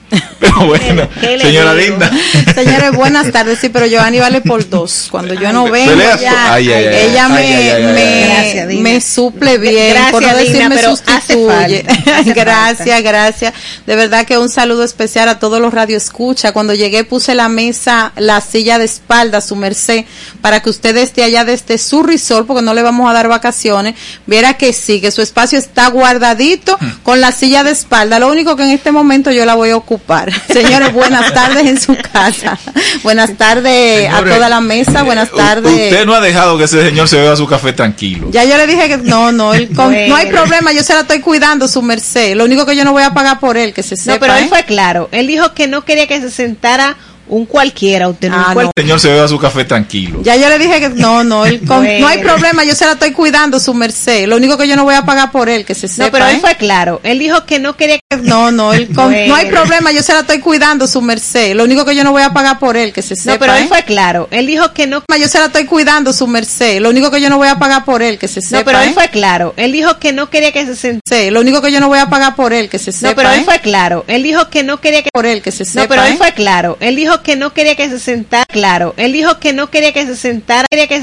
Speaker 17: Pero bueno, señora Linda.
Speaker 4: Señores, buenas tardes. Sí, pero Giovanni vale por dos. Cuando yo no vengo, ya,
Speaker 17: ay, ay, ay,
Speaker 4: ella
Speaker 17: ay,
Speaker 4: me,
Speaker 17: ay, ay,
Speaker 4: me,
Speaker 17: gracias,
Speaker 4: me suple bien.
Speaker 13: Gracias,
Speaker 4: por no decir
Speaker 13: Dina,
Speaker 4: me
Speaker 13: pero
Speaker 4: sustituye.
Speaker 13: hace falta, hace
Speaker 4: gracias,
Speaker 13: falta.
Speaker 4: gracias. De verdad que un saludo especial a todos los radioescuchas. Cuando llegué puse la mesa, la silla de espalda, su merced, para que usted esté allá desde su resort, porque no le vamos a dar vacaciones. Viera que sí, que su espacio está guardadito con la silla de espalda. Lo único que en este momento yo la voy a ocupar. Señores, buenas tardes en su casa. Buenas tardes. Señores, a toda la mesa. Buenas tardes.
Speaker 17: Usted no ha dejado que ese señor se beba su café tranquilo.
Speaker 4: Ya yo le dije que no, no, él con,
Speaker 13: Bueno.
Speaker 4: no hay problema, yo se la estoy cuidando, su merced. Lo único que yo no voy a pagar por él, que se sepa.
Speaker 13: No, pero él
Speaker 4: ¿eh?
Speaker 13: fue claro. Él dijo que no quería que se sentara un cualquiera. Usted no,
Speaker 4: Ah,
Speaker 13: un cual-
Speaker 4: no.
Speaker 17: El señor se beba su café tranquilo.
Speaker 4: Ya yo le dije que no, no, él con,
Speaker 13: Bueno.
Speaker 4: no hay problema, yo se la estoy cuidando, su merced. Lo único que yo no voy a pagar por él, que se sepa.
Speaker 13: No, pero él
Speaker 4: ¿eh?
Speaker 13: fue claro. Él dijo que no quería que...
Speaker 4: No, no, él con,
Speaker 13: Bueno.
Speaker 4: no hay problema, yo se la estoy cuidando, su merced. Lo único que yo no voy a pagar por él, que se sepa.
Speaker 13: No, pero él
Speaker 4: ¿eh?
Speaker 13: fue claro. Él dijo que no...
Speaker 4: Yo se la estoy cuidando, su merced. Lo único que yo no voy a pagar por él, que se sepa.
Speaker 13: No, pero él
Speaker 4: ¿eh?
Speaker 13: fue claro. Él dijo que no quería que se sentara.
Speaker 4: Sí, lo único que yo no voy a pagar por él, que se sepa.
Speaker 13: No, pero él
Speaker 4: ¿eh?
Speaker 13: fue claro. Él dijo que no quería que...
Speaker 4: por él, que se sepa.
Speaker 13: No, pero él
Speaker 4: ¿eh?
Speaker 13: fue claro. Él dijo que no quería que se sentara. Claro. Él dijo que no quería que se sentara. Quería que